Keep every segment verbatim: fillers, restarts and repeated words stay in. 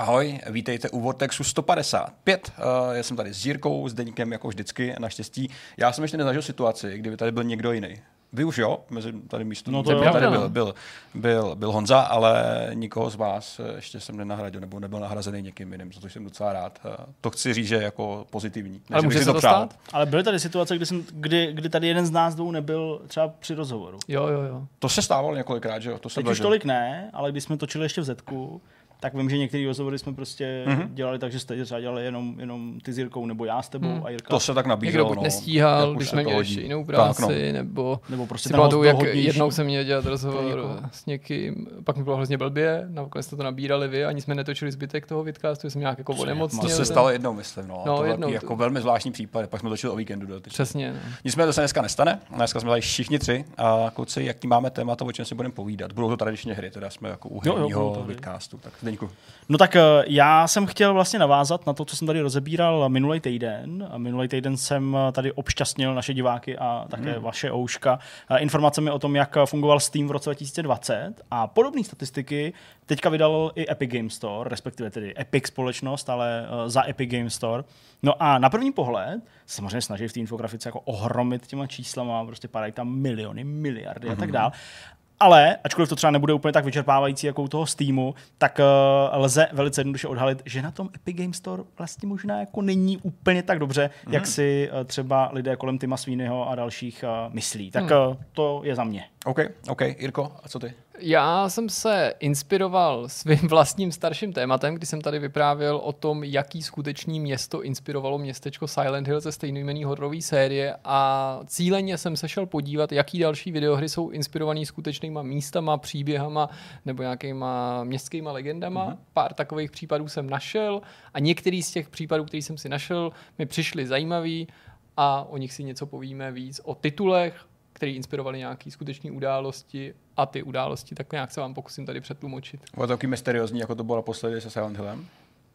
Ahoj, vítejte u Vortexu sto padesát pět. Uh, já jsem tady s Jirkou, s Deníkem jako vždycky, naštěstí. Já jsem ještě nezažil situaci, kdyby tady byl někdo jiný. Vy už jo, mezi tady místo no tady byl, byl, byl, byl, byl Honza, ale nikoho z vás ještě jsem nenahradil, nebo nebyl nahrazený někým jiným, za to jsem docela rád. To chci říct, že je jako pozitivní. Ale může se to stát? Ale byly tady situace, kdy, jsem, kdy, kdy tady jeden z nás dvou nebyl třeba při rozhovoru. Jo, jo, jo. To se stávalo několikrát, že jo? To Teď už tolik ne, ale když jsme točili ještě v Zetku, tak vím, že některé rozhovory jsme prostě mm-hmm. dělali tak, že jste třeba dělali jenom, jenom ty s Jirkou, nebo já s tebou mm. a Jirka. To se tak nabízelo. Někdo buď no, nestíhal, když jsme měli ještě jinou práci, tak, no. nebo, nebo prostě si pamatuju, jak jednou jsem měl dělat rozhovor s někým, pak mi bylo hrozně blbě, nakonec jste to nabírali vy, ani jsme netočili zbytek toho vidcastu, jsem nějak jako onemocněl. To se stalo jednou, myslím, no. no to jednou, velký, jako velmi zvláštní případ, pak jsme točili o víkendu. Přesně. No. Nicméně to se dneska nestane, dneska jsme tady všichni tři a kluci, jaký máme témata, o čem si budeme povídat. Budou to tradičně hry, teda jsme jako u herního vidcastu. Tak Zdeňku. No tak já jsem chtěl vlastně navázat na to, co jsem tady rozebíral minulý týden. Minulý týden jsem tady obšťastnil naše diváky a také hmm. vaše ouška informacemi o tom, jak fungoval Steam v roce dva tisíce dvacet a podobné statistiky teďka vydal i Epic Games Store, respektive tedy Epic společnost, ale za Epic Games Store. No a na první pohled samozřejmě snaží v té infografice jako ohromit těma číslama, prostě padají tam miliony, miliardy hmm. a tak dál. Ale, ačkoliv to třeba nebude úplně tak vyčerpávající jako u toho Steamu, tak uh, lze velice jednoduše odhalit, že na tom Epic Games Store vlastně možná jako není úplně tak dobře, mm. jak si uh, třeba lidé kolem Tima Sweeneyho a dalších uh, myslí. Tak mm. uh, to je za mě. OK, OK. Jirko, a co ty? Já jsem se inspiroval svým vlastním starším tématem, kdy jsem tady vyprávěl o tom, jaký skutečný město inspirovalo městečko Silent Hill ze stejnojmenné hororové série a cíleně jsem se šel podívat, jaký další videohry jsou inspirovaný skutečnýma místama, příběhama nebo nějakýma městskýma legendama. Mm-hmm. Pár takových případů jsem našel a některý z těch případů, který jsem si našel, mi přišly zajímavý a o nich si něco povíme víc, o titulech, který inspirovali nějaké skutečné události a ty události, tak nějak se vám pokusím tady přetlumočit. Bylo to taky mysteriózní, jako to bylo naposledy se Silent Hillem?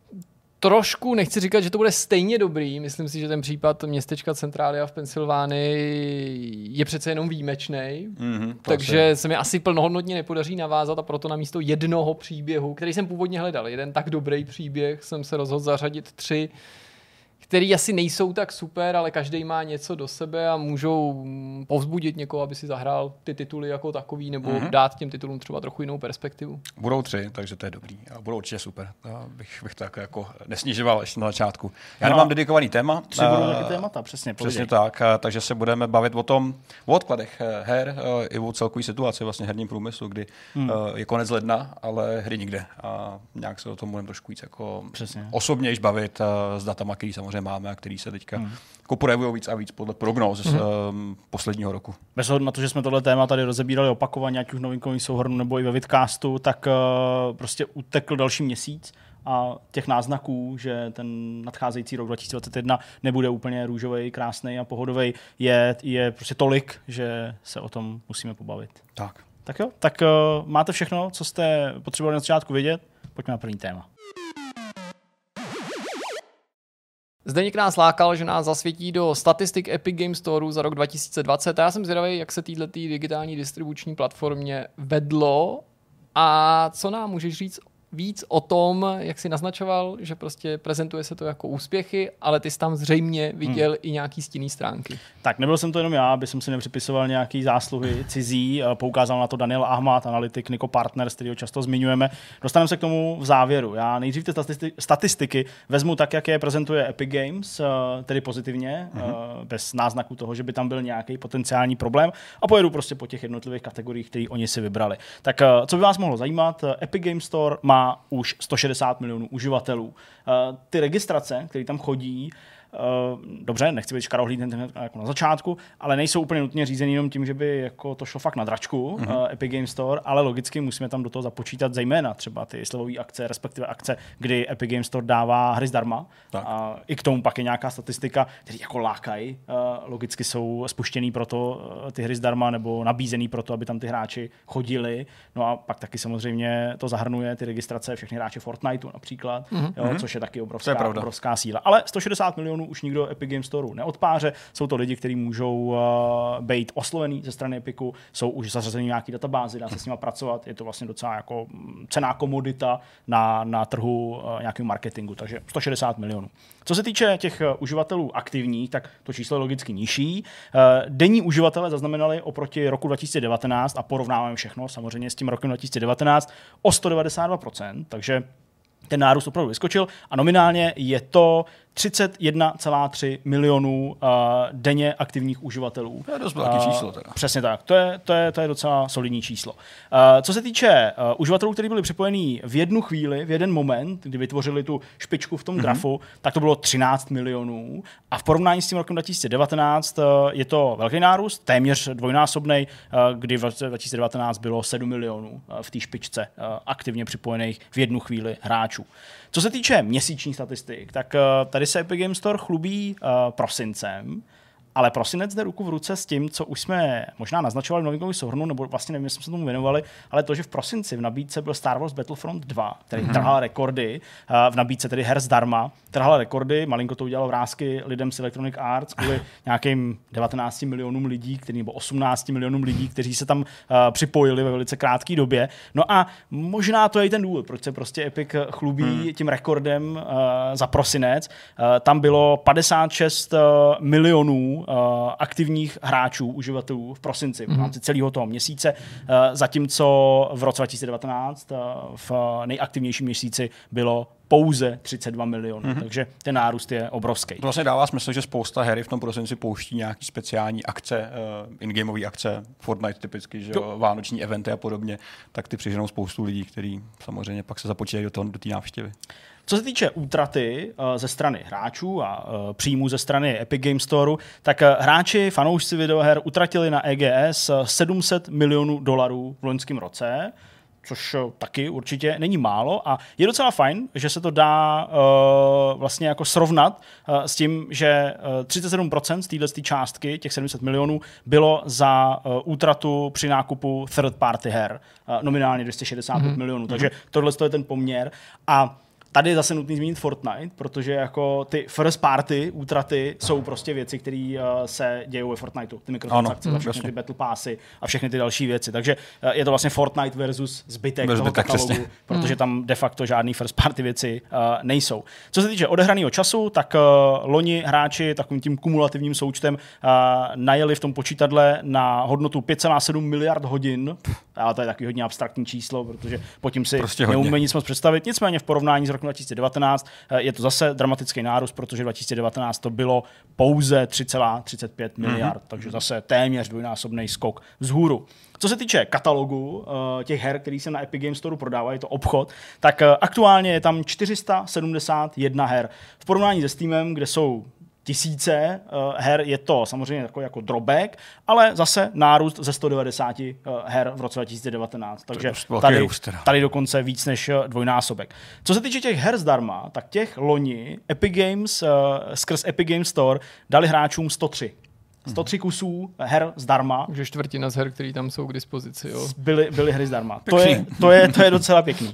Trošku, nechci říkat, že to bude stejně dobrý. Myslím si, že ten případ městečka Centralia v Pensylvánii je přece jenom výjimečný. Mm-hmm, takže asi. se mi asi plnohodnotně nepodaří navázat a proto na místo jednoho příběhu, který jsem původně hledal, jeden tak dobrý příběh, jsem se rozhodl zařadit tři, který asi nejsou tak super, ale každý má něco do sebe a můžou povzbudit někoho, aby si zahrál ty tituly jako takový, nebo mm-hmm. dát těm titulům třeba trochu jinou perspektivu. Budou tři, takže to je dobrý. A budou určitě super. Já bych, bych to jako, jako nesnižoval ještě na začátku. Já no, nemám dedikovaný téma. Tři budou taky témata, přesně. Přesně tak, takže se budeme bavit o tom, o odkladech her i o celkové situaci vlastně herním průmyslu, kdy hmm. je konec ledna, ale hry nikde. A nějak se o tom budeme trošku víc jako osobně již bavit s datama, který samozřejmě máme a který se teďka hmm. jako projevují víc a víc podle prognóz z hmm. um, posledního roku. Bez ohledu na to, že jsme tohle téma tady rozebírali opakovaně, ať už novinkový souhrnu nebo i ve vidcastu, tak uh, prostě utekl další měsíc a těch náznaků, že ten nadcházející rok dva tisíce dvacet jedna nebude úplně růžovej, krásnej a pohodovej, je, je prostě tolik, že se o tom musíme pobavit. Tak. Tak jo, tak uh, máte všechno, co jste potřebovali na začátku vědět. Pojďme na první téma. Zdeněk nás lákal, že nás zasvětí do statistik Epic Games Store za rok dva tisíce dvacet. A já jsem zvědavý, jak se této digitální distribuční platformě vedlo a co nám můžeš říct víc o tom, jak jsi naznačoval, že prostě prezentuje se to jako úspěchy, ale ty jsi tam zřejmě viděl hmm. i nějaký stinný stránky. Tak nebyl jsem to jenom já, aby jsem si nepřipisoval nějaký zásluhy cizí, poukázal na to Daniel Ahmad, analytik Niko Partners, kterýho často zmiňujeme. Dostaneme se k tomu v závěru. Já nejdřív ty statistiky vezmu tak, jak je prezentuje Epic Games, tedy pozitivně, hmm. bez náznaku toho, že by tam byl nějaký potenciální problém a pojedu prostě po těch jednotlivých kategoriích, které oni si vybrali. Tak co by vás mohlo zajímat, Epic Games Store má má už sto šedesát milionů uživatelů. Ty registrace, které tam chodí, dobře, nechci být škarohlídem jako na začátku, ale nejsou úplně nutně řízený jenom tím, že by jako to šlo fakt na dračku, mm-hmm. Epic Games Store, ale logicky musíme tam do toho započítat zejména třeba ty slevové akce, respektive akce, kdy Epic Games Store dává hry zdarma. A i k tomu pak je nějaká statistika, které jako lákají. Logicky jsou spuštěný proto ty hry zdarma nebo nabízený proto, aby tam ty hráči chodili. No a pak taky samozřejmě to zahrnuje ty registrace všechny hráče Fortniteu například, mm-hmm. jo, což je taky obrovská, je obrovská síla. Ale sto šedesát milionů milionů už nikdo Epic Games Store neodpáře. Jsou to lidi, kteří můžou uh, být oslovený ze strany Epiku, jsou už zařazení v nějaký databázi, dá se s nimi pracovat. Je to vlastně docela jako cenná komodita na, na trhu uh, nějakého marketingu, takže sto šedesát milionů. Co se týče těch uh, uživatelů aktivních, tak to číslo je logicky nižší. Uh, denní uživatelé zaznamenali oproti roku dva tisíce devatenáct a porovnáváme všechno samozřejmě s tím rokem dva tisíce devatenáct o sto devadesát dva procent, takže ten nárůst opravdu vyskočil a nominálně je to třicet jedna celá tři milionů uh, denně aktivních uživatelů. To je dost velký uh, číslo. Teda. Přesně tak, to je, to, je, to je docela solidní číslo. Uh, co se týče uh, uživatelů, kteří byli připojení v jednu chvíli, v jeden moment, kdy vytvořili tu špičku v tom mm-hmm. grafu, tak to bylo třináct milionů a v porovnání s tím rokem dva tisíce devatenáct uh, je to velký nárůst, téměř dvojnásobnej, uh, kdy v roce dva tisíce devatenáct bylo sedm milionů uh, v té špičce uh, aktivně připojených v jednu chvíli hráčů. Co se týče měsíčních statistik, tak uh, tady se Epic Games Store chlubí uh, prosincem, ale prosinec jde ruku v ruce s tím, co už jsme možná naznačovali v novinkovém souhrnu, nebo vlastně nevím, jestli jsme se tomu věnovali, ale to, že v prosinci v nabídce byl Star Wars Battlefront dva, který mm-hmm. trhal rekordy, uh, v nabídce tedy her zdarma, trhal rekordy, malinko to udělalo vrásky lidem z Electronic Arts kvůli nějakým devatenácti milionům lidí, který, nebo osmnácti milionům lidí, kteří se tam uh, připojili ve velice krátké době. No a možná to je i ten důvod, proč se prostě Epic chlubí hmm. tím rekordem uh, za prosinec. Uh, tam bylo padesát šest uh, milionů uh, aktivních hráčů, uživatelů v prosinci, hmm. v rámci celého toho měsíce, uh, zatímco v roce dva tisíce devatenáct uh, v nejaktivnějším měsíci bylo pouze třicet dva milionů, mm-hmm. takže ten nárůst je obrovský. To vlastně dává smysl, že spousta her v tom prosinci pouští nějaký speciální akce, uh, in-gameové akce, Fortnite typicky, že jo, vánoční eventy a podobně, tak ty přiženou spoustu lidí, kteří samozřejmě pak se započítají do toho, do té návštěvy. Co se týče útraty uh, ze strany hráčů a uh, příjmů ze strany Epic Games Store, tak uh, hráči, fanoušci videoher utratili na E G S sedm set milionů dolarů v loňském roce, což taky určitě není málo a je docela fajn, že se to dá uh, vlastně jako srovnat uh, s tím, že uh, třicet sedm procent z této částky, těch sedm set milionů, bylo za uh, útratu při nákupu third party her, uh, nominálně dvě stě šedesát pět mm-hmm. milionů, takže tohle je ten poměr a tady je zase nutný zmínit Fortnite, protože jako ty first party útraty jsou prostě věci, které uh, se dějí ve Fortniteu. Ty mikrotransakce, mm, všechny ty battle passy a všechny ty další věci. Takže uh, je to vlastně Fortnite versus zbytek Bez toho zbytek, katalogu, přesně. protože tam de facto žádný first party věci uh, nejsou. Co se týče odehraného času, tak uh, loni hráči takovým tím kumulativním součtem uh, najeli v tom počítadle na hodnotu pět celá sedm miliard hodin. Ale to je taky hodně abstraktní číslo, protože pod tím si prostě neumíme nic moc představit. Nicméně v porovnání s rokem dva tisíce devatenáct je to zase dramatický nárůst, protože dva tisíce devatenáct to bylo pouze tři celá třicet pět miliard, mm-hmm. takže zase téměř dvojnásobný skok vzhůru. Co se týče katalogu uh, těch her, který se na Epic Games Store prodávají, je to obchod, tak uh, aktuálně je tam čtyři sta sedmdesát jedna her. V porovnání se Steamem, kde jsou tisíce uh, her, je to samozřejmě takový jako drobek, ale zase nárůst ze sto devadesát uh, her v roce dva tisíce devatenáct. Takže tady, tady dokonce víc než uh, dvojnásobek. Co se týče těch her zdarma, tak těch loni Epic Games uh, skrz Epic Games Store dali hráčům sto tři. sto tři kusů her zdarma. Takže čtvrtina z her, které tam jsou k dispozici. Jo. Byly, byly hry zdarma. To je, to, je, to je docela pěkný.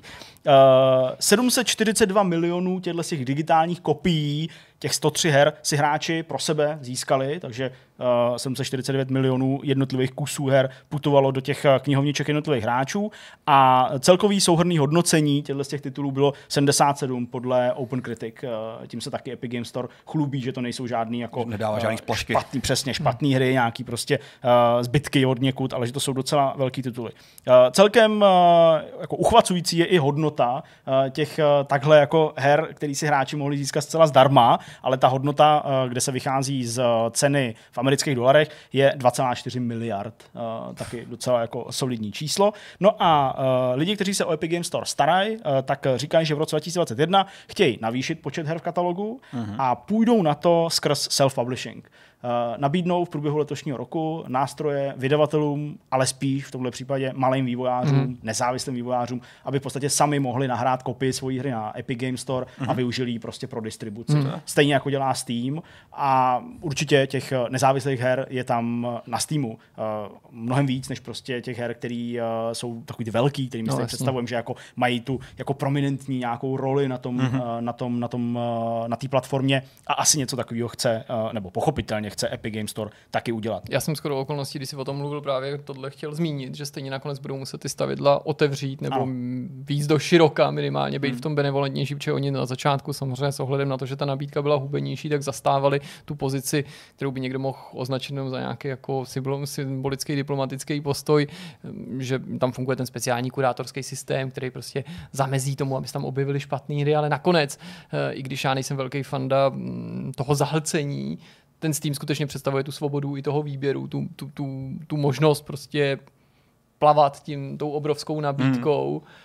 Uh, sedm set čtyřicet dva milionů těchto těch digitálních kopií těch sto tři her si hráči pro sebe získali, takže uh, sedm set čtyřicet devět milionů jednotlivých kusů her putovalo do těch knihovniček jednotlivých hráčů a celkový souhrnný hodnocení těchto těch titulů bylo sedmdesát sedm podle OpenCritic. Uh, tím se taky Epic Games Store chlubí, že to nejsou žádný jako nedává žádný uh, špatný, přesně špatný hmm. hry, nějaký prostě uh, zbytky od někud, ale že to jsou docela velký tituly. Uh, celkem uh, jako uchvacující je i hodnota uh, těch uh, takhle jako her, který si hráči mohli získat zcela zdarma, ale ta hodnota, uh, kde se vychází z uh, ceny v amerických dolarech, je dva celá čtyři miliard. Uh, taky docela jako solidní číslo. No a uh, lidi, kteří se o Epic Games Store starají, uh, tak říkají, že v roce dva tisíce dvacet jedna chtějí navýšit počet her v katalogu uh-huh. a půjdou na to skrz self-publishing. nabídnou v průběhu letošního roku nástroje vydavatelům, ale spíš v tomhle případě malým vývojářům, mm. nezávislým vývojářům, aby v podstatě sami mohli nahrát kopii svojí hry na Epic Games Store mm. a využili ji prostě pro distribuci. Mm. Stejně jako dělá Steam a určitě těch nezávislých her je tam na Steamu uh, mnohem víc, než prostě těch her, který uh, jsou takový ty velký, kterými no, si představujeme, že jako mají tu jako prominentní nějakou roli na tom, mm-hmm. uh, na tom, na tom, uh, na té platformě a asi něco takového chce, uh, nebo pochopitelně chce Epic Games Store taky udělat. Já jsem skoro okolností, když si o tom mluvil, právě tohle chtěl zmínit, že stejně nakonec budou muset ty stavidla otevřít nebo ano. víc do široka minimálně, být mm. v tom benevolentnější, protože oni na začátku samozřejmě s ohledem na to, že ta nabídka byla hubenější, tak zastávali tu pozici, kterou by někdo mohl označit za nějaký jako symbolický diplomatický postoj, že tam funguje ten speciální kurátorský systém, který prostě zamezí tomu, aby se tam objevily špatné hry, ale nakonec, i když já nejsem velký fanda toho zahlcení, ten Steam skutečně představuje tu svobodu i toho výběru, tu, tu, tu, tu možnost prostě plavat tím tou obrovskou nabídkou. Mm.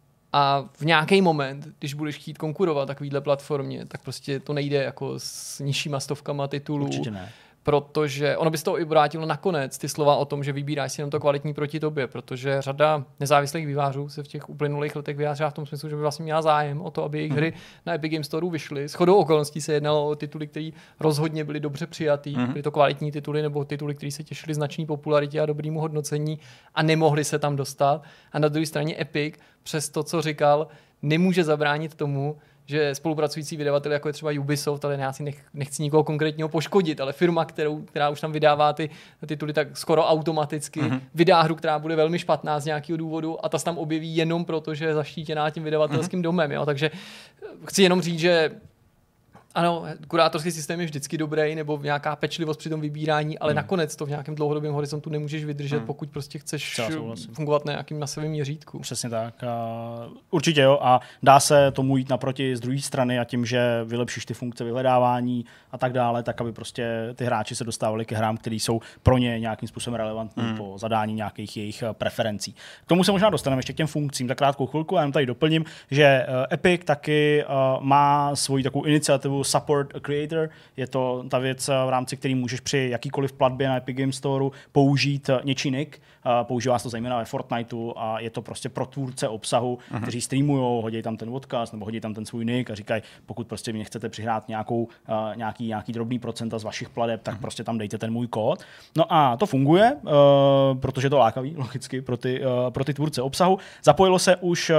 A v nějaký moment, když budeš chtít konkurovat takovýhle platformě, tak prostě to nejde jako s nižšíma stovkama titulů. Určitě ne. Protože ono by se to i vrátilo nakonec, ty slova o tom, že vybíráš si jenom to kvalitní proti tobě, protože řada nezávislých vývářů se v těch uplynulých letech vyjádřila v tom smyslu, že by vlastně měla zájem o to, aby jejich mm. hry na Epic Games Store vyšly. Shodou okolností se jednalo o tituly, které rozhodně byly dobře přijatý, mm. byly to kvalitní tituly nebo tituly, které se těšily značné popularitě a dobrému hodnocení a nemohli se tam dostat. A na druhé straně Epic přes to, co říkal, nemůže zabránit tomu, že spolupracující vydavatel, jako je třeba Ubisoft, ale já si nech, nechci nikoho konkrétního poškodit, ale firma, kterou, která už tam vydává ty tituly, tak skoro automaticky mm-hmm. vydá hru, která bude velmi špatná z nějakého důvodu a ta se tam objeví jenom proto, že je zaštítěná tím vydavatelským mm-hmm. domem. Jo? Takže chci jenom říct, že ano, kurátorský systém je vždycky dobrý, nebo nějaká pečlivost při tom vybírání, ale hmm. nakonec to v nějakém dlouhodobém horizontu nemůžeš vydržet, hmm. pokud prostě chceš fungovat na nějakým masovém měřítku. Přesně tak. A určitě jo. A dá se tomu jít naproti z druhé strany a tím, že vylepšíš ty funkce vyhledávání a tak dále, tak aby prostě ty hráči se dostávali ke hrám, které jsou pro ně nějakým způsobem relevantní hmm. po zadání nějakých jejich preferencí. K tomu se možná dostaneme ještě k těm funkcím za krátkou chvilku. Já jenom tady doplním, že Epic taky má svoji takovou iniciativu Support a Creator. Je to ta věc, v rámci který můžeš při jakýkoliv platbě na Epic Games Store použít něčí nick. Používá se to zejména ve Fortniteu a je to prostě pro tvůrce obsahu, uh-huh. kteří streamujou, hodí tam ten odkaz nebo hodí tam ten svůj nick a říkají, pokud prostě mě chcete přihrát nějakou, uh, nějaký, nějaký drobný procenta z vašich plateb, tak uh-huh. prostě tam dejte ten můj kód. No a to funguje, uh, protože je to lákavý, logicky, pro ty, uh, pro ty tvůrce obsahu. Zapojilo se už,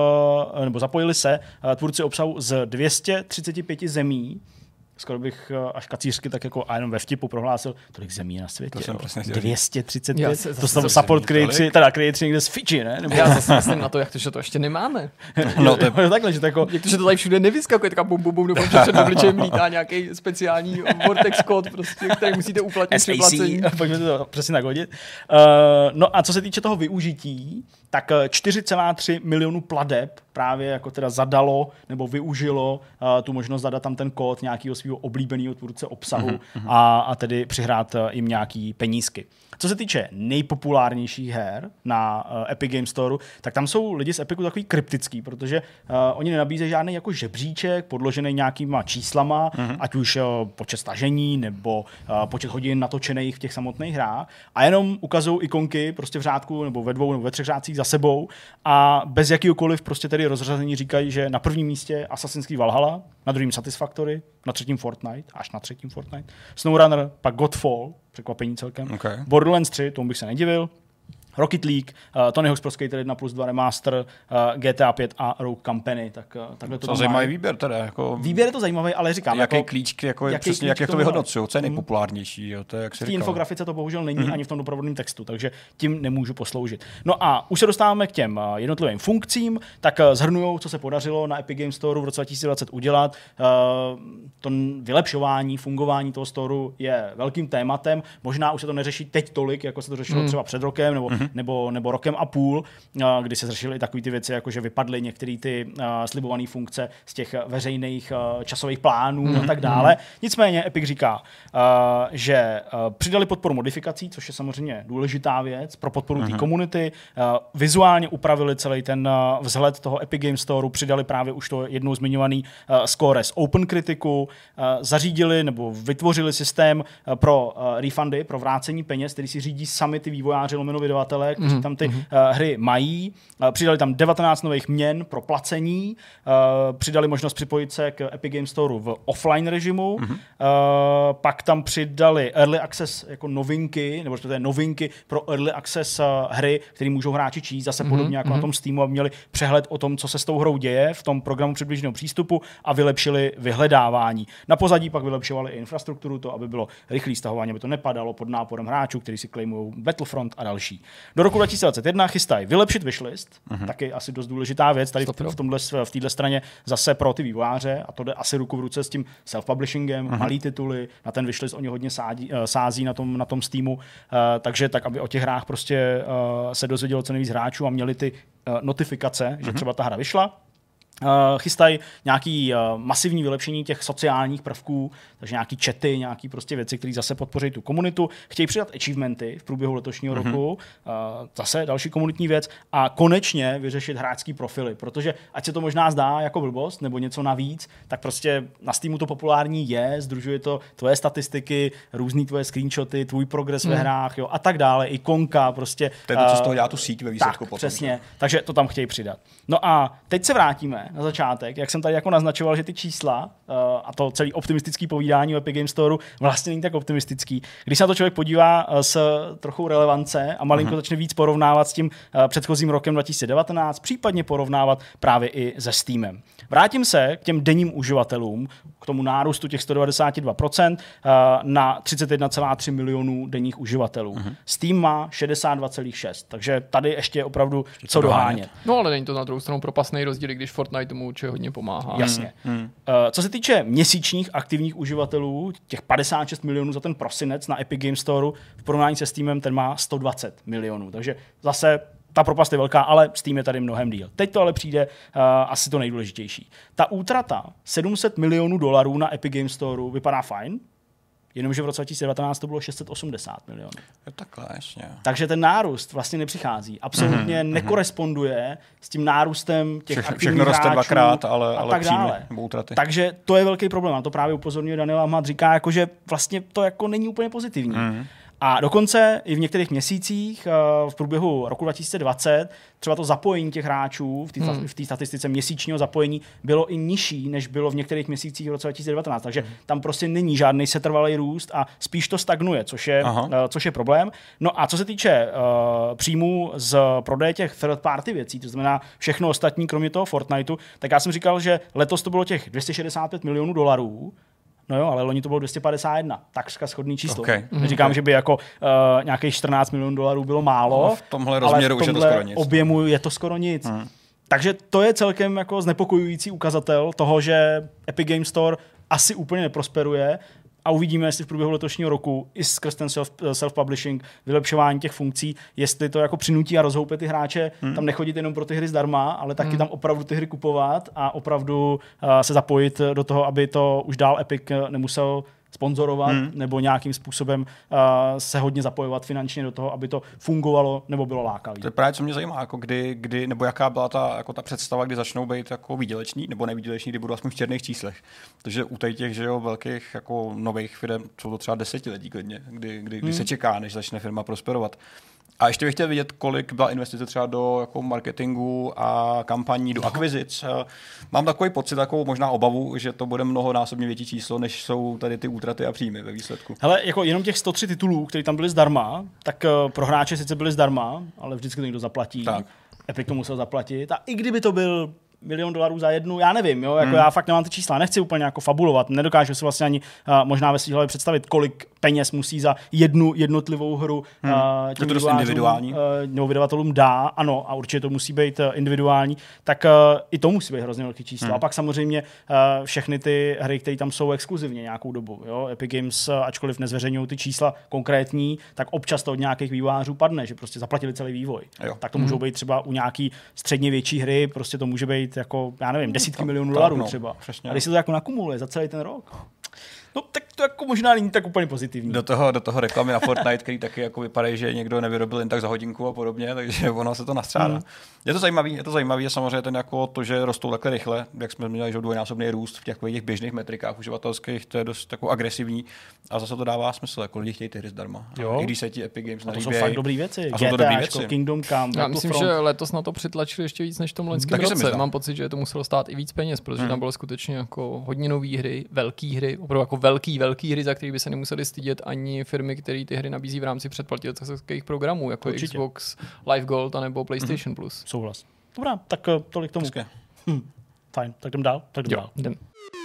uh, nebo zapojili se uh, tvůrci obsahu z dvě stě třicet pět zemí. Skoro bych až kacířsky tak jako a jenom ve vtipu prohlásil, tolik zemí na světě. To jsem přesně dvě stě třicet pět. Se, to jsou support creatři, teda creatři někde z Fidži, ne? Nebo... Já zase myslím na to, jak to, že to ještě nemáme. No to je takhle, že to jako... Jak to, že to tady všude nevyskakuje, taká bum, bum, bum, doufám, že před obličejem lítá nějaký speciální Vortex kód, prostě, který musíte uplatit při placení. Pojďme to přesně nagodit. Uh, no a co se týče toho využití, tak čtyři celá tři milionu pladeb právě jako teda zadalo nebo využilo uh, tu možnost zadat tam ten kód nějakého svého oblíbeného tvůrce obsahu mm-hmm. a, a tedy přihrát uh, jim nějaký penízky. Co se týče nejpopulárnějších her na uh, Epic Games Store, tak tam jsou lidi z Epicu takový kryptický, protože uh, oni nenabízejí žádný jako žebříček podložený nějakýma číslama, mm-hmm. ať už uh, počet stažení nebo uh, počet hodin natočených v těch samotných hrách a jenom ukazují ikonky prostě v řádku nebo ve dvou nebo ve třech řádcích za sebou a bez jakýkoliv prostě tedy rozřazení říkají, že na prvním místě Assassin's Creed Valhalla, na druhém Satisfactory, na třetím Fortnite, až na třetím Fortnite, SnowRunner, pak Godfall, překvapení celkem, okay. Borderlands tři, tomu bych se nedivil, Rocket League, uh, Tony Hawk's Pro Skater jedna plus dva Remaster, uh, G T A pět a Rogue Company. Tak, uh, takhle to to zajímavý výběr teda. Jako... Výběr je to zajímavý, ale říkám. Jaký jako, klíč, jako jaký přesně, jak, jak to vyhodnocují, co je nejpopulárnější. Jo, to je, jak v té infografice to bohužel není mm-hmm. ani v tom doprovodném textu, takže tím nemůžu posloužit. No a už se dostáváme k těm uh, jednotlivým funkcím, tak uh, zhrnujou, co se podařilo na Epic Games Store v roce dva tisíce dvacet udělat. Uh, to vylepšování, fungování toho storu je velkým tématem. Možná už se to neřeší teď tolik, jako se to řešilo mm. třeba před rokem nebo mm-hmm. mm-hmm. nebo, nebo rokem a půl, kdy se řešily takové ty věci, jako že vypadly některé ty uh, slibované funkce z těch veřejných uh, časových plánů mm-hmm. a tak dále. Nicméně Epic říká, uh, že uh, přidali podporu modifikací, což je samozřejmě důležitá věc pro podporu mm-hmm. té komunity. Uh, vizuálně upravili celý ten uh, vzhled toho Epic Game Storeu, přidali právě už to jednou zmiňovaný uh, score z Open Criticu, uh, zařídili nebo vytvořili systém uh, pro uh, refundy, pro vrácení peněz, který si řídí sami ty vývojáři lomeno vydavatelé, kteří mm-hmm. tam ty uh, hry mají. Uh, přidali tam devatenáct nových měn pro placení, uh, přidali možnost připojit se k Epic Game Storeu v offline režimu, mm-hmm. uh, pak tam přidali Early Access jako novinky, nebo to je novinky pro Early Access uh, hry, které můžou hráči číst, zase mm-hmm. podobně jako mm-hmm. na tom Steamu, aby měli přehled o tom, co se s tou hrou děje v tom programu přibližného přístupu a vylepšili vyhledávání. Na pozadí pak vylepšovali i infrastrukturu, to, aby bylo rychlé stahování, aby to nepadalo pod náporem hráčů, kteří si claimují Battlefront a další. Do roku dva tisíce dvacet jedna chystají vylepšit wishlist, mm-hmm. taky asi dost důležitá věc, tady v, v tomhle v této straně zase pro ty vývojáře, a to jde asi ruku v ruce s tím self-publishingem, mm-hmm. malý tituly, na ten wishlist oni hodně sádí, sází na tom, na tom Steamu, uh, takže tak, aby o těch hrách prostě uh, se dozvědělo co nejvíc hráčů a měli ty uh, notifikace, mm-hmm. že třeba ta hra vyšla. Uh, chystají nějaký uh, masivní vylepšení těch sociálních prvků, takže nějaký chaty, nějaký prostě věci, které zase podpoří tu komunitu. Chtějí přidat achievementy v průběhu letošního mm-hmm. roku, uh, zase další komunitní věc a konečně vyřešit hráčský profily, protože ať se to možná zdá jako blbost nebo něco navíc, tak prostě na Steamu to populární je, sdružuje to tvoje statistiky, různý tvoje screenshoty, tvůj progres mm. ve hrách, jo, a tak dále, ikonka, prostě. To je to, co z toho dělá tu síť ve výsledku tak, potom. Přesně, takže to tam chtějí přidat. No a teď se vrátíme na začátek, jak jsem tady jako naznačoval, že ty čísla uh, a to celý optimistický povídání o Epic Game Storeu vlastně není tak optimistický. Když se na to člověk podívá uh, s trochou relevance a malinko uh-huh. začne víc porovnávat s tím uh, předchozím rokem dva tisíce devatenáct, případně porovnávat právě i se Steamem. Vrátím se k těm denním uživatelům, k tomu nárůstu těch sto devadesát dva procent uh, na třicet jedna celá tři milionů denních uživatelů. Uh-huh. Steam má šedesát dva celá šest, takže tady ještě opravdu ještě co dohánět. No ale není to na druhou stranu propastný rozdíl, když Fortnite tomu určitě hodně pomáhá. Jasně. Hmm. Uh, co se týče měsíčních aktivních uživatelů, těch padesát šest milionů za ten prosinec na Epic Game Storeu, v porovnání se Steamem ten má sto dvacet milionů. Takže zase ta propast je velká, ale Steam je tady mnohem díl. Teď to ale přijde uh, asi to nejdůležitější. Ta útrata sedm set milionů dolarů na Epic Game Storeu vypadá fajn, jenomže v roce dva tisíce devatenáct to bylo šest set osmdesát milionů. Je takhle, jasně. Takže ten nárůst vlastně nepřichází. Absolutně mm-hmm. nekoresponduje s tím nárůstem těch Všechno, aktivních všechno roste hráčů dvakrát, ale, a ale tak příjmy dále. nebo útraty. Takže to je velký problém. A to právě upozorňuje Daniel Ahmad. Říká, jako, že vlastně to jako není úplně pozitivní. Mm. A dokonce i v některých měsících v průběhu roku dva tisíce dvacet třeba to zapojení těch hráčů v té hmm. v té statistice měsíčního zapojení bylo i nižší, než bylo v některých měsících v roce dva tisíce devatenáct. Takže tam prostě není žádný setrvalý růst a spíš to stagnuje, což je, uh, což je problém. No a co se týče uh, příjmů z prodeje těch third party věcí, to znamená všechno ostatní, kromě toho Fortniteu, tak já jsem říkal, že letos to bylo těch dvě stě šedesát pět milionů dolarů. No jo, ale loni to bylo dvě stě padesát jedna, takřka shodný číslo. Okay. Neříkám, okay. že by jako uh, nějakých čtrnáct milionů dolarů bylo málo, no, v tomhle rozměru ale v tomhle už je to skoro nic. objemu je to skoro nic. Hmm. Takže to je celkem jako znepokojující ukazatel toho, že Epic Game Store asi úplně neprosperuje a uvidíme, jestli v průběhu letošního roku i skrz ten self, self-publishing, vylepšování těch funkcí, jestli to jako přinutí a rozhoupe ty hráče hmm. tam nechodit jenom pro ty hry zdarma, ale taky hmm. tam opravdu ty hry kupovat a opravdu uh, se zapojit do toho, aby to už dál Epic nemusel sponzorovat hmm. nebo nějakým způsobem uh, se hodně zapojovat finančně do toho, aby to fungovalo nebo bylo lákavé. To je právě, co mě zajímá, jako kdy, kdy, nebo jaká byla ta, jako ta představa, kdy začnou být jako výděleční nebo nevýděleční, kdy budou aspoň v černých číslech. Takže u těch, že jo, velkých jako nových firm jsou to třeba desetiletí klidně, kdy, kdy, kdy hmm. se čeká, než začne firma prosperovat. A ještě bych chtěl vidět, kolik byla investice třeba do jako marketingu a kampaní, do akvizic. Mám takový pocit, takovou možná obavu, že to bude mnohonásobně větší číslo, než jsou tady ty útraty a příjmy ve výsledku. Hele, jako jenom těch sto tři titulů, které tam byly zdarma, tak uh, pro hráče sice byly zdarma, ale vždycky to někdo zaplatí. Tak. Epic to musel zaplatit. A i kdyby to byl milion dolarů za jednu, já nevím, jo, jako hmm. já fakt nemám ty čísla, nechci úplně jako fabulovat, nedokážu si vlastně ani uh, možná ve svých hlavě představit, kolik peněz musí za jednu jednotlivou hru hmm. uh, těm je to individuální. Uh, nebo vydavatelům dá, ano, a určitě to musí být uh, individuální, tak uh, i to musí být hrozně velký číslo. Hmm. A pak samozřejmě uh, všechny ty hry, které tam jsou exkluzivně nějakou dobu, jo, Epic Games, uh, ačkoliv nezveřejňují ty čísla konkrétní, tak občas to od nějakých vývojářů padne, že prostě zaplatili celý vývoj. Jo. Tak to můžou být třeba u nějaký středně větší hry, prostě to může být jako, já nevím, desítky milionů dolarů no, třeba. Přesně. A když se to jako nakumuluje za celý ten rok, no tak to jako možná není tak úplně pozitivní. Do toho, do toho reklamy na Fortnite, který taky jako vypadají, že někdo nevyrobil jen tak za hodinku a podobně, takže ono se to nastřádá. Mm. Je to zajímavý, je to zajímavý a samozřejmě ten jako to, že rostou takhle rychle, jak jsme měli, že dvojnásobný růst v těch, těch běžných metrikách uživatelských, to je dost jako agresivní a zase to dává smysl, jako lidi chtějí ty hry zdarma. Jo. I když se ti Epic Games nelíbí. To jsou fakt dobrý věci. A jsou to dobrý věci. Kingdom Come, já myslím, že letos na to přitlačili ještě víc než v tom loňském roce. Mám pocit, že to muselo stát i víc peněz, protože hmm. tam bylo skutečně jako hodně nový hry, velký hry, opravdu jako velký, velký hry, za který by se nemuseli stydět ani firmy, které ty hry nabízí v rámci předplatitelských programů, jako určitě. Xbox Live Gold nebo PlayStation mm-hmm. Plus. Souhlas. Dobrá, tak uh, tolik tomu. Hm. Fajn, tak jdem dál. Tak jdem jo, dál. Jdem.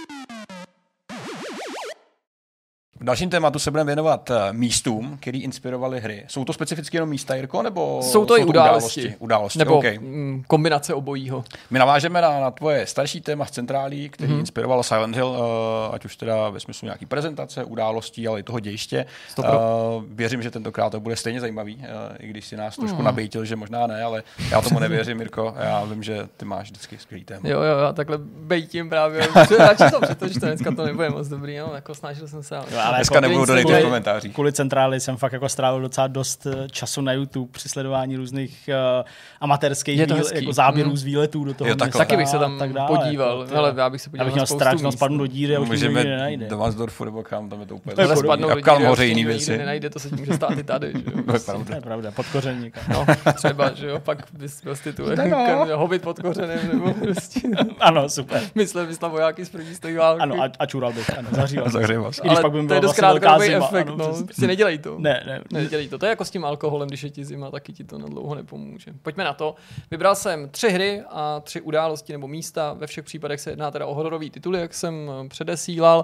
V dalším tématu se budeme věnovat místům, které inspirovaly hry. Jsou to specificky jenom místa, Jirko, nebo jsou to, jsou i to události? události? Události, nebo okay. kombinace obojího. My navážeme na, na tvoje starší téma z centrálí, který mm-hmm. inspirovalo Silent Hill, uh, ať už teda ve smyslu nějaký prezentace, událostí, ale i toho dějiště. Uh, věřím, že tentokrát to bude stejně zajímavý, uh, i když si nás trošku mm. nabejtil, že možná ne, ale já tomu nevěřím, Jirko. Já vím, že ty máš vždycky skvělý téma. Jo, jo, já takhle bejtím právě. Radši to přetočte, dneska to nebude moc dobrý, no, jako snažil jsem se. Ale dneska jako nebudu dodejt v komentářích. Kvůli centrály jsem fakt jako strávil docela dost času na YouTube při sledování různých uh, amatérských výle, jako záběrů mm. z výletů do toho jo, města. Taky bych se tam tak dále, podíval, jako, ale já bych se podíval. Já bych měl strach, že spadnu do díry a už nikdy nenajde. Do Vansdorfu nebo kam, tam je to úplně. To je spadnou do díry a už nikdy nenajde, to se tím může stát i tady. To je pravda, pod kořen někam. No, třeba, že jo, pak bys prostě tu Hobbit pod kořenem, nebo prostě. Ano, super. Myslel bys na vojáky z první světové války. Ano, a čural bych, ano, zahříval. Zahříval. Ale to je dost krátkodobý efekt, no. Prostě nedělej to. Ne, ne. Nedělej to. To je jako s tím alkoholem, když je ti zima, taky ti to na dlouho nepomůže. Pojďme na to. Vybral jsem tři hry a tři události nebo místa. Ve všech případech se jedná teda o hororový tituly, jak jsem předesílal.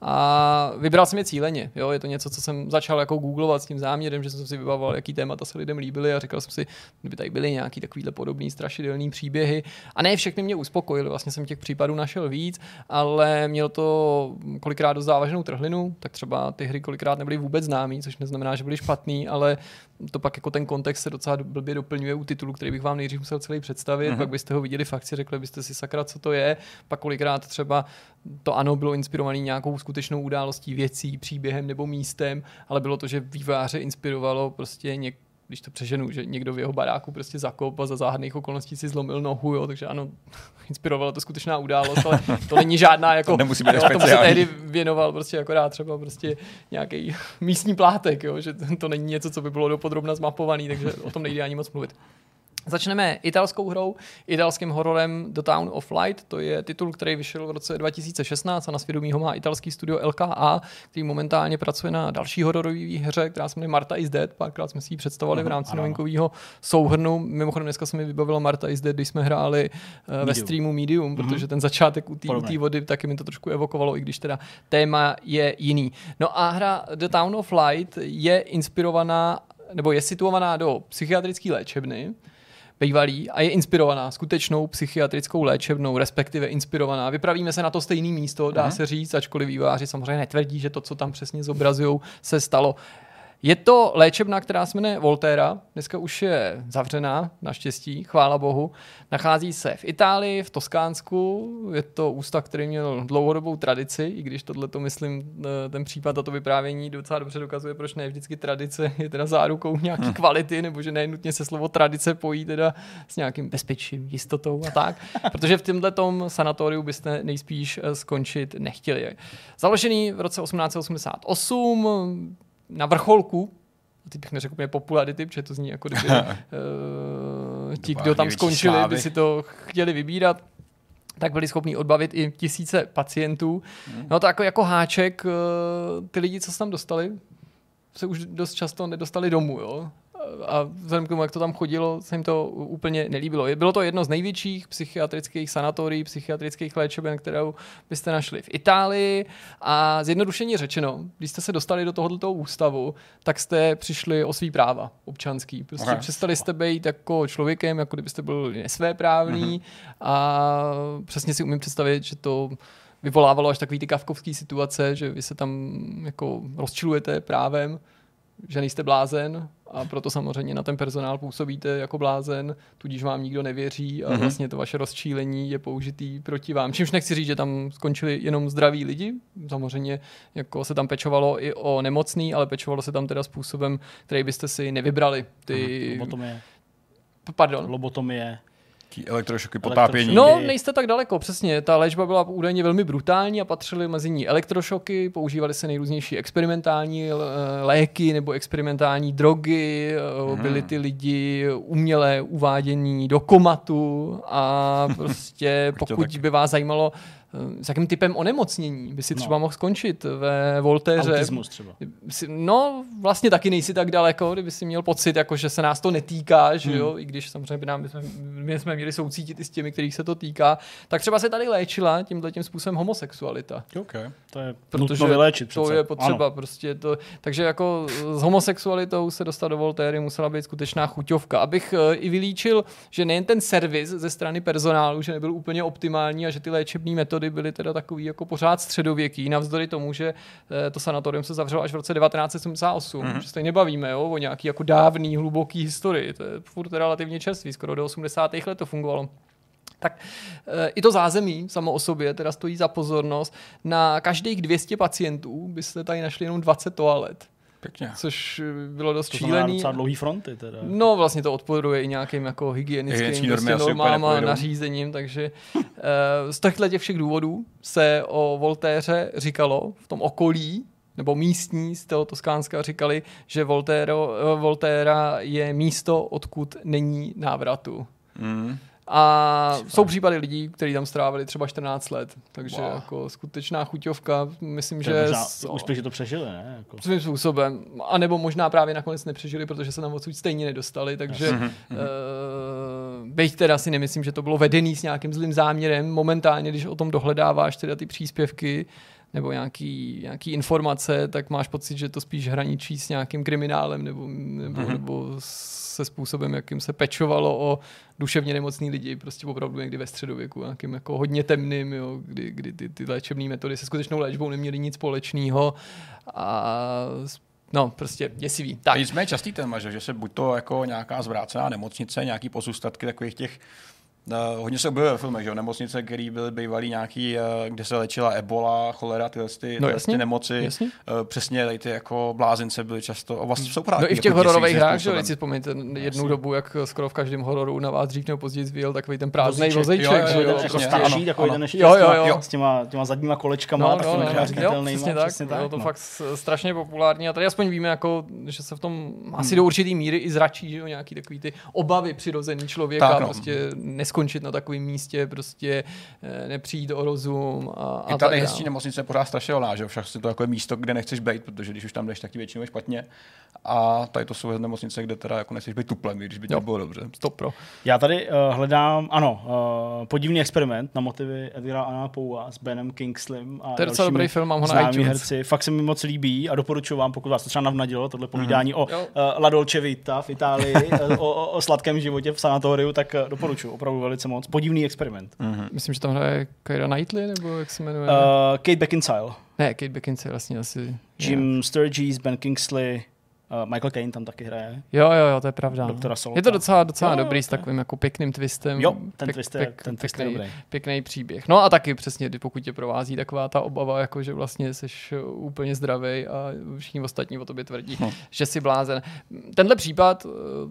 A vybral jsem je cíleně. Jo? Je to něco, co jsem začal jako googlovat s tím záměrem, že jsem si vybavoval, jaký témata se lidem líbily a říkal jsem si, kdyby tady byly nějaký takovýhle podobný strašidelný příběhy. A ne všechny mě uspokojily. Vlastně jsem těch případů našel víc, ale měl to kolikrát dost závažnou trhlinu, tak třeba ty hry kolikrát nebyly vůbec známý, což neznamená, že byly špatný, ale to pak jako ten kontext se docela blbě doplňuje u titulu, který bych vám nejdřív musel celý představit, mm-hmm. pak byste ho viděli v akci, řekli byste si sakra, co to je, pak kolikrát třeba to ano bylo inspirované nějakou skutečnou událostí, věcí, příběhem nebo místem, ale bylo to, že vývojáře inspirovalo prostě něk když to přeženu, že někdo v jeho baráku prostě zakop a za záhadných okolností si zlomil nohu, jo, takže ano, inspirovala to skutečná událost, ale to není žádná jako, to nemusí být jo, tomu se tehdy věnoval prostě akorát třeba prostě nějaký místní plátek, jo, že to není něco, co by bylo dopodrobna zmapovaný, takže o tom nejde ani moc mluvit. Začneme italskou hrou, italským hororem The Town of Light. To je titul, který vyšel v roce dva tisíce šestnáct a na svědomí ho má italský studio L K A, který momentálně pracuje na další hororové hře, která se jmenuje Marta is Dead. Párkrát jsme si ji představovali v rámci novinkového souhrnu. Mimochodem dneska se mi vybavila Marta is Dead, když jsme hráli uh, ve streamu Medium, mm-hmm. protože ten začátek u té vody taky mi to trošku evokovalo, i když teda téma je jiný. No a hra The Town of Light je inspirovaná, nebo je situovaná do psychiatrické léčebny, bývalý a je inspirovaná skutečnou psychiatrickou léčebnou, respektive inspirovaná. Vypravíme se na to stejné místo, dá Aha. se říct, ačkoliv vývojáři samozřejmě netvrdí, že to, co tam přesně zobrazujou, se stalo. Je to léčebna, která se jmenuje Volterra, dneska už je zavřená, naštěstí, chvála bohu. Nachází se v Itálii, v Toskánsku, je to ústav, který měl dlouhodobou tradici, i když tohleto, myslím, ten případ a to vyprávění docela dobře dokazuje, proč ne vždycky tradice je teda zárukou nějaký hmm. kvality, nebo že nenutně se slovo tradice pojí teda s nějakým bezpečím, jistotou a tak, protože v tomhletom sanatoriu byste nejspíš skončit nechtěli. Založený v roce osmnáct set osmdesát osm, na vrcholku, teď bych neřekl úplně popularity, protože to zní jako kdyby uh, ti, kdo tam skončili, slávy. By si to chtěli vybírat, tak byli schopni odbavit i tisíce pacientů. Hmm. No to jako, jako háček, uh, ty lidi, co se tam dostali, se už dost často nedostali domů, jo. a vzhledem k tomu, jak to tam chodilo, se jim to úplně nelíbilo. Bylo to jedno z největších psychiatrických sanatorií, psychiatrických léčeben, kterou byste našli v Itálii a zjednodušeně řečeno, když jste se dostali do tohoto ústavu, tak jste přišli o svý práva občanský. Prostě okay. Přestali jste být jako člověkem, jako kdybyste byl nesvéprávný mm-hmm. a přesně si umím představit, že to vyvolávalo až takový ty kafkovský situace, že vy se tam jako rozčilujete právem, že nejste blázen a proto samozřejmě na ten personál působíte jako blázen, tudíž vám nikdo nevěří a mm-hmm. vlastně to vaše rozčílení je použitý proti vám. Čímž nechci říct, že tam skončili jenom zdraví lidi, samozřejmě jako se tam pečovalo i o nemocný, ale pečovalo se tam teda způsobem, který byste si nevybrali. Ty... Lobotomie. Pardon? Lobotomie. Elektrošoky, potápění. No, nejste tak daleko, přesně. Ta léčba byla údajně velmi brutální a patřily mezi ní elektrošoky, používaly se nejrůznější experimentální léky nebo experimentální drogy, hmm. byly ty lidi uměle uvádění do komatu a prostě pokud by vás zajímalo, s jakým typem onemocnění by si třeba no. mohl skončit ve Voltéře. Autismus třeba. No, vlastně taky nejsi tak daleko, kdyby si měl pocit, jako, že se nás to netýká, že jo, hmm. i když samozřejmě by nám bychom, my jsme měli soucítit i s těmi, kterých se to týká, tak třeba se tady léčila tímhletím způsobem homosexualita. Okay. To je nutno vyléčit přece. To je potřeba, ano. prostě to, takže jako s homosexualitou se dostat do Voltéry musela být skutečná chuťovka. Abych i vylíčil, že nejen ten servis ze strany personálu, že nebyl úplně optimální a že ty léčebné metody byly teda takový jako pořád středověký, navzdory tomu, že to sanatorium se zavřelo až v roce devatenáct set sedmdesát osm, mm. že se tady nebavíme jo, o nějaký jako dávný, hluboký historii. To je furt relativně čerstvý, skoro do osmdesátých let to fungovalo. Tak e, i to zázemí samo o sobě teda stojí za pozornost. Na každých dvě stě pacientů byste tady našli jenom dvacet toalet. Pěkně. Což bylo dost to šílený. docela dlouhý fronty teda. No vlastně to odporuje i nějakým jako hygienickým prostě normám a nařízením, takže uh, z těchto těch všech důvodů se o Voltéře říkalo v tom okolí, nebo místní z toho Toskánska říkali, že Voltéro, Voltéra je místo, odkud není návratu. Mm. A jsou případy lidí, kteří tam strávili třeba čtrnáct let, takže wow. jako skutečná chuťovka, myslím, to že... Možná úspěch, že to přežili, ne? Jako... Svým způsobem. A nebo možná právě nakonec nepřežili, protože se tam odsud stejně nedostali, takže uh, byť teda si nemyslím, že to bylo vedený s nějakým zlým záměrem. Momentálně, když o tom dohledáváš teda ty příspěvky, nebo nějaký, nějaký informace, tak máš pocit, že to spíš hraničí s nějakým kriminálem nebo, nebo, mm-hmm. nebo se způsobem, jakým se pečovalo o duševně nemocný lidi, prostě opravdu někdy ve středověku, nějakým jako hodně temným, jo, kdy, kdy ty, ty léčebné metody se skutečnou léčbou neměly nic společného a no, prostě děsivý. Tak. A nicméně častý téma, že, že se buď to jako nějaká zvrácená nemocnice, nějaký pozůstatky takových těch Uh, hodně se objevuje ve filmech, že jo, nemocnice, které byly bývalý nějaký, uh, kde se léčila ebola, cholera, tyhle ty, no, ty nemoci. Uh, přesně tady ty jako blázince byly často, a vlastně jsou právě. No i v těch jako hororových hrách, že jo, si vzpomínáte jednu jasně. dobu, jak skoro v každém hororu na vás dřív nebo později vyjel takový ten prázdnej vozejček, jo, jo, jo, jo, jo, starší, takový ten ještě s těma, těma zadníma kolečkama, no, takovými no, říditelnýma. Tak, přesně tak, bylo to fakt strašně populární a tady aspoň víme, jako, že se v tom asi do určitý míry i zračí, že jo, nějaký takový ty obavy přirozený člověka, prostě neskončit na takovým místě, prostě nepřijít o rozum. A, I ta nejhezčí nemocnice je pořád strašidelná, že však si to jako je místo, kde nechceš být, protože když už tam jdeš, tak ti většinou je špatně. A tady to jsou nemocnice, kde teda jako nechceš být tuplem, když by ti bylo dobře. Stop pro. Já tady uh, hledám, ano, uh, podivný experiment na motivy Edgara Allana Poea s Benem Kingsleym a to je docela dobrý film, mám ho na iTunes. Herci. Fakt se mi moc líbí a doporučuji vám, pokud vás to třeba navnadilo, tohle povídání mm. o uh, La Dolce Vita v Itálii, o, o, o sladkém životě v sanatoriu, tak uh, doporučuji opravdu velice moc. Podivný experiment. Mm-hmm. Myslím, že tam hraje Keira Knightley, nebo jak se jmenuje? Uh, Kate Beckinsale. Ne, Kate Beckinsale vlastně asi. Jim Sturgis, Ben Kingsley, uh, Michael Caine tam taky hraje. Jo, jo, jo, to je pravda. Doktora Solta. Je to docela, docela jo, dobrý jo, s takovým jako pěkným twistem. Jo, ten pěk, twist je, pěk, ten twist pěkný, je dobrý. Pěkný příběh. No a taky přesně, pokud tě provází taková ta obava, jako že vlastně jsi úplně zdravý a všichni ostatní o tobě tvrdí, hm. že jsi blázen. Tenhle případ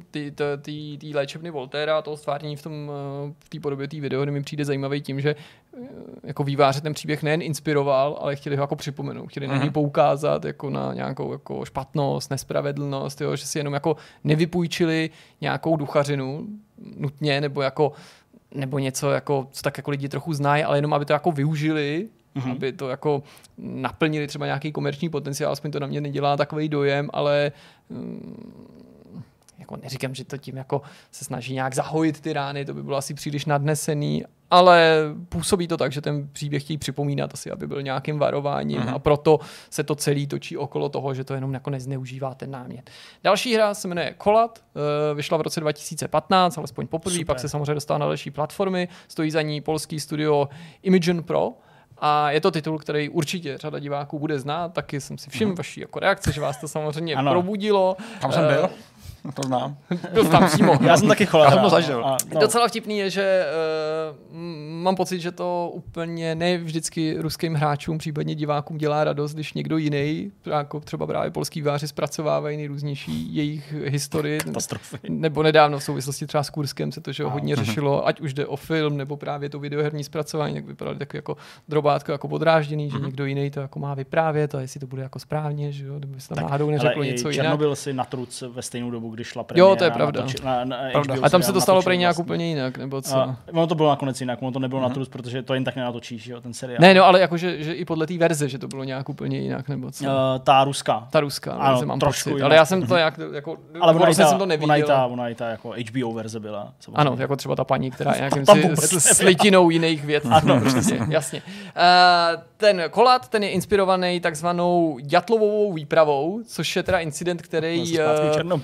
té léčebny Voltéra, toho stvárnění v tom v té podobě té videohry mi přijde zajímavý tím, že jako výváře ten příběh nejen inspiroval, ale chtěli ho jako připomenout, chtěli na něj poukázat jako na nějakou jako špatnost, nespravedlnost, jo, že si jenom jako nevypůjčili nějakou duchařinu nutně, nebo jako nebo něco, jako, co tak jako lidi trochu znají, ale jenom aby to jako využili, mm-hmm. aby to jako naplnili třeba nějaký komerční potenciál, aspoň to na mě nedělá takový dojem, ale jako neříkám, že to tím jako se snaží nějak zahojit ty rány, to by bylo asi příliš nadnesený, ale působí to tak, že ten příběh chtějí připomínat asi, aby byl nějakým varováním mm-hmm. a proto se to celý točí okolo toho, že to jenom nakonec zneužívá ten námět. Další hra se jmenuje Kolat, vyšla v roce dva tisíce patnáct, alespoň poprvé, pak se samozřejmě dostala na další platformy, stojí za ní polský studio Imagen Pro. A je to titul, který určitě řada diváků bude znát, taky jsem si všiml mm-hmm. vaší jako reakce, že vás to samozřejmě ano. probudilo. Tam jsem byl. To znám. Byl tam přímo. Já jsem taky Kolat. Já jsem to zažil. A, no. Docela vtipný je, že uh, mám pocit, že to úplně ne vždycky ruským hráčům, případně divákům dělá radost, když někdo jiný, jako třeba právě polský vývojáři zpracovávají nejrůznější jejich historii. Katastrofy. Nebo nedávno v souvislosti třeba s Kurskem se to, že ho hodně řešilo, ať už jde o film, nebo právě to videoherní zpracování, tak vypadaly takový jako drobátko jako podrážděný, že někdo jiný to jako má vyprávět a jestli to bude jako správně, že jo, nebo se tam náhodou neřeklo něco jinak. Černobyl si na truc ve stejnou dobu, když šla premiéra. Jo, to je pravda. Na to, na, na pravda. A tam se to stalo prej nějak úplně jinak, nebo co? A, ono to bylo nakonec jinak, ono to nebylo uh-huh. na truc, protože to jen tak nenatočíš, jo, ten seriál. Ne, no, ale jakože že i podle té verze, že to bylo nějak úplně jinak, nebo co? Uh, ta ruská. Ta ruská, ano, mám trošku pocit, ale já jsem to jak, jako, ale ona i ta, jsem to neviděl. Ona i ta, ona i ta jako H B O verze byla. Samozřejmě. Ano, jako třeba ta paní, která je nějakým si slitinou jiných věd. Ano, prostě, jasně. Uh, ten Kolat, ten je inspirovaný takzvanou Jatlovovou výpravou, což je teda incident, který uh,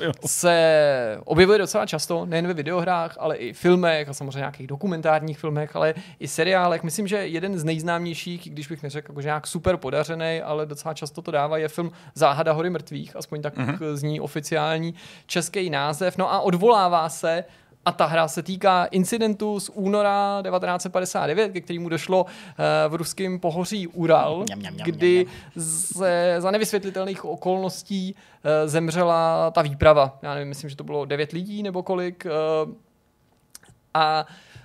se objevuje docela často, nejen ve videohrách, ale i filmech a samozřejmě nějakých dokumentárních filmech, ale i seriálech. Myslím, že jeden z nejznámějších, když bych neřekl, jako nějak super podařený, ale docela často to dává, je film Záhada hory mrtvých, aspoň tak mm-hmm. zní oficiální český název. No a odvolává se, a ta hra se týká incidentu z února devatenáct set padesát devět, ke kterému došlo uh, v ruském pohoří Ural, mňam, mňam, mňam, kdy ze, za nevysvětlitelných okolností uh, zemřela ta výprava. Já nevím, myslím, že to bylo devět lidí nebo kolik. Uh, a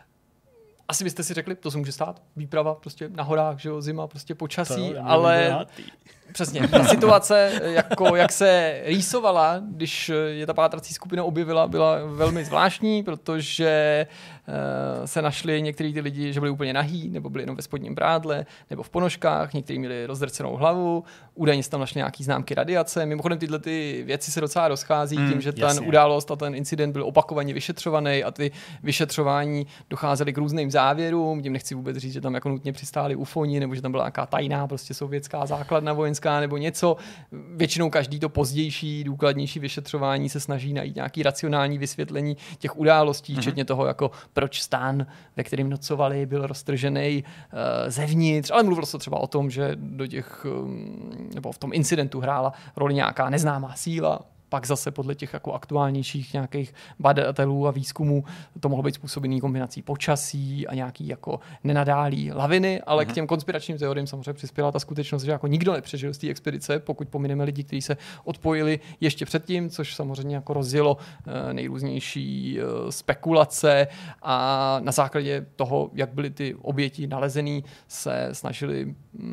asi byste si řekli, to se může stát, výprava prostě na horách, že jo, zima, prostě počasí, to, ale přesně, ta situace, jako, jak se rýsovala, když je ta pátrací skupina objevila, byla velmi zvláštní, protože uh, se našli některý ty lidi, že byli úplně nahý, nebo byli jenom ve spodním prádle, nebo v ponožkách, někteří měli rozdrcenou hlavu, údajně se tam našli nějaký známky radiace. Mimochodem tyhle ty věci se docela rozchází mm, tím, že jasně. ten událost a ten incident byl opakovaně vyšetřovaný a ty vyšetřování docházely k různým závěrům. Tím nechci vůbec říct, že tam jako nutně přistáli ufoni, nebo že tam byla nějaká tajná prostě sovětská základna vojenská nebo něco. Většinou každý to pozdější, důkladnější vyšetřování se snaží najít nějaký racionální vysvětlení těch událostí, mm-hmm. včetně toho, jako proč stán, ve kterém nocovali, byl roztržený uh, zevnitř, ale mluvilo se třeba o tom, že do těch um, nebo v tom incidentu hrála roli nějaká neznámá síla. Pak zase podle těch jako aktuálnějších nějakých badatelů a výzkumů to mohlo být způsobený kombinací počasí a nějaký jako nenadálý laviny, ale uh-huh. k těm konspiračním teoriím samozřejmě přispěla ta skutečnost, že jako nikdo nepřežil z té expedice, pokud pomineme lidi, kteří se odpojili ještě předtím, což samozřejmě jako rozjelo uh, nejrůznější uh, spekulace a na základě toho, jak byly ty oběti nalezený, se snažili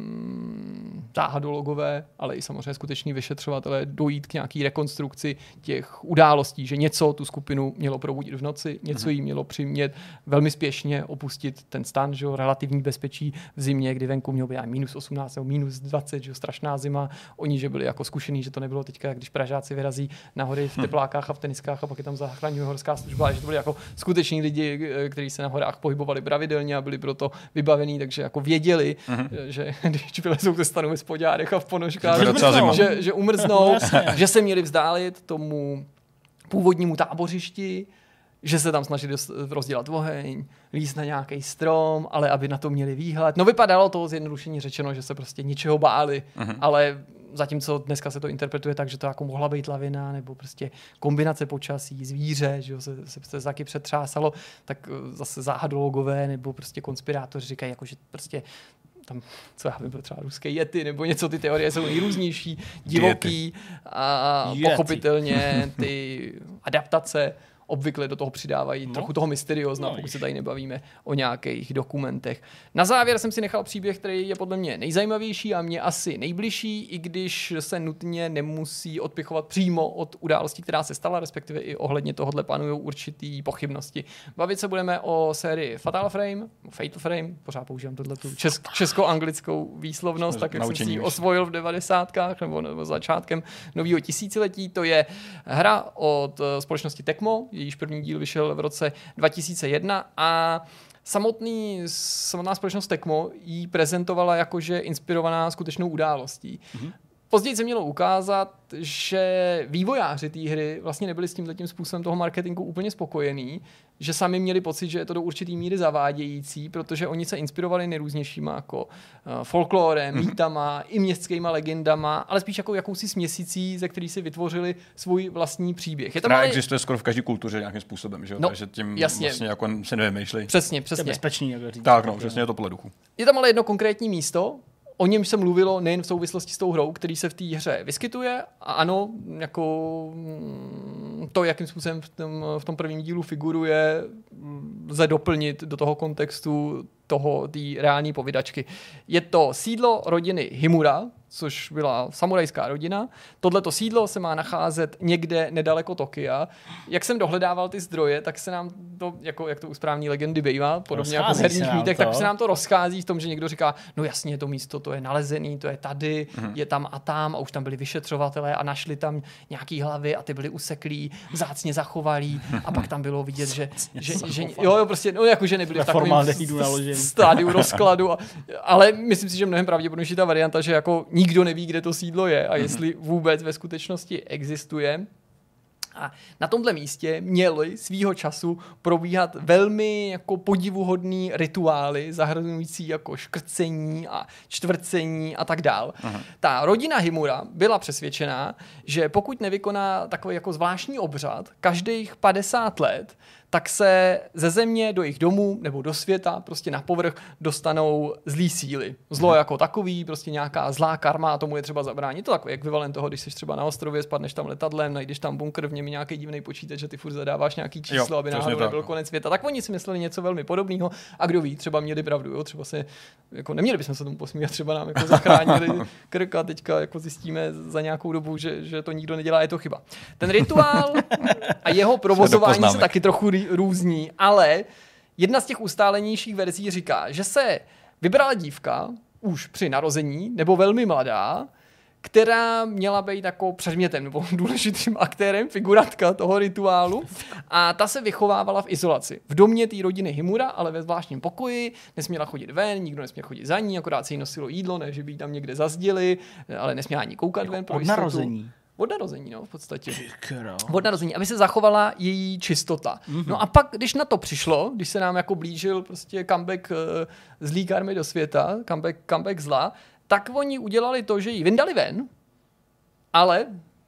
um, záhadologové, ale i samozřejmě skuteční vyšetřovatelé dojít k nějaký rekonstrukci těch událostí, že něco tu skupinu mělo probudit v noci, něco jí mělo přimět velmi spěšně opustit ten stan, že jo, relativní bezpečí v zimě, kdy venku mělo být minus osmnáct nebo minus dvacet, že jo, strašná zima. Oni, že byli jako zkušení, že to nebylo teďka, jak když Pražáci vyrazí na hory v teplákách a v teniskách a pak je tam záchranní horská služba, ale že to byli jako skuteční lidi, kteří se na horách pohybovali pravidelně a byli proto vybavení, takže jako věděli, uh-huh. že když vylezou ze stanu ve spodňárech a v ponožkách, že, že umrznou, že se měli vzdát tomu původnímu tábořišti, že se tam snažili rozdělat oheň, líst na nějaký strom, ale aby na to měli výhled. No vypadalo to zjednodušeně řečeno, že se prostě ničeho báli, uh-huh. ale zatímco dneska se to interpretuje tak, že to jako mohla být lavina nebo prostě kombinace počasí, zvíře, že se, se, se taky přetřásalo, tak zase záhadologové nebo prostě konspirátoři říkají, jako, že prostě tam, co já vím, byl třeba ruský jety, nebo něco, ty teorie jsou nejrůznější, divoký a Yeti. pochopitelně ty adaptace obvykle do toho přidávají no. trochu toho mysteriózna, no, pokud se tady nebavíme o nějakých dokumentech. Na závěr jsem si nechal příběh, který je podle mě nejzajímavější a mě asi nejbližší, i když se nutně nemusí odpichovat přímo od událostí, která se stala, respektive i ohledně tohohle panují určitý pochybnosti. Bavit se budeme o sérii Fatal Frame, Fatal Frame, pořád používám tohletu česk- česko-anglickou výslovnost, tak jak jsem si ji osvojil v devadesátkách nebo, nebo začátkem nového tisíciletí. To je hra od společnosti Tecmo, jejíž první díl vyšel v roce dva tisíce jedna a samotný, samotná společnost Tecmo ji prezentovala jakože inspirovaná skutečnou událostí. Mm-hmm. Později se mělo ukázat, že vývojáři té hry vlastně nebyli s tímhletím způsobem toho marketingu úplně spokojení, že sami měli pocit, že je to do určitý míry zavádějící, protože oni se inspirovali nejrůznějšíma jako uh, folklorem, mýtama, i městskýma legendama, ale spíš jako jakousi směsicí, ze který si vytvořili svůj vlastní příběh. Je tam ale... existuje skoro v každé kultuře nějakým způsobem, že? No, takže tím jasně. Vlastně jako se nevymýšlej. Přesně, přesně. To je bezpečný, jak říct. Tak, no, přesně je to podle duchu. Je tam ale jedno konkrétní místo, o něm se mluvilo nejen v souvislosti s tou hrou, který se v té hře vyskytuje. A ano, jako to, jakým způsobem v tom, v tom prvním dílu figuruje, lze doplnit do toho kontextu toho té reální povídačky. Je to sídlo rodiny Himura, což byla samurajská rodina. Tohleto sídlo se má nacházet někde nedaleko Tokia. Jak jsem dohledával ty zdroje, tak se nám to, jako, jak to u správní legendy bývá, podobně jako v herních mýtech, tak se nám to rozchází v tom, že někdo říká, no jasně, to místo, to je nalezený, to je tady, mm-hmm. je tam a tam a už tam byli vyšetřovatelé a našli tam nějaký hlavy a ty byly useklí, vzácně zachovalí a pak tam bylo vidět, že, že, že jo, jo, prostě, no jako, že nebyli v takovém stádiu rozkladu, a, ale myslím si, že mnohem pravděpodobnější ta varianta, že jako nikdo neví, kde to sídlo je a jestli vůbec ve skutečnosti existuje. A na tomhle místě měly svýho času probíhat velmi jako podivuhodný rituály, zahrnující jako škrcení a čtvrcení a tak dál. Aha. Ta rodina Himura byla přesvědčená, že pokud nevykoná takový jako zvláštní obřad každých padesát let, tak se ze země do jejich domů nebo do světa prostě na povrch dostanou zlý síly. Zlo hmm. jako takový, prostě nějaká zlá karma a tomu je třeba zabránit. To takový ekvivalent toho, když jsi třeba na ostrově, spadneš tam letadlem, najdeš tam bunkr, v něm nějaký divný počítač, že ty furt zadáváš nějaký číslo, jo, aby náhodou nebyl tak. konec světa. Tak oni si mysleli něco velmi podobného a kdo ví, třeba měli pravdu, jo? Třeba se jako neměli bychom se tomu posmívat, třeba nám jako zachránili krk a teďka jako zjistíme za nějakou dobu, že, že to nikdo nedělá, je to chyba. Ten rituál a jeho provozování se taky trochu různí, ale jedna z těch ustálenějších verzí říká, že se vybrala dívka už při narození, nebo velmi mladá, která měla být jako předmětem nebo důležitým aktérem, figurantka toho rituálu a ta se vychovávala v izolaci. V domě té rodiny Himura, ale ve zvláštním pokoji, nesměla chodit ven, nikdo nesměl chodit za ní, akorát se jí nosilo jídlo, ne, že by jí tam někde zazděli, ale nesměla ani koukat ven. Od narození. Od narození, no, v podstatě. Od narození, aby se zachovala její čistota. Mm-hmm. No a pak, když na to přišlo, když se nám jako blížil prostě comeback uh, zlý karmy do světa, comeback, comeback zla, tak oni udělali to, že ji vyndali ven, ale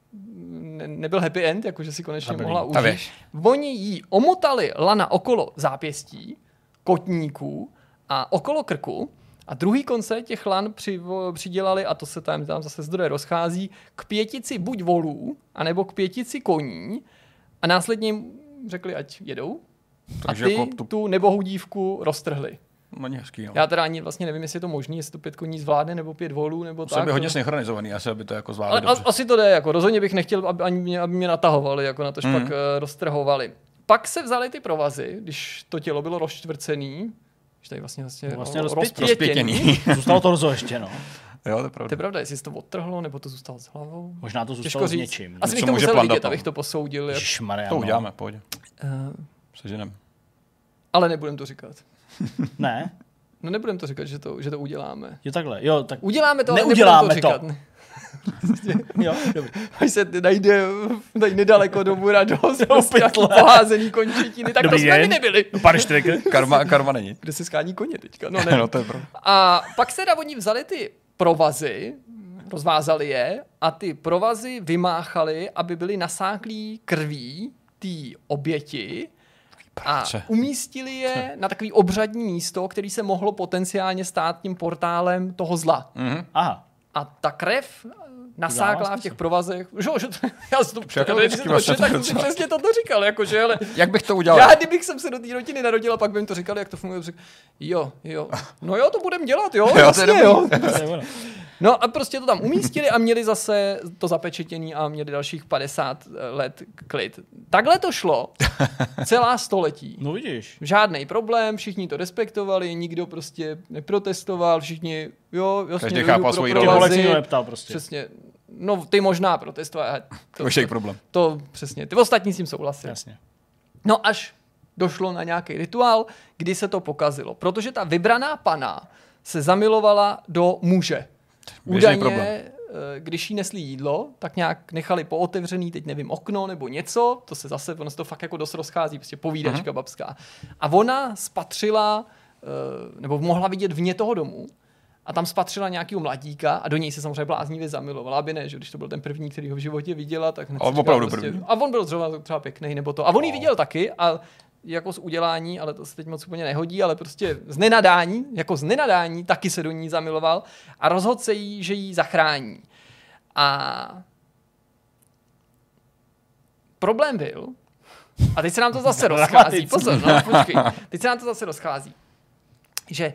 ne, nebyl happy end, jakože si konečně Dobrý. mohla užít. Oni jí omotali lana okolo zápěstí, kotníků a okolo krku, a druhý konce těch lan při, přidělali, a to se tam, tam zase zdroje rozchází, k pětici buď volů, anebo k pětici koní a následně jim řekli, ať jedou. Takže a ty jako tu... tu nebohou dívku roztrhli. No, hezký, no. Já teda ani vlastně nevím, jestli je to možné, jestli to pět koní zvládne, nebo pět volů, nebo Musel tak. by hodně synchronizovaný, asi aby to jako zvládli. Ale, asi to jde, jako rozhodně bych nechtěl, aby, ani mě, aby mě natahovali, jako na to, že mm. pak uh, roztrhovali. Pak se vzali ty provazy, když to tělo bylo rozčtvrcený, tady vlastně, vlastně, no, vlastně rozpětěný. Zůstalo to rozo ještě, no. Jo, to je pravda. To je pravda, jestli se to odtrhlo, nebo to zůstalo s hlavou. Možná to zůstalo s něčím. Asi bych to musel vidět, abych to posoudil. Ježišmarja, to uděláme, pojď. Uh, Seženem. Ale nebudem to říkat. Ne? No nebudem to říkat, že to, že to uděláme. Jo, takhle. Jo, tak uděláme to, ale neuděláme nebudem to, to. říkat. Jo, dobrý. Až se najde tady nedaleko domu radost, prostě nějaký poházený končetiny, tak dobrý to jsme my nebyli. karma, karma není. Kde se skání koně teďka? No, ne. No, to je pravda. A pak se da oni vzali ty provazy, rozvázali je a ty provazy vymáchali, aby byly nasáklí krví té oběti a umístili je na takový obřadní místo, který se mohlo potenciálně stát tím portálem toho zla. Mm-hmm. Aha. A ta krev nasáklá v těch provazech. Že, že to, já si to, Však, když jsem to četl, tak jsem si přesně toto říkal. Jakože, ale jak bych to udělal? Já, kdybych jsem se do té rodiny narodil a pak by jim to říkali, jak to funguje, řekl, jo, jo, no jo, to budeme dělat, jo, jo jasně, jo. No a prostě to tam umístili a měli zase to zapečetění a měli dalších padesát let klid. Takhle to šlo celá století. No vidíš. Žádný problém, všichni to respektovali, nikdo prostě neprotestoval, všichni, jo, jasně, každý chápal svoji roli. Provazy, neptal prostě. Přesně. No, ty možná protestoval. To, to, to, problém. To přesně, ty ostatní s tím souhlasili. Jasně. No až došlo na nějaký rituál, kdy se to pokazilo. Protože ta vybraná pana se zamilovala do muže. Údajně, když jí nesli jídlo, tak nějak nechali pootevřený, teď nevím, okno nebo něco, to se zase, ono se to fakt jako dost rozchází, prostě povídačka uh-huh. babská. A ona spatřila, nebo mohla vidět vně toho domu, a tam spatřila nějakého mladíka a do něj se samozřejmě bláznivě zamilovala, aby ne, že když to byl ten první, který ho v životě viděla, tak hned a, opravdu prostě, první. A on byl třeba, třeba pěkný, nebo to. A on ji viděl taky a jako z udělání, ale to se teď moc úplně nehodí, ale prostě z nenadání, jako z nenadání, taky se do ní zamiloval a rozhodl se jí, že jí zachrání. A problém byl, a teď se nám to zase rozchází, pozor, no, počkej, teď se nám to zase rozchází, že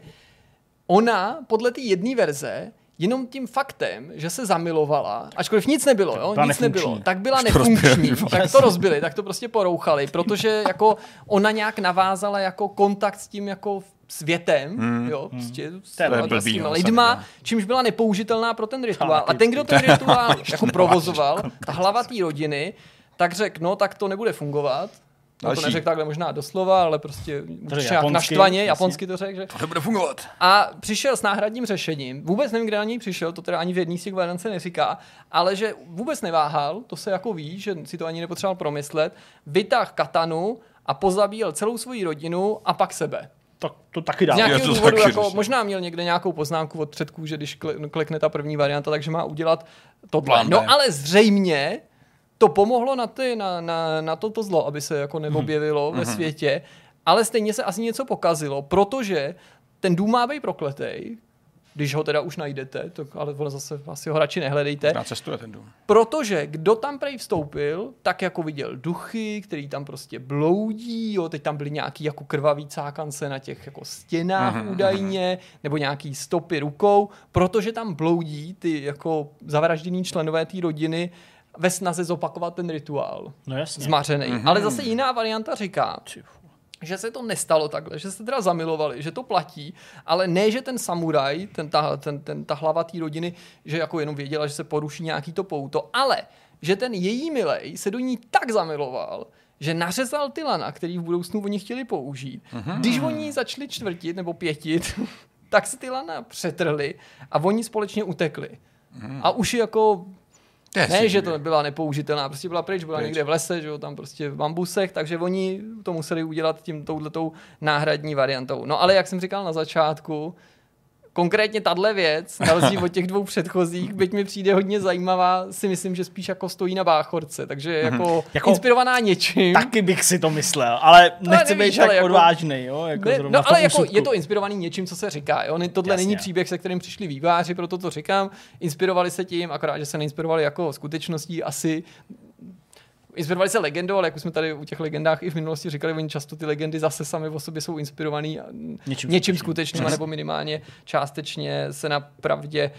ona podle té jedné verze jenom tím faktem, že se zamilovala, ačkoliv nic nebylo, jo, nic nebylo, tak byla nefunkční, tak to rozbili, tak to prostě porouchali, protože jako ona nějak navázala jako kontakt s tím jako světem, hmm. jo, prostě s těma lidma, čímž byla nepoužitelná pro ten rituál. A ten, kdo ten rituál jako provozoval, ta hlava té rodiny, tak řekl, no tak to nebude fungovat. No to neřekl takhle možná doslova, ale prostě nějak naštvaně, japonsky to řekl, že to nebude fungovat. A přišel s náhradním řešením. Vůbec nevím, kde na něj přišel, to teda ani v jedný z těch variant se neříká, ale že vůbec neváhal, to se jako ví, že si to ani nepotřeboval promyslet, vytáhl katanu a pozabíjel celou svoji rodinu a pak sebe. Tak to taky dá. Z nějakého důvodu, jako, možná měl někde nějakou poznámku od předků, že když klikne ta první varianta, takže má udělat tohle. No ale zřejmě to pomohlo na, ty, na, na, na toto zlo, aby se jako neobjevilo hmm. ve světě, ale stejně se asi něco pokazilo, protože ten dům má být prokletej, když ho teda už najdete, to, ale zase asi ho radši nehledejte. Cestuje ten dům. Protože kdo tam prej vstoupil, tak jako viděl duchy, který tam prostě bloudí, jo, teď tam byly nějaký jako krvavý cákance na těch jako stěnách mm-hmm. údajně, nebo nějaký stopy rukou, protože tam bloudí ty jako zavražděný členové té rodiny ve snaze zopakovat ten rituál. No jasně. Zmařený. Mm-hmm. Ale zase jiná varianta říká, že se to nestalo takhle, že se teda zamilovali, že to platí, ale ne, že ten samuraj, ten, ta, ten, ten, ta hlava té rodiny, že jako jenom věděla, že se poruší nějaký to pouto, ale že ten její milej se do ní tak zamiloval, že nařezal ty lana, který v budoucnu oni chtěli použít. Mm-hmm. Když oni začali čtvrtit nebo pětit, tak se ty lana přetrhli a oni společně utekli. Mm-hmm. A už jako ne, že to byla nepoužitelná, prostě byla pryč, byla pryč. Někde v lese, že jo, tam prostě v bambusech, takže oni to museli udělat tím touhletou náhradní variantou. No ale jak jsem říkal na začátku, konkrétně tahle věc, na rozdíl od těch dvou předchozích, byť mi přijde hodně zajímavá, si myslím, že spíš jako stojí na báchorce, takže jako, mm-hmm. jako inspirovaná něčím. Taky bych si to myslel, ale nechci být tak jako, odvážný, jo, jako ne, no ale jako je to inspirovaný něčím, co se říká, jo, tohle Jasně. není příběh, se kterým přišli vývojáři, proto to říkám, inspirovali se tím, akorát, že se neinspirovali jako skutečností asi. Inspirovali se legendou, ale jak už jsme tady u těch legendách i v minulosti říkali, oni často ty legendy zase sami o sobě jsou inspirovaný něčím, něčím skutečným, nebo minimálně částečně se na pravdě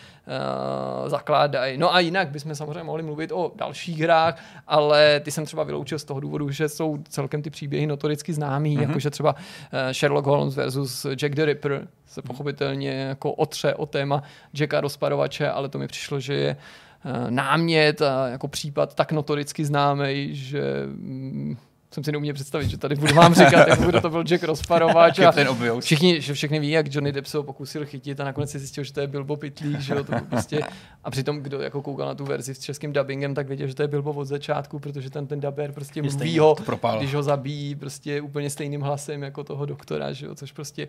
uh, zakládají. No a jinak bychom samozřejmě mohli mluvit o dalších hrách, ale ty jsem třeba vyloučil z toho důvodu, že jsou celkem ty příběhy notoricky známý, mm-hmm. jakože třeba uh, Sherlock Holmes versus Jack the Ripper se pochopitelně jako otře o téma Jacka rozparovače, ale to mi přišlo, že je námět a jako případ tak notoricky známý, že mm, jsem si neuměl představit, že tady budu vám říkat, jak kdo to byl Jack rozparovač. A všichni, že všechny ví, jak Johnny Depp se ho pokusil chytit a nakonec si zjistil, že to je Bilbo Pitlík, že jo, to prostě. A přitom, kdo jako koukal na tu verzi s českým dubbingem, tak věděl, že to je Bilbo od začátku, protože ten ten dubber prostě mluví ho, když ho zabíjí prostě úplně stejným hlasem jako toho doktora, že jo, což prostě.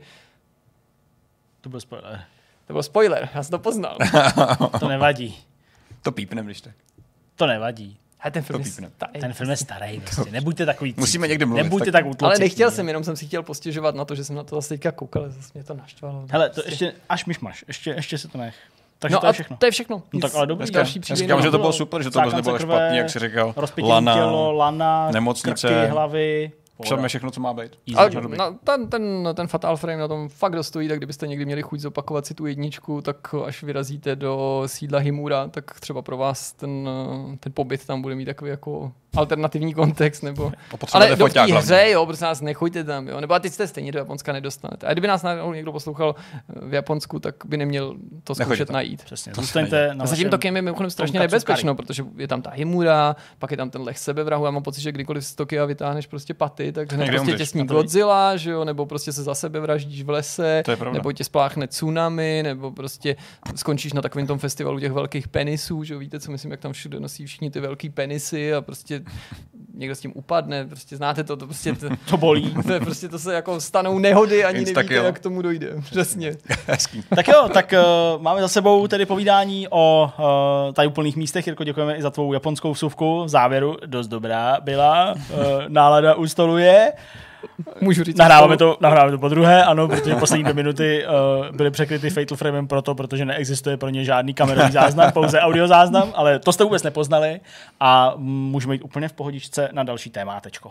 To byl spoiler. To byl spoiler, já jsem to poznal. To nevadí. To pípnem, když tak. To nevadí. A ten film, je, ten film je starý, prostě. Nebuďte takový. Musíme někde mluvit. Nebuďte tak, tak útluci. Ale nechtěl jsem, jenom jsem si chtěl postěžovat na to, že jsem na to zase teďka koukal, zase mě to naštvalo. Hele, to ještě, až myšmaš, ještě, ještě se to nech. Takže no to je všechno. To je všechno. No tak ale dobrý. Další říkám, že to bylo super, že to vůbec nebylo špatný, jak jsi říkal. Lana, tělo, lana, nemocnice, krky, hlavy. Všem všechno, co má být. Ale no, ten, ten, ten Fatal Frame na tom fakt dostojí, tak kdybyste někdy měli chuť zopakovat si tu jedničku, tak až vyrazíte do sídla Himura, tak třeba pro vás ten, ten pobyt tam bude mít takový jako alternativní kontext, nebo... Ale do té hře, jo, prostě nás nechoďte tam, jo, nebo a teď jste stejně do Japonska nedostanete. A kdyby nás někdo poslouchal v Japonsku, tak by neměl to zkoušet najít. Přesně. Zůstaňte na zatím Tokiem je mimochodem strašně nebezpečno, protože je tam ta Himura, pak je tam ten leh sebevrahu. Já mám pocit, že kdykoliv z Tokia vytáhneš prostě paty, tak hned prostě tě sní Godzilla, že jo, nebo prostě se za sebe vraždíš v lese, nebo tě spláchne tsunami, nebo prostě skončíš na takovém tom festivalu těch velkých penisů, že jo, víte, co myslím, jak tam všude nosí všichni ty velký penisy a prostě někdo s tím upadne, prostě znáte to, to prostě to, to bolí. To je prostě to se jako stanou nehody, ani Insta nevíte, jak k tomu dojde. Přesně. Tak jo, tak uh, máme za sebou tedy povídání o uh, tajuplných místech. Jirko, děkujeme i za tvou japonskou vsuvku. V závěru dost dobrá byla. Uh, nálada u stolu je. Můžu říct. Nahráváme to, nahráváme to po druhé, ano, protože poslední dvě minuty uh, byly překryty Fatal Framem proto, protože neexistuje pro ně žádný kamerový záznam, pouze audio záznam, ale to jste vůbec nepoznali a můžeme jít úplně v pohodičce na další témátečko.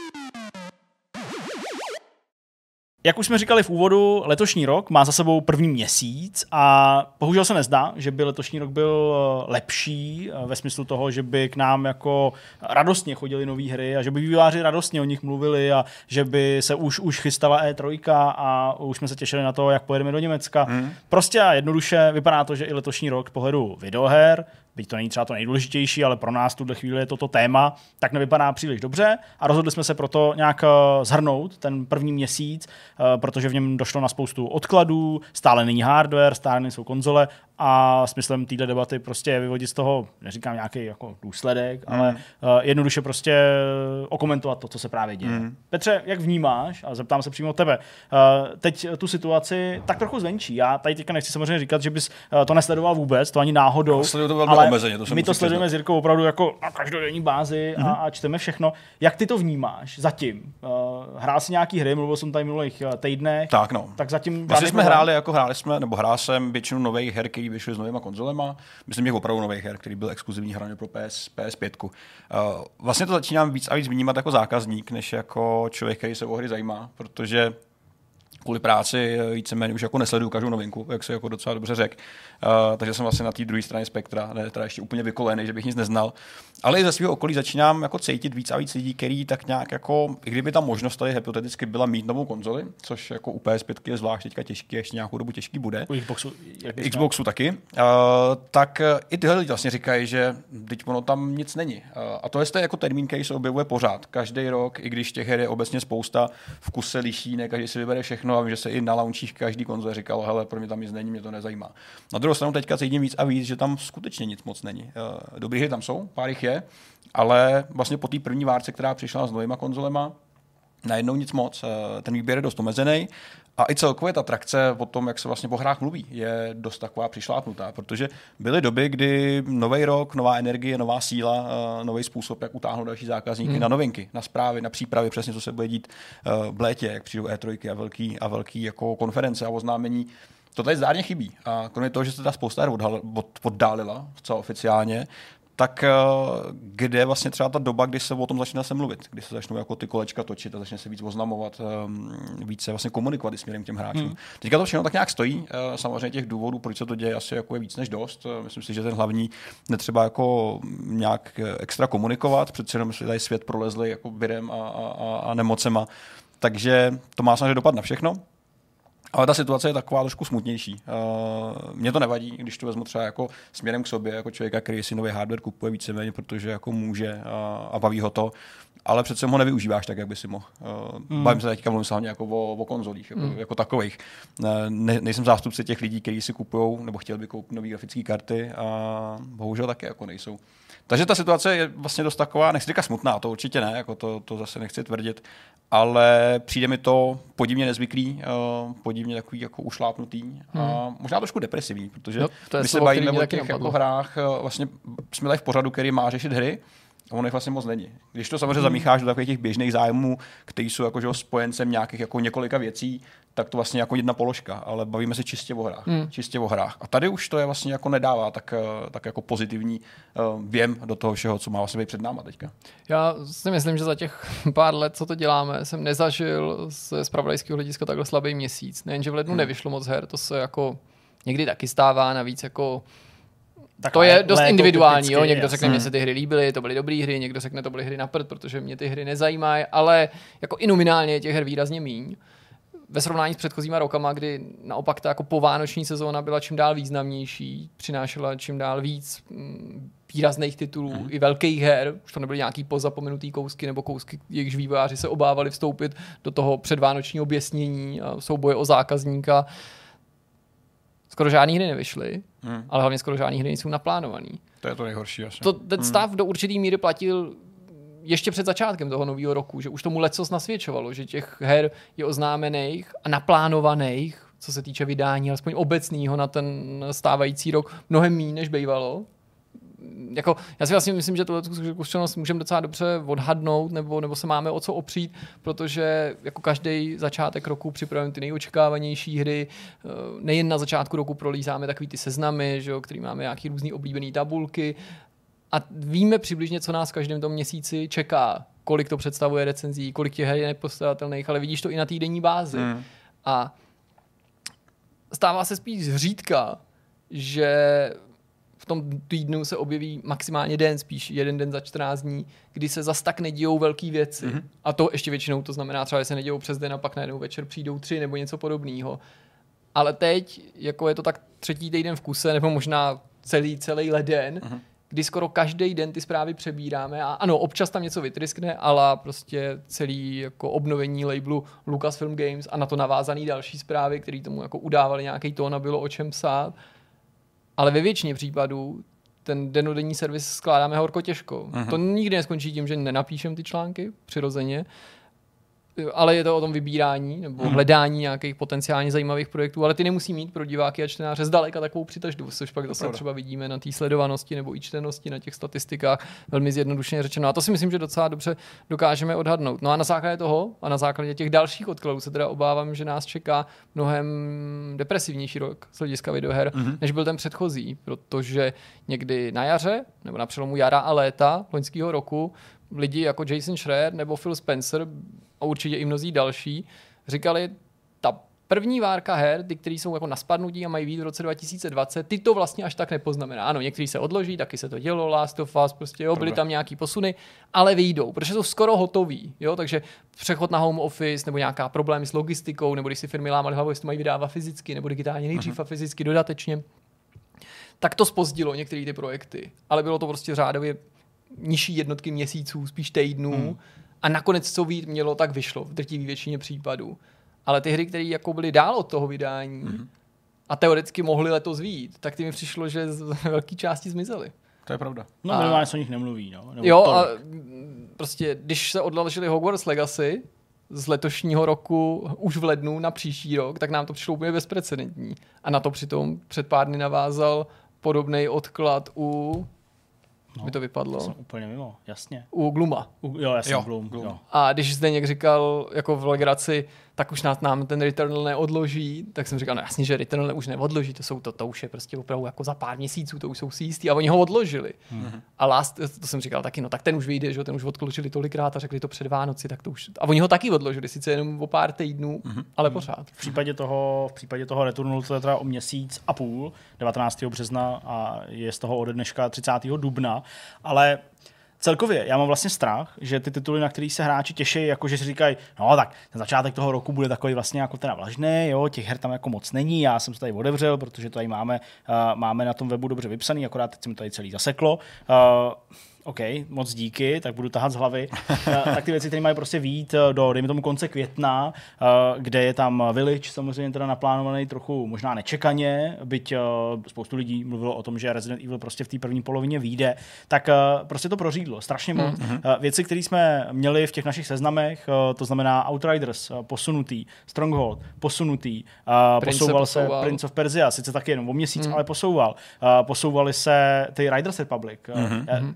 Jak už jsme říkali v úvodu, letošní rok má za sebou první měsíc a bohužel se nezdá, že by letošní rok byl lepší ve smyslu toho, že by k nám jako radostně chodily nové hry a že by vývojáři radostně o nich mluvili a že by se už, už chystala E tři a už jsme se těšili na to, jak pojedeme do Německa. Hmm. Prostě a jednoduše vypadá to, že i letošní rok z pohledu videoher, byť to není třeba to nejdůležitější, ale pro nás v tuhle chvíli je toto téma, tak nevypadá příliš dobře a rozhodli jsme se proto nějak zhrnout ten první měsíc, protože v něm došlo na spoustu odkladů, stále není hardware, stále nejsou konzole a smyslem této debaty prostě je vyvodit z toho, neříkám nějaký jako důsledek, mm. ale jednoduše prostě okomentovat to, co se právě děje. Mm. Petře, jak vnímáš, a zeptám se přímo tebe, teď tu situaci tak trochu zvenčí. Já tady teďka nechci samozřejmě říkat, že bys to nesledoval vůbec, to ani náhodou, to ale omezeně, to my to sledujeme přiznat. S Jirkou opravdu jako na každodenní bázi mm. a, a čteme všechno. Jak ty to vnímáš zatím? Hrál jsi nějaký hry, mluvil jsem tady v minulých týdnech. Tak no. Tak zatím vlastně jsme hráli, jako hráli jsme, nebo hrál jsem většinu nových her, který vyšly s novýma konzolema. Myslím, že opravdu nových her, který byl exkluzivní hraně pro P S, P S pět. Uh, vlastně to začínám víc a víc vnímat jako zákazník, než jako člověk, který se o hry zajímá, protože kvůli práci víceméně už jako nesleduju každou novinku, jak se jako docela dobře řekl. Uh, takže jsem vlastně na té druhé straně spektra, ne, teda ještě úplně vykolený, že bych nic neznal. Ale i ze svého okolí začínám jako cítit víc a víc lidí, který tak nějak jako, i kdyby ta možnost tady hypoteticky byla mít novou konzoli, což jako u P S pět je zvlášť teďka těžký, ještě nějakou dobu těžký bude. U Xboxu, Xboxu taky. Uh, tak i tyhle lidi vlastně říkají, že teď ono tam nic není. Uh, a to je jako termín, který se objevuje pořád. Každý rok, i když těch her je obecně spousta, v se liší, ne každý si vybere všechno a vím, že se i na launchích každý konzole říkalo, hele, pro mě tam nic není, mě to nezajímá. Na druhou stranu teďka cítím víc a víc, že tam skutečně nic moc není. Uh, dobrý hry tam jsou, pár jich je, ale vlastně po té první várce, která přišla s novýma konzolema, najednou nic moc. Ten výběr je dost omezený a i celkově ta trakce o tom, jak se vlastně po hrách mluví, je dost taková přišlápnutá, protože byly doby, kdy nový rok, nová energie, nová síla, nový způsob, jak utáhnout další zákazníky hmm. na novinky, na zprávy, na přípravy, přesně co se bude dít v létě, jak přijdou E tři a velký, a velký jako konference a oznámení. To tady zdárně chybí. A kromě toho, že se ta spousta her oddálila, zcela oficiálně, tak kde vlastně třeba ta doba, kdy se o tom začne se mluvit, kdy se začnou jako ty kolečka točit a začne se víc oznamovat, více vlastně komunikovat i směrem k těm hráčům. Hmm. Teďka to všechno tak nějak stojí. Samozřejmě těch důvodů, proč se to děje, asi jako je víc než dost. Myslím si, že ten hlavní netřeba jako nějak extra komunikovat, přece jenom se tady svět prolezli jako virem a, a, a nemocema. Takže to má samozřejmě dopad na všechno. Ale ta situace je taková trošku smutnější. Uh, mně to nevadí, když to vezmu třeba jako směrem k sobě, jako člověka, který si nový hardware kupuje víceméně, protože jako může a, a baví ho to, ale přece ho nevyužíváš tak, jak by si mohl. Uh, mm. Bavím se teďka mluvím se hlavně jako o, o konzolích, jako, mm. jako takových. Ne, nejsem zástupce těch lidí, kteří si kupují nebo chtěli by koupit nové grafické karty a bohužel taky jako nejsou. Takže ta situace je vlastně dost taková, nechci říkat smutná, to určitě ne, jako to, to zase nechci tvrdit, ale přijde mi to podivně nezvyklý, uh, podivně takový jako ušlápnutý hmm. a možná trošku depresivní, protože no, my se bavíme o těch jako hrách, uh, vlastně jsme tady v pořadu, který má řešit hry ono jich vlastně moc není. Když to samozřejmě zamícháš do takových těch běžných zájmů, který jsou jako, že spojencem nějakých jako několika věcí, tak to vlastně jako jedna položka, ale bavíme se čistě o hrách. Hmm. Čistě o hrách. A tady už to je vlastně jako nedává tak, tak jako pozitivní uh, věm do toho všeho, co má vlastně být před náma teďka. Já si myslím, že za těch pár let, co to děláme, jsem nezažil ze zpravodajského hlediska takhle slabý měsíc. Nejenže v lednu hmm. nevyšlo moc her, to se jako někdy taky stává, navíc jako tak to je dost individuální, jo? Někdo řekne, mně se ty hry líbily, to byly dobré hry, někdo řekne, to byly hry na prd, protože mě ty hry nezajímají, ale jako i nominálně je těch her výrazně míň. Ve srovnání s předchozíma rokama, kdy naopak ta jako povánoční sezóna byla čím dál významnější, přinášela čím dál víc mm, výrazných titulů, mm. i velkých her, už to nebyly nějaký pozapomenutý kousky nebo kousky, jejichž vývojáři se obávali vstoupit do toho předvánočního oběsnění a souboje o zákazníka. Skoro žádný hry nevyšly, hmm. ale hlavně skoro žádný hry nejsou naplánovaný. To je to nejhorší asi. To, ten stav hmm. do určitý míry platil ještě před začátkem toho nového roku, že už tomu lecos nasvědčovalo, že těch her je oznámených a naplánovaných, co se týče vydání, alespoň obecného na ten stávající rok, mnohem méně než bývalo. Jako, já si vlastně myslím, že tuhle zkušenost můžeme docela dobře odhadnout, nebo, nebo se máme o co opřít, protože jako každý začátek roku připravujeme ty nejočekávanější hry. Nejen na začátku roku prolízáme takový ty seznamy, že jo, který máme nějaký různý oblíbený tabulky a víme přibližně, co nás v každém tom měsíci čeká, kolik to představuje recenzí, kolik těch her je nepostradatelných, ale vidíš to i na týdenní bázi. Hmm. A stává se spíš zřídka, že v tom týdnu se objeví maximálně den, spíš jeden den za čtrnáct dní, kdy se zas tak nedějou velké věci. Mm-hmm. A to ještě většinou to znamená třeba, že se nedějou přes den a pak najednou večer přijdou tři nebo něco podobného. Ale teď, jako je to tak třetí týden v kuse, nebo možná celý, celý leden, mm-hmm. kdy skoro každý den ty zprávy přebíráme a ano, občas tam něco vytryskne, ale prostě celý jako obnovení labelu Lucasfilm Games a na to navázaný další zprávy, které tomu jako udávaly nějaký tón a bylo o čem psát. Ale ve většině případů ten denodenní servis skládáme horko těžko. Uh-huh. To nikdy neskončí tím, že nenapíšem ty články, přirozeně, ale je to o tom vybírání nebo uh-huh. hledání nějakých potenciálně zajímavých projektů, ale ty nemusí mít pro diváky a čtenáře zdaleka takovou přitažlivost, což pak zase třeba vidíme na té sledovanosti nebo i čtenosti, na těch statistikách, velmi zjednodušeně řečeno. A to si myslím, že docela dobře dokážeme odhadnout. No a na základě toho a na základě těch dalších odkladů se teda obávám, že nás čeká mnohem depresivnější rok z hlediska videoher, uh-huh. než byl ten předchozí, protože někdy na jaře nebo na přelomu jara a léta loňského roku lidi jako Jason Schreier nebo Phil Spencer a určitě i mnozí další říkali, ta první várka her, ty, které jsou jako na spadnutí a mají výjít v roce dva tisíce dvacet, ty to vlastně až tak nepoznamená. Ano, některý se odloží, taky se to dělo, Last of Us, prostě jo, byly tam nějaký posuny, ale vyjdou, protože jsou skoro hotový, jo, takže přechod na home office nebo nějaká problémy s logistikou, nebo když si firmy lámaly hlavu, jestli to mají vydávat fyzicky nebo digitálně nejdřív uh-huh. a fyzicky dodatečně, tak to zpozdilo některé ty projekty, ale bylo to prostě řádově nižší jednotky měsíců, spíš týdnů hmm. a nakonec co vyjít mělo, tak vyšlo v drtivé většině případů. Ale ty hry, které jako byly dál od toho vydání hmm. a teoreticky mohly letos vyjít, tak ty mi přišlo, že z velké části zmizely. To je pravda. No, minimálně se o nich nemluví. No. Nebo jo, tolik. A prostě, když se odložili Hogwarts Legacy z letošního roku už v lednu na příští rok, tak nám to přišlo úplně bezprecedentní. A na to přitom před pár dny navázal podobný odklad u... No, mi to vypadlo. Jsem úplně mimo, jasně. U Gluma. U, jo, jasně, jo, Gloom. Gloom. Jo. A když Zdeněk říkal jako v legraci, tak už nás nám ten Returnal neodloží, tak jsem říkal, no jasně, že Returnal už neodloží, to jsou to, to už je prostě opravdu jako za pár měsíců, to už jsou si jistý a oni ho odložili. Mm-hmm. A Last, to jsem říkal taky, no tak ten už vyjde, že ten už odložili tolikrát a řekli to před Vánoci, tak to už, a oni ho taky odložili, sice jenom o pár týdnů, mm-hmm. ale pořád. V případě toho, v případě toho Returnalu to je teda o měsíc a půl, devatenáctého března a je z toho ode dneška třicátého dubna, ale celkově, já mám vlastně strach, že ty tituly, na který se hráči těší, jakože si říkají, no tak ten začátek toho roku bude takový vlastně jako teda vlažný, jo, těch her tam jako moc není, já jsem se tady otevřel, protože to tady máme, uh, máme na tom webu dobře vypsaný, akorát teď se mi tady celý zaseklo. Uh, OK, moc díky, tak budu tahat z hlavy. Tak ty věci, které mají prostě vyjít do, dejme tomu, konce května, kde je tam Village samozřejmě teda naplánovaný trochu možná nečekaně, byť spoustu lidí mluvilo o tom, že Resident Evil prostě v té první polovině vyjde, tak prostě to prořídlo strašně moc. Mm-hmm. Věci, které jsme měli v těch našich seznamech, to znamená Outriders posunutý, Stronghold posunutý, Prince posouval se posouval. Prince of Persia, sice taky jenom o měsíc, mm. ale posouval. Posouvali se ty Riders Republic. Mm-hmm. Jasně,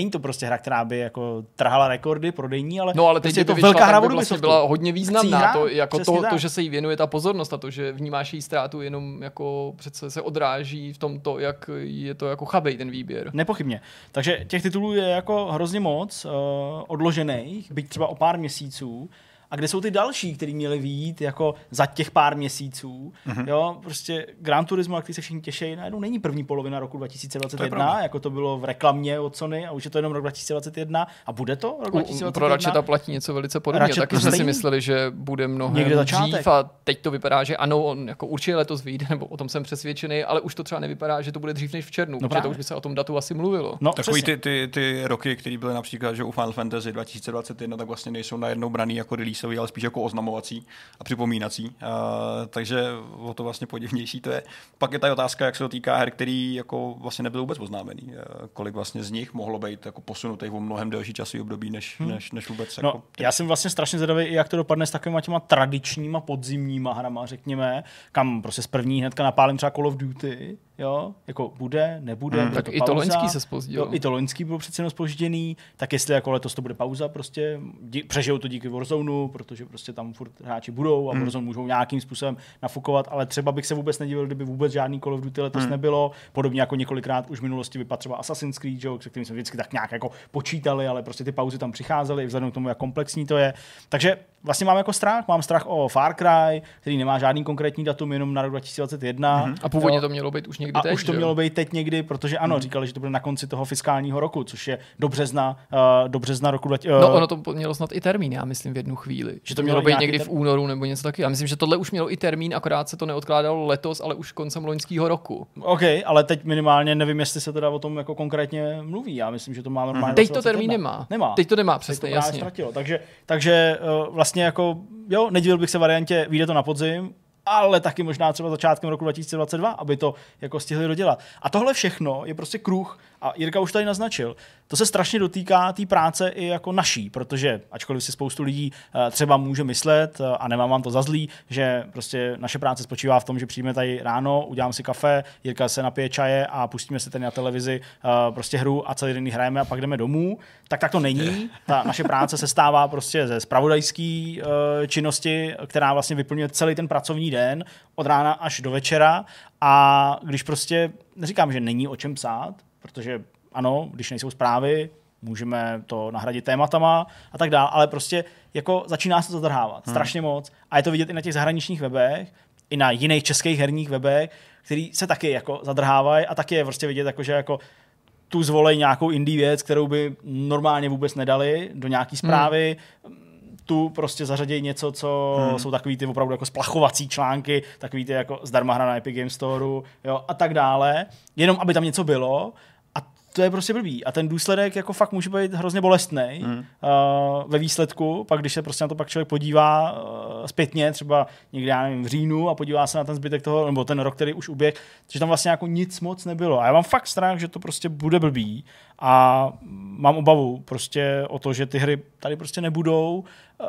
není to prostě hra, která by jako trhala rekordy prodejní, ale, no, ale prostě je to vyšla, velká hra od vlastně Ubisoftu. byla hodně významná, hrát, to, jako to, tak. to, že se jí věnuje ta pozornost a to, že vnímáš její ztrátu, jenom jako přece se odráží v tom to, jak je to jako chabej ten výběr. Nepochybně. Takže těch titulů je jako hrozně moc uh, odložených, byť třeba o pár měsíců. A kde jsou ty další, který měli vyjít jako za těch pár měsíců. Mm-hmm. Jo, prostě Gran Turismo, na který se všichni těší, najednou není první polovina roku dva tisíce dvacet jedna, to jako to bylo v reklamě od Sony, a už je to jenom rok dva tisíce dvacet jedna. A bude to rok dva tisíce dvacet jedna? Pro Ratcheta platí něco velice podobného. Taky jsme si mysleli, že bude mnohem dřív a teď to vypadá, že ano, on jako určitě letos vyjde, nebo o tom jsem přesvědčený, ale už to třeba nevypadá, že to bude dřív než v červnu, no, protože to už by se o tom datu asi mluvilo. No, takový ty, ty, ty roky, které byly například, že u Final Fantasy dva tisíce dvacet jedna, tak vlastně nejsou najednou braný jako releaseový, ale spíš jako oznamovací a připomínací. Uh, takže o to vlastně podivnější to je. Pak je ta otázka, jak se to týká her, který jako vlastně nebyly vůbec oznámený. Uh, kolik vlastně z nich mohlo být jako posunutých o mnohem delší časový období, než, hmm. než, než vůbec. No, jako... Já jsem vlastně strašně zvědavý, jak to dopadne s takovýma těma tradičníma podzimníma hrama, řekněme, kam prostě z první hnedka napálím třeba Call of Duty, jo, jako bude, nebude, hmm. tak to i pauza. to loňský se zpozdilo. I to loňský bylo přece jenom zpožděný, tak jestli jako letos to bude pauza, prostě dí, přežijou to díky Warzoneu, protože prostě tam furt hráči budou a hmm. Warzone můžou nějakým způsobem nafukovat, ale třeba bych se vůbec nedivil, kdyby vůbec žádný Call of Duty letos hmm. nebylo, podobně jako několikrát už v minulosti vypadl třeba Assassin's Creed, jo, se kterým jsme vždycky tak nějak jako počítali, ale prostě ty pauzy tam přicházely, vzhledem k tomu, jak komplexní to je. Takže vlastně mám jako strach, mám strach o Far Cry, který nemá žádný konkrétní datum, jenom na rok dva tisíce dvacet jedna. Hmm. A původně jo. to mělo být už někdy a teď. Už to že? mělo být teď někdy, protože ano, hmm. říkali, že to bude na konci toho fiskálního roku, což je do března, uh, do března roku dva tisíce. Uh, no ono to mělo snad i termín, já myslím v jednu chvíli. Že to mělo, mělo být někdy ter... v únoru nebo něco taky. Já myslím, že tohle už mělo i termín, akorát se to neodkládalo letos, ale už koncem loňského roku. OK, ale teď minimálně nevím, jestli se teda o tom jako konkrétně mluví. Já myslím, že to má normálně. Teď to termín nemá. Nemá. Teď to nemá, přesně, to jasně. Ztratilo. Takže, takže uh, vlastně jako, jo, nedivil bych se variantě, vyjde to na podzim, ale taky možná třeba začátkem roku dva tisíce dvacet dva, aby to jako stihli dodělat. A tohle všechno je prostě kruh, a Jirka už tady naznačil, to se strašně dotýká té tý práce i jako naší, protože ačkoliv si spoustu lidí uh, třeba může myslet, uh, a nemám vám to za zlý, že prostě naše práce spočívá v tom, že přijdeme tady ráno, udělám si kafe, Jirka se napije čaje a pustíme se tady na televizi uh, prostě hru a celý den hrajeme a pak jdeme domů, tak tak to není. Ta naše práce se stává prostě ze zpravodajské uh, činnosti, která vlastně vyplňuje celý ten pracovní den od rána až do večera, a když prostě, neříkám, že není o čem psát, protože ano, když nejsou zprávy, můžeme to nahradit tématama a tak dále, ale prostě jako začíná se to zadrhávat hmm. strašně moc, a je to vidět i na těch zahraničních webech, i na jiných českých herních webech, který se taky jako zadrhávají, a taky je prostě vidět, jako, že jako tu zvolej nějakou indie věc, kterou by normálně vůbec nedali do nějaký zprávy, hmm. tu prostě zařadějí něco, co hmm. jsou takový ty opravdu jako splachovací články, takový ty jako zdarma hra na Epic Games Storeu, jo, a tak dále, jenom aby tam něco bylo, a to je prostě blbý. A ten důsledek jako fakt může být hrozně bolestný hmm. uh, ve výsledku, pak když se prostě na to pak člověk podívá uh, zpětně, třeba někdy, já nevím, v říjnu, a podívá se na ten zbytek toho, nebo ten rok, který už uběh, že tam vlastně jako nic moc nebylo. A já mám fakt strach, že to prostě bude blbý, a mám obavu prostě o to, že ty hry tady prostě nebudou.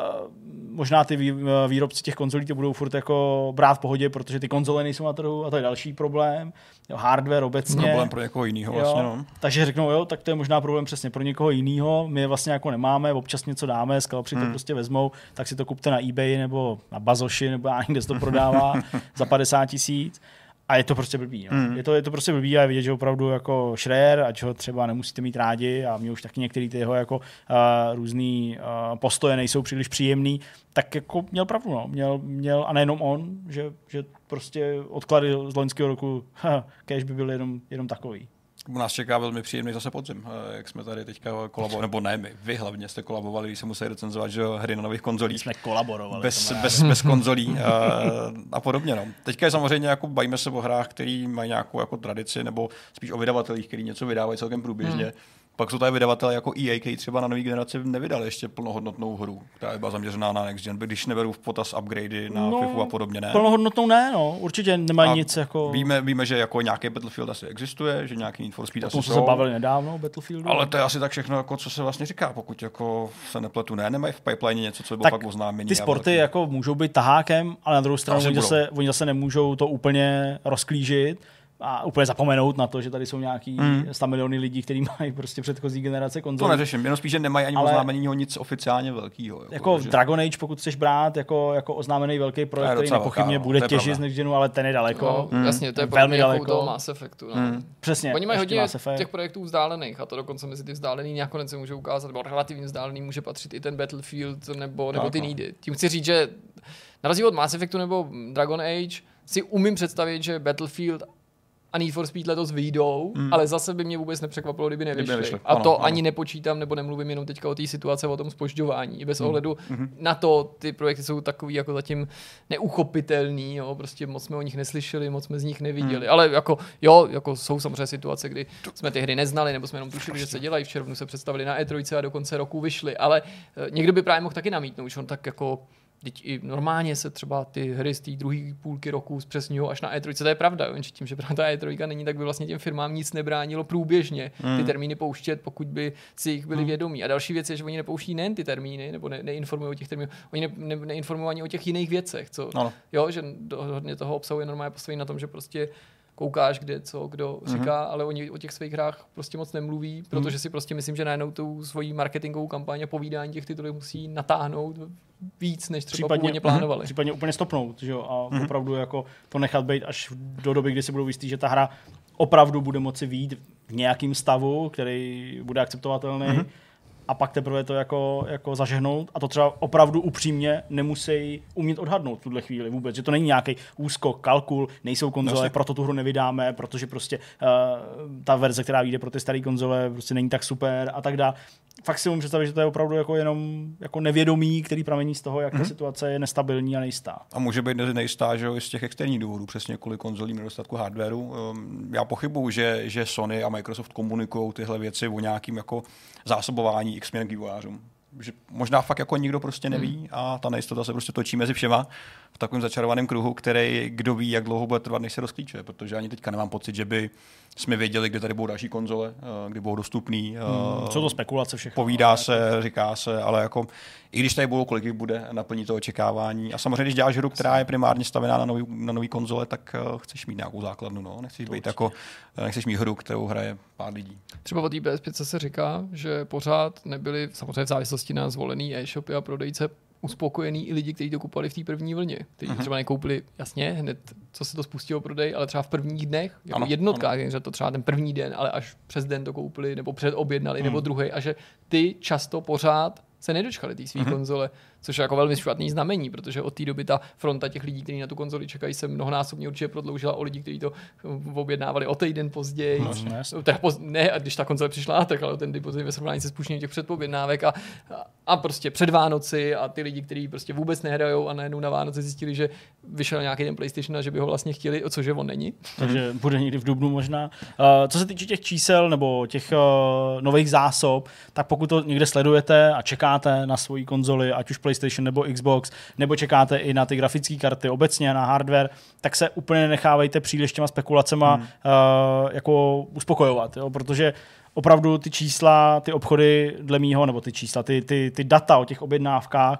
Možná ty výrobci těch konzolí to budou furt jako brát v pohodě, protože ty konzole nejsou na trhu, a to je další problém. Jo, hardware obecně. Problém pro někoho jiného vlastně, no. Takže řeknou, jo, tak to je možná problém přesně pro někoho jiného. My je vlastně jako nemáme, občas něco dáme, skalpři hmm. to prostě vezmou, tak si to kupte na eBay nebo na Bazoši, nebo já někde se to prodává za padesát tisíc. A je to prostě blbý. No. Mm. Je, to, je to prostě blbý, a je vidět, že opravdu jako Schreier, ať ho třeba nemusíte mít rádi, a mě už taky některý ty jeho jako uh, různý uh, postoje nejsou příliš příjemný, tak jako měl pravdu. No. Měl, měl, a nejenom on, že, že prostě odklady z loňského roku, kéž by byl jenom, jenom takový. U nás čeká velmi příjemný zase podzim, jak jsme tady teďka kolabovali, nebo ne my, vy hlavně jste kolabovali, když se museli recenzovat, že hry na nových konzolích. Jsme kolaborovali. Bez, bez, bez konzolí a, a podobně. No. Teďka je samozřejmě, jako bavíme se o hrách, které mají nějakou jako tradici, nebo spíš o vydavatelích, který něco vydávají celkem průběžně. Hmm. Pak jsou tady vydavatelé jako E A, který třeba na nový generaci nevydali ještě plnohodnotnou hru, která byla zaměřená na Next Gen, když neberu v potaz upgradey na no, FIFA a podobně, ne? Plnohodnotnou ne, no, určitě nemají a nic jako... Víme, víme, že jako nějaký Battlefield asi existuje, že nějaký Need for Speed asi jsou. jsme se bavili nedávno o Battlefieldu. Ale to je asi tak všechno, jako, co se vlastně říká, pokud jako se nepletu, ne, nemají v pipeline něco, co by bylo fakt oznámení. Ty sporty ale... jako můžou být tahákem, ale na druhou stranu oni zase, oni zase nemůžou to úplně rozklížit. a úplně zapomenout na to, že tady jsou nějaký mm. sto miliony lidí, kteří mají prostě předchozí generace konzolí. To neřeším, jenom spíš, že nemají ani oznámení nic oficiálně velkého. Jako, jako že... Dragon Age, pokud chceš brát jako, jako oznámený velký projekt, který nepochybně bude těžit z Next Genu, ale ten je daleko. No, mm. Jasně, to je velmi jako daleko. Toho Mass Effectu. No. Mm. Přesně. Oni mají hodně těch projektů vzdálených a to dokonce mezi ty vzdálený nakonec se může ukázat, nebo relativně vzdálený může patřit i ten Battlefield nebo, nebo ty Needy. Tím chci říct, že na rozdíl od Mass Effectu nebo Dragon Age si umím představit, že Battlefield a Need for Speed letos vyjdou, mm. ale zase by mě vůbec nepřekvapilo, kdyby nevyšly. Kdyby a to ano, ani ano. nepočítám, nebo nemluvím jenom teďka o té situaci, o tom zpožďování. I bez mm. ohledu mm. na to, ty projekty jsou takový jako zatím neuchopitelný, jo, prostě moc jsme o nich neslyšeli, moc jsme z nich neviděli. Mm. Ale jako, jo, jako jsou samozřejmě situace, kdy jsme ty hry neznali, nebo jsme jenom tušili, že se dělají. V červnu se představili na E tři a do konce roku vyšly. Ale někdo by právě mohl taky namítnout, že on tak jako teď i normálně se třeba ty hry z té druhé půlky roku zpřesňují až na E tři, to je pravda, jenže tím, že ta E tři není, tak by vlastně těm firmám nic nebránilo průběžně mm. ty termíny pouštět, pokud by si jich byli mm. vědomí. A další věc je, že oni nepouští nejen ty termíny, nebo ne, neinformují o těch termínech, oni ne, ne, neinformují ani o těch jiných věcech, co, no. jo, že hodně toho obsahu je normálně postavený na tom, že prostě koukáš, kde co kdo říká, mm-hmm. ale oni o těch svých hrách prostě moc nemluví, protože si prostě myslím, že najednou tu svoji marketingovou kampaň a povídání těch titulů musí natáhnout víc, než třeba případně, původně plánovali. Mm-hmm. Případně úplně stopnout, že jo, a mm-hmm. opravdu jako to nechat být až do doby, kdy si budou jistí, že ta hra opravdu bude moci vyjít v nějakým stavu, který bude akceptovatelný. Mm-hmm. A pak teprve to jako, jako zažehnout a to třeba opravdu upřímně nemusí umět odhadnout v tuhle chvíli vůbec, že to není nějaký úskok, kalkul, nejsou konzole, no, proto tu hru nevydáme, protože prostě uh, ta verze, která vyjde pro ty staré konzole, prostě není tak super a tak dále. Fakt si můžu představit, že to je opravdu jako jenom jako nevědomí, který pramení z toho, jak mm-hmm. ta situace je nestabilní a nejistá. A může být nejistá, že i z těch externích důvodů, přesně kvůli konzolím nedostatku hardwareu. Já pochybuju, že, že Sony a Microsoft komunikují tyhle věci o nějakým jako zásobování X-Men vývojářům. Že možná fakt jako nikdo prostě neví hmm. a ta nejistota se prostě točí mezi všema v takovém začarovaném kruhu, který kdo ví, jak dlouho bude trvat, než se rozklíče, protože ani teďka nemám pocit, že by jsme věděli, kdy tady budou další konzole, kdy budou dostupný. Hmm. Co to spekulace všechno? Povídá se, říká se, ale jako i když tady budou, kolik jich bude, naplní to očekávání. A samozřejmě, když děláš hru, která je primárně stavěná na nový, na nový konzole, tak uh, chceš mít nějakou základnu, no. Nechceš být jako, nechceš mít hru, kterou hraje pár lidí. Třeba o té P S pět se říká, že pořád nebyli samozřejmě v závislosti na zvolený e-shopy a prodejce uspokojení i lidi, kteří to kupovali v té první vlně, kteří uh-huh. třeba nekoupili jasně hned, co se to spustilo prodej, ale třeba v prvních dnech, jako ano, jednotkách, že to třeba ten první den, ale až přes den to koupili, nebo předobjednali, uh-huh. nebo druhý, a že ty často pořád se nedočkali té své uh-huh. konzole, což je jako velmi špatný znamení, protože od té doby ta fronta těch lidí, kteří na tu konzoli čekají, se mnohonásobně určitě prodloužila o lidi, kteří to objednávali o týden později. No, poz, ne, a když ta konzole přišla na trh, ale o ten den později ve srovnání se spuštěním těch předobjednávek a, a, a prostě před Vánoci a ty lidi, kteří prostě vůbec nehrajou a najednou na Vánoci zjistili, že vyšel nějaký ten PlayStation a že by ho vlastně chtěli, cože on není. Takže bude někdy v dubnu možná. Uh, co se týče těch čísel nebo těch uh, nových zásob, tak pokud to někde sledujete a čekáte na svoji konzoli, ať už PlayStation nebo Xbox, nebo čekáte i na ty grafické karty obecně, na hardware, tak se úplně nenechávejte příliš těma spekulacema hmm. uh, jako uspokojovat, jo? Protože opravdu ty čísla, ty obchody dle mýho, nebo ty čísla, ty, ty, ty data o těch objednávkách,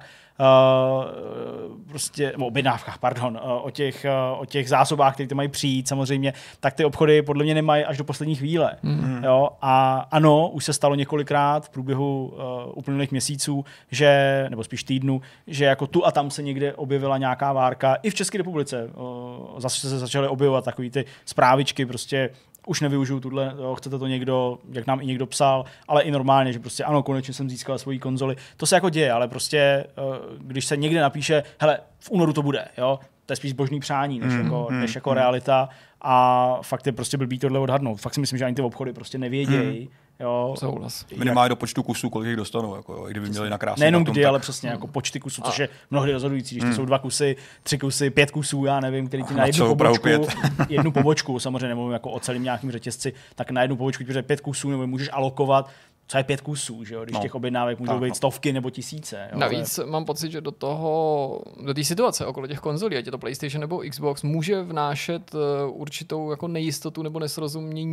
Uh, prostě, nebo objednávkách, pardon, uh, o, těch, uh, o těch zásobách, které ty mají přijít samozřejmě, tak ty obchody podle mě nemají až do poslední chvíle. Mm-hmm. Jo? A ano, už se stalo několikrát v průběhu uh, uplynulých měsíců, že, nebo spíš týdnu, že jako tu a tam se někde objevila nějaká várka. I v České republice uh, zase se začaly objevovat takový ty zprávičky, prostě už nevyužiju tuhle, jo, chcete to někdo, jak nám i někdo psal, ale i normálně, že prostě ano, konečně jsem získal svoji konzoli. To se jako děje, ale prostě, když se někde napíše, hele, v únoru to bude, jo, to je spíš božný přání, než, mm, jako, mm, než jako mm. realita a fakt je prostě blbý tohle odhadnout. Fakt si myslím, že ani ty obchody prostě nevědějí. Mm. Jo, minimálně do počtu kusů, kolik jich dostanou, jako, jo, i kdyby měli nakrásně. Nejenom na tom, kdy, tak... ale přesně jako počty kusů, což je mnohdy rozhodující. Když to mm. jsou dva kusy, tři kusy, pět kusů, já nevím, který ti na jednu pobočku, jednu pobočku, samozřejmě nemluvím jako o celém nějakým řetězci, tak na jednu pobočku ti pět kusů, nebo můžeš alokovat, co je pět kusů, že jo? Když no. těch objednávek můžou být stovky nebo tisíce. Jo? Navíc ale... mám pocit, že do toho, do té situace okolo těch konzolí, ať je to PlayStation nebo Xbox, může vnášet uh, určitou jako nejistotu nebo nesrozumění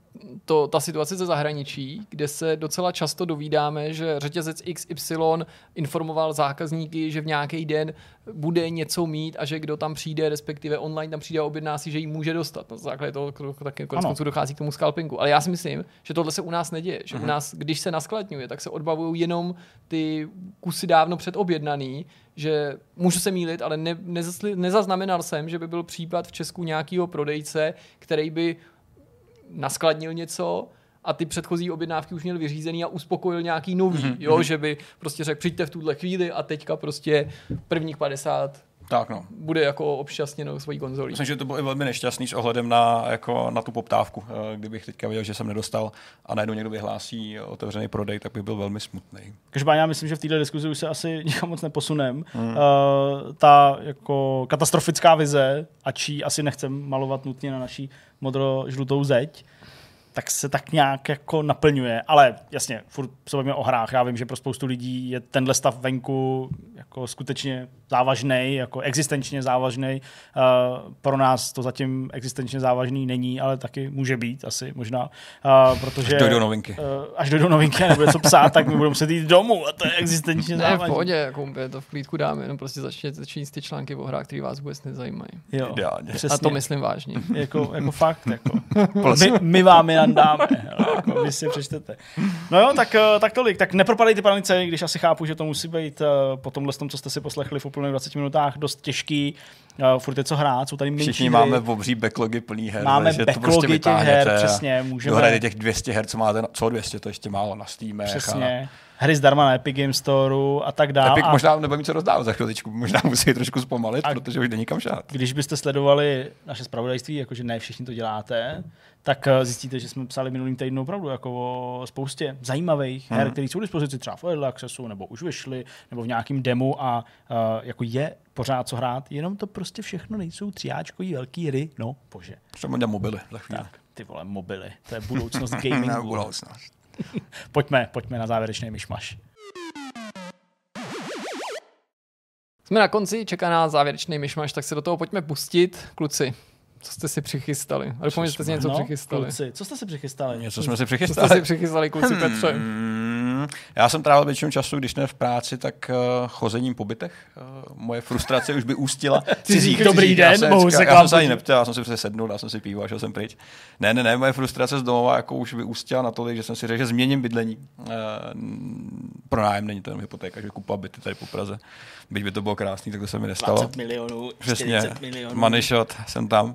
to, ta situace ze zahraničí, kde se docela často dovídáme, že řetězec X Y informoval zákazníky, že v nějaký den bude něco mít a že kdo tam přijde, respektive online tam přijde a objedná si, že ji může dostat. Na základě toho taky konec konců dochází k tomu scalpingu. Ale já si myslím, že tohle se u nás neděje. Že uh-huh. u nás, když se naskladňuje, tak se odbavují jenom ty kusy dávno předobjednaný, že můžu se mýlit, ale ne, nezasli, nezaznamenal jsem, že by byl případ v Česku nějakého prodejce, který by naskladnil něco a ty předchozí objednávky už měl vyřízený a uspokojil nějaký nový, mm-hmm. jo, že by prostě řekl, přijďte v tuhle chvíli a teďka prostě prvních padesát tak no. bude jako obšťastněno svojí konzolí. Myslím, že to bylo i velmi nešťastný s ohledem na, jako, na tu poptávku. Kdybych teďka viděl, že jsem nedostal a najednou někdo vyhlásí otevřený prodej, tak bych byl velmi smutný. Každopádně já myslím, že v této diskuzi už se asi nikam moc neposunem. Hmm. Uh, ta jako katastrofická vize, ač ji asi nechcem malovat nutně na naší modro-žlutou zeď, tak se tak nějak jako naplňuje. Ale jasně, furt se bavíme o hrách. Já vím, že pro spoustu lidí je tenhle stav venku jako skutečně závažný, jako existenčně závažný. Uh, pro nás to zatím existenčně závažný není, ale taky může být asi možná. Uh, protože, až dojdou novinky. Uh, až dojdou novinky a nebude co psát, tak my budeme muset jít domů a to je existenčně ne, závažný. Ne, v pohodě, jako to v klídku dáme, jenom prostě začněte číst ty články o hrách, které vás vůbec nezajímají. Jo, ideálně. Přesně. A to myslím vážně. jako, jako fakt. Jako. my, my vám je nandáme. Jako, vy si přečtete. No jo, tak, tak tolik. Tak nepropadejte panice, když asi chápu, že to musí být uh, po tomhle tom, co jste si poslechli v úplných dvaceti minutách, dost těžký. Uh, furt je co hrát, jsou tady menší Všichni hry. máme obří backlogy plný her. Máme že backlogy to prostě těch her, přesně. Můžeme... Dohrajte těch dvě stě her, co máte, co dvě stě, to ještě málo na Steamech. Přesně. A... Hry zdarma na Epic Game Storeu a tak dále. Epic a... možná nebude mít co rozdávat za chviličku, možná musí trošku zpomalit, a protože už není kam šát. Když byste sledovali naše zpravodajství, jakože ne všichni to děláte, tak zjistíte, že jsme psali minulým týdnu opravdu jako o spoustě zajímavých hmm. her, které jsou k dispozici třeba v Early Accessu, nebo už vyšly, nebo v nějakém demu a uh, jako je pořád co hrát, jenom to prostě všechno nejsou tříáčkový velký hry, no bože. Třeba na mobily za chvíli. Tak, ty vole, mobily, to je budoucnost gamingu. budoucnost. pojďme, pojďme na závěrečný myšmaš. Jsme na konci, čeká nás závěrečný myšmaš, tak se do toho pojďme pustit. Kluci, co jste si přichystali? Ale pomůžete jste si něco no, přichystali. Kluci, co jste si přichystali? Něco jsme si přichystali. Co jste si přichystali, kluci Petře? Hmm, já jsem trávil většinu času, když ne v práci, tak uh, chozením po bytech. Uh, moje frustrace už by ústila. Cizík, dobrý den, mohu se já jsem se ani neptal, já jsem si přece sednul, dal jsem si pivo a šel jsem pryč. Ne, ne, ne, moje frustrace z domova jako už by ústila natolik, že jsem si řekl, že změním bydlení. Uh, pronájem není to jenom hypotéka, že kupu byty tady po Praze. Byť by to bylo krásný, tak to se mi nestalo. dvacet milionů, čtyřicet milionů. Money shot, jsem tam.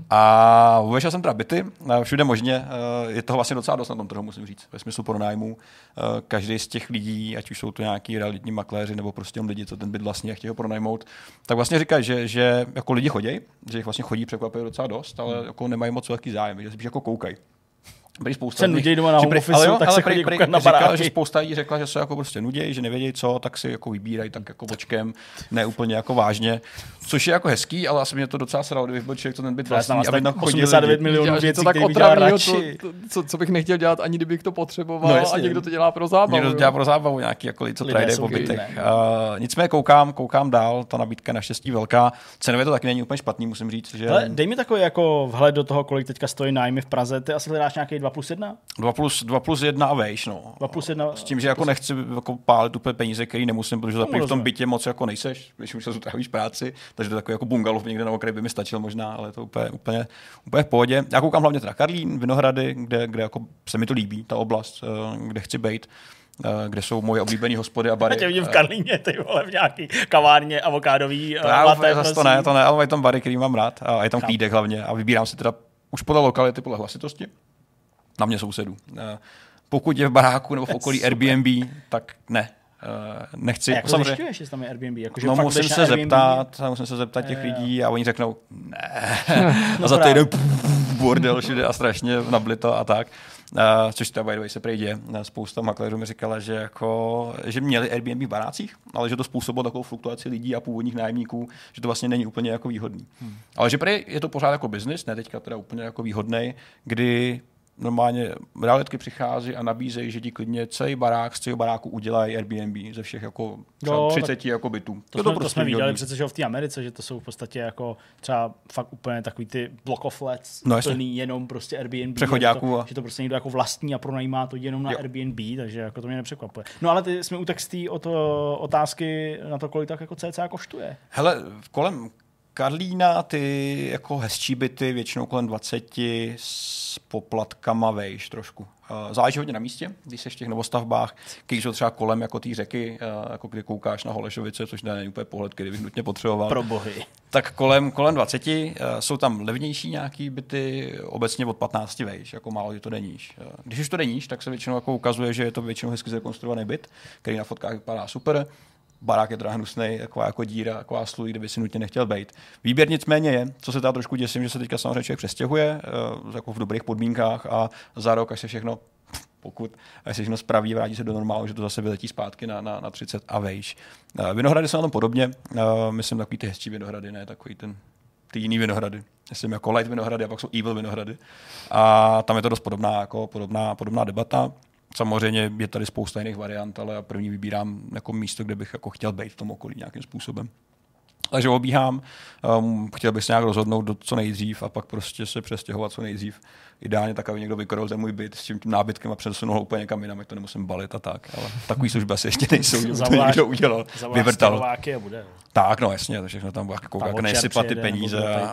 A vyšel jsem teda byty, všude možně. Je toho vlastně docela dost na tom trhu, musím říct, ve smyslu pronájmu. Každý z těch lidí, ať už jsou to nějaký realitní makléři nebo prostě lidi, co ten byt vlastně chtějí ho pronajmout, tak vlastně říkají, že, že jako lidi chodí, že jich vlastně chodí překvapuje docela dost, ale jako nemají moc velký zájem, že spíš jako koukají. Byli spousta se nudí doma na home office, jo, tak se chodí koukat na říkal, baráky. že spousta lidí řekla, že se jako prostě nudějí, že nevědějí co, tak si jako vybírají tak jako bočkem, ne úplně jako vážně. Což je jako hezký, ale asi mě to docela sralo, kdybych byl člověk, co ten byt vlastní, aby tam osmdesát devět milionů věcí, tak které dělá radši. To, co, co bych nechtěl dělat, ani kdybych to potřeboval, no, a někdo to dělá pro zábavu. Někdo to dělá pro zábavu, nějaký jako lidi, co tradejí po bytech. Uh, nicméně koukám, koukám dál, ta nabídka je naštěstí velká. Cenově to taky není úplně špatný, musím říct, že. Ale dej mi takový jako vhled do toho, kolik teďka stojí nájmy v Praze. Ty asi hledáš nějaký dva plus jedna? dva plus jedna a vejš, no. dva plus jedna. S tím, že jako nechci jako pálit úplně peníze, který nemusím, protože zapím v tom bytě moc jako nejseš, když už se trávíš práci, takže to je takový jako bungalov někde na okraji by mi stačil možná, ale to úplně, úplně, úplně v pohodě. Já koukám hlavně teda Karlín, Vinohrady, kde, kde jako se mi to líbí, ta oblast, kde chci bejt, kde jsou moje oblíbené hospody a bary. Já tě vidím v Karlíně, ty vole, v nějaký kavárně avokádový. To, latte, zase to ne, to ne, ale mají tam bary, který mám rád a je tam klídek hlavně a vybírám si teda už podle lokality, podle hlasitosti. Na mě sousedů. Pokud je v baráku nebo v okolí Airbnb, tak ne. Nechci. A jak to zjišťuješ, jestli tam je Airbnb? Jako, že no musím se zeptat, musím se zeptat těch lidí a oni řeknou ne. A za týden bordel všude a strašně nablito a tak. Uh, což třeba by the way se prejde. Spousta makléřů mi říkala, že, jako, že měli Airbnb v barácích, ale že to způsobilo takovou fluktuaci lidí a původních nájemníků, že to vlastně není úplně jako výhodný. Hmm. Ale že prej je to pořád jako biznis, ne teďka teda úplně jako výhodnej, kdy normálně realitky přichází a nabízejí, že ti klidně celý barák, z celého baráku udělají Airbnb ze všech jako jo, třicet jako bytů. To, to jsme, prostě to jsme viděli přece, že v té Americe, že to jsou v podstatě jako třeba fakt úplně takový ty block of flats, no, plný jenom prostě Airbnb. Přechoďáků. Že to, že to prostě někdo jako vlastní a pronajímá to jenom na jo. Airbnb, takže jako to mě nepřekvapuje. No ale ty jsme u textý od otázky na to, kolik tak jako cca koštuje. Hele, kolem Karlína ty jako hezčí byty, většinou kolem dvacet s poplatkama vejš trošku. Záleží hodně na místě, když seš v těch novostavbách, když jsou třeba kolem jako té řeky, jako kdy koukáš na Holešovice, což není úplně pohled, který bych nutně potřeboval. Pro bohy. Tak kolem, kolem dvacet jsou tam levnější nějaký byty, obecně od patnáct vejš, jako málo kdy to deníš. Když už to deníš, tak se většinou jako ukazuje, že je to většinou hezky zrekonstruovaný byt, který na fotkách vypadá super. Barák je teda hnusnej, taková jako díra, taková sluj, kde by si nutně nechtěl být. Výběr nicméně je, co se teda trošku děsím, že se teďka samozřejmě člověk přestěhuje uh, jako v dobrých podmínkách a za rok, až se všechno, pokud až se všechno spraví, vrátí se do normálu, že to zase vyletí zpátky na, na, na třicet a vejš. Uh, vinohrady jsou na tom podobně, uh, myslím takový ty hezčí vinohrady, ne takový ten, ty jiný vinohrady. Myslím jako light vinohrady a pak jsou evil vinohrady. A tam je to dost podobná, jako podobná, podobná debata. Samozřejmě je tady spousta jiných variant, ale já první vybírám jako místo, kde bych jako chtěl být v tom okolí nějakým způsobem. Takže obíhám, um, chtěl bych se nějak rozhodnout do co nejdřív a pak prostě se přestěhovat co nejdřív. Ideálně tak, aby někdo vykrojil ten můj byt s tím, tím nábytkem a přesunul ho úplně někam jinam, ať to nemusím balit a tak. Ale takový služby asi ještě nejsou, že to někdo udělal, vyvrtal. A bude. Tak, no jasně, to všechno tam bude koukat, jak nejsypat ty peníze. A,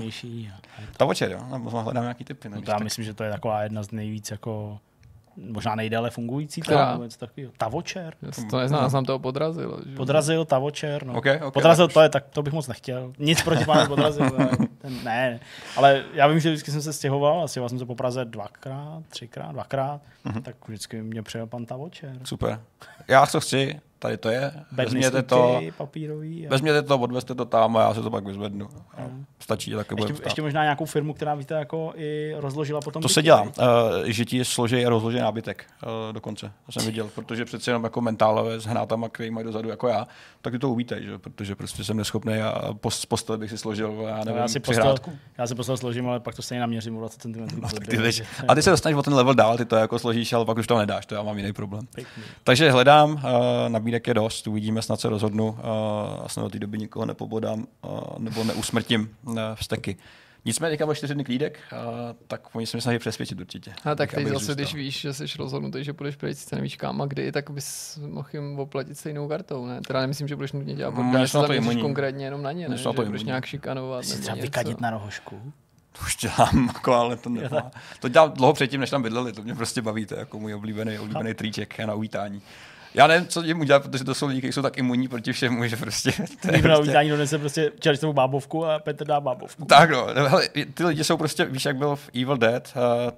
Tavočer, jo, možná hledám nějaký typy. No, já myslím, že to je taková jedna z nejvíc jako možná nejdéle fungující tam, Tavočer. To neznám, jsem toho podrazil. Že? Podrazil, Tavočer, no. Okay, okay, podrazil, to je, tak to bych moc nechtěl. Nic proti pánu podrazil, ten, ne. Ale já vím, že vždycky jsem se stěhoval, a stěhoval jsem se po Praze dvakrát, třikrát, dvakrát, mm-hmm. tak vždycky mě přijel pan Tavočer. Super. Já co chci, tady to je. Vezměte to, papírový. A... vezměte to, odvezte to tam a já se to pak vyzvednu. Mm. Stačí, tak ještě, ještě možná nějakou firmu, která víte, jako i rozložila potom. To bytě, se dělá, uh, že ti složí a rozloží nábytek uh, dokonce. To jsem viděl, protože přece jenom jako mentálové s hnátama, který mají dozadu jako já, tak ty to uvítají, že? Protože prostě jsem neschopný a post, postel bych si složil, já nevím, no, já si postel, já si postel složím, ale pak to stejně naměřím o dvacet centimetrů. No, ty ty, a ty se dostaneš o ten level dál, ty to jako složíš, ale pak už to nedáš, to já mám jiný problém. Pěkný. Takže hledám, uh, nabídek je dost, uvidíme, snad se rozhodnu, uh, a snad do té doby nikoho nepobodám uh, nebo neusmrtím uh, vzteky. Nicméně teďka byl čtyři dny klídek, uh, tak oni se mi snaží přesvědčit určitě. A tak teď zase, když víš, že jsi rozhodnutý, že půjdeš pryč, sice nevíš kam a kdy, tak bys mohl jim oplatit stejnou kartou, ne? Teda nemyslím, že budeš nutně dělat, protože se zaměříš konkrétně jenom na ně, ne? Že budeš nějak šikanovat. Jsi třeba vykadit na rohošku? To už dělám, jako, ale to nemá. To dělám dlouho předtím, než tam bydleli, to mě prostě baví, to je jako můj oblíbený, oblíbený trýček na uvítání. Já nevím, co jim udělat, protože to jsou lidi, kteří jsou tak imunní proti všemu, že prostě... Někdo na uvítání donese prostě čerstvou bábovku a Petr dá bábovku. Tak no, hele, ty lidi jsou prostě, víš, jak byl v Evil Dead, uh,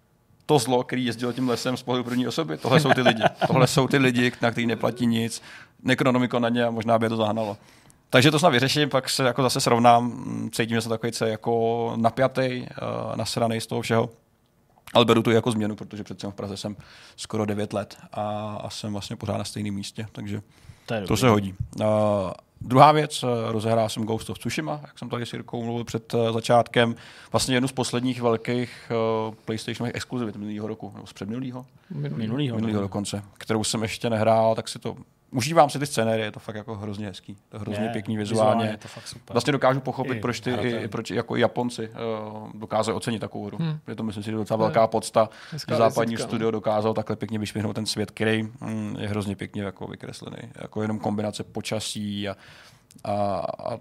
to zlo, který jezdil tím lesem z pohledu první osoby, tohle jsou ty lidi. Tohle jsou ty lidi, na který neplatí nic, Necronomicon na ně a možná by je to zahnalo. Takže to snad vyřeším, pak se jako zase srovnám, cítím, že jsem takový jako napjatý, uh, nasranej z toho všeho. Ale beru to jako změnu, protože přece v Praze jsem skoro devět let a, a jsem vlastně pořád na stejném místě, takže to, to se hodí. Uh, druhá věc, uh, rozehrál jsem Ghost of Tsushima, jak jsem tady s Jirkou mluvil před uh, začátkem. Vlastně jednu z posledních velkých uh, PlayStationových exkluzivit minulého roku, nebo z předminulého? Minulého. Minulého dokonce, kterou jsem ještě nehrál, tak si to... Užívám si ty scénéry, je to fakt jako hrozně hezký. To je hrozně je, pěkný vizuálně. vizuálně to fakt super. Vlastně dokážu pochopit, I, proč ty i, proč jako Japonci uh, dokázali ocenit takovou hru. Hmm. Je to, myslím si, docela velká podsta, že západní vizitka, studio dokázal takhle pěkně vyšvihnout ten svět, který mm, je hrozně pěkně jako vykreslený. Jako jenom kombinace počasí a, a, a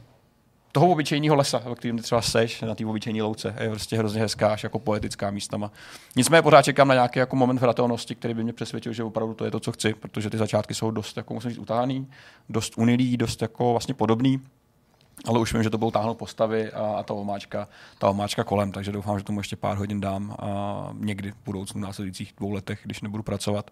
toho obyčejného lesa, ve kterým třeba seš na té obyčejné louce. Je prostě hrozně hezká, až jako poetická místama. Nicméně pořád čekám na nějaký jako moment hratelnosti, který by mě přesvědčil, že opravdu to je to, co chci, protože ty začátky jsou dost, jako musím říct, utahaný, dost unilý, dost jako vlastně podobný. Ale už vím, že to budou táhnout postavy a, a ta omáčka, ta omáčka kolem, takže doufám, že tomu ještě pár hodin dám a někdy v budoucnu, v následujících dvou letech, když nebudu pracovat.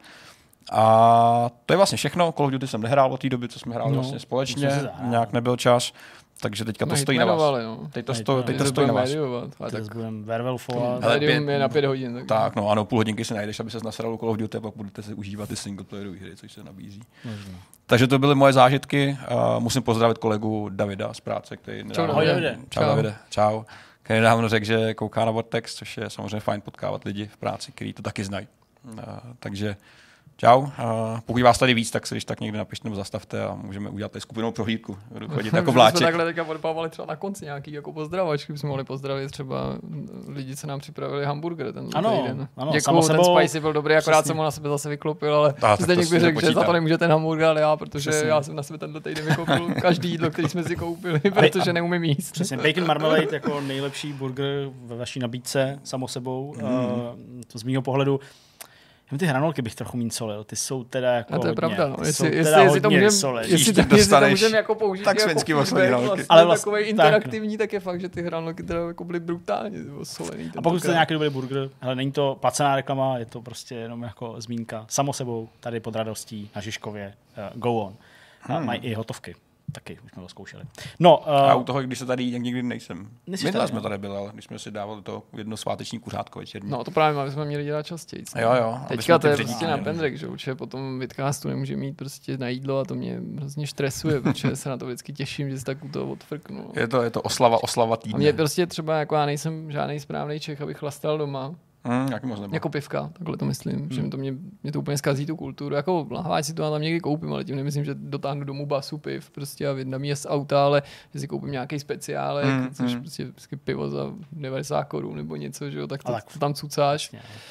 A to je vlastně všechno. Call of Duty jsem nehrál od té doby, co jsme hráli no, vlastně společně, nějak nebyl čas. Takže teďka to no, stojí na vás. No. Teď to, sto, teď to stojí na vás. Teď budeme werewolfovat. Medium je na pět hodin. Tak, tak no, ano, půl hodinky si najdeš, aby ses nasral Call of Duty a pak budete si užívat ty singleplayerové hry, což se nabízí. Možná. Takže to byly moje zážitky. Uh, musím pozdravit kolegu Davida z práce, který... Čau, Davide. Čau, Davide. Čau. který nedávno řekl, že kouká na Vortex, což je samozřejmě fajn potkávat lidi v práci, kteří to taky znají. Uh, takže čau. Uh, pokud vás tady víc, tak se když tak někde napište nebo zastavte a můžeme udělat tady skupinou prohlídku. Budu chodit jako vláček. jsme takhle teďka odpávali třeba na konci nějaký jako pozdravačky, bychom mohli pozdravit třeba lidi, co nám připravili hamburger ten ano, týden. Ano, děkuju, ten spicy byl dobrý, akorát přesně. Jsem ho na sebe zase vyklopil, ale zde někdo řekl, že za to nemůže ten hamburger, ale já, protože přesně. Já jsem na sebe tenhle týden vykoupil každý jídlo, který jsme si koupili, protože neumím jíst. Přesně, bacon marmalade jako nejlepší burger ve vaší nabídce samo sebou. Mm. Uh, to z mýho pohledu. Ty hranolky bych trochu míň solil, ty jsou teda jako a to je hodně, pravda, no. Jestli, jestli, jestli, jestli to můžeme jestli, jestli to můžeme jako použít tak jako feedback, vlastně ale vlastně, takový interaktivní, tak, no. Tak je fakt, že ty hranolky teda jako byly brutálně solený. A pokud jste nějaký dobrý burger, hele, není to placená reklama, je to prostě jenom jako zmínka samo sebou, tady pod Radostí na Žižkově, uh, go on. Hmm. A mají i hotovky. Taky, už jsme to zkoušeli. No, uh, a u toho, když se tady nikdy nejsem. Minule jsme no. tady byli, ale když jsme si dávali to jedno sváteční kuřátko večerní. No to právě jsme měli dělat častěji. Jo, jo. Teďka to je prostě na pendrek, že určitě potom vidcastu nemůže mít prostě na jídlo a to mě hrozně stresuje, protože se na to vždycky těším, že si tak u toho odfrknu. Je to, je to oslava, oslava týdne. A mě prostě třeba, jako já nejsem žádný správný Čech, abych chlastal doma. Hmm, jaký moc nebo. Jako pivka, takhle to myslím, hmm. že to mě, mě to úplně zkazí tu kulturu. Jako lahváč si to tam někdy koupím, ale tím nemyslím, že dotáhnu domů basu piv prostě a vydám je z auta, ale že si koupím nějaký speciálek, hmm. což hmm. prostě, prostě pivo za devadesát korun nebo něco, že jo, tak to, tak to tam cucáš.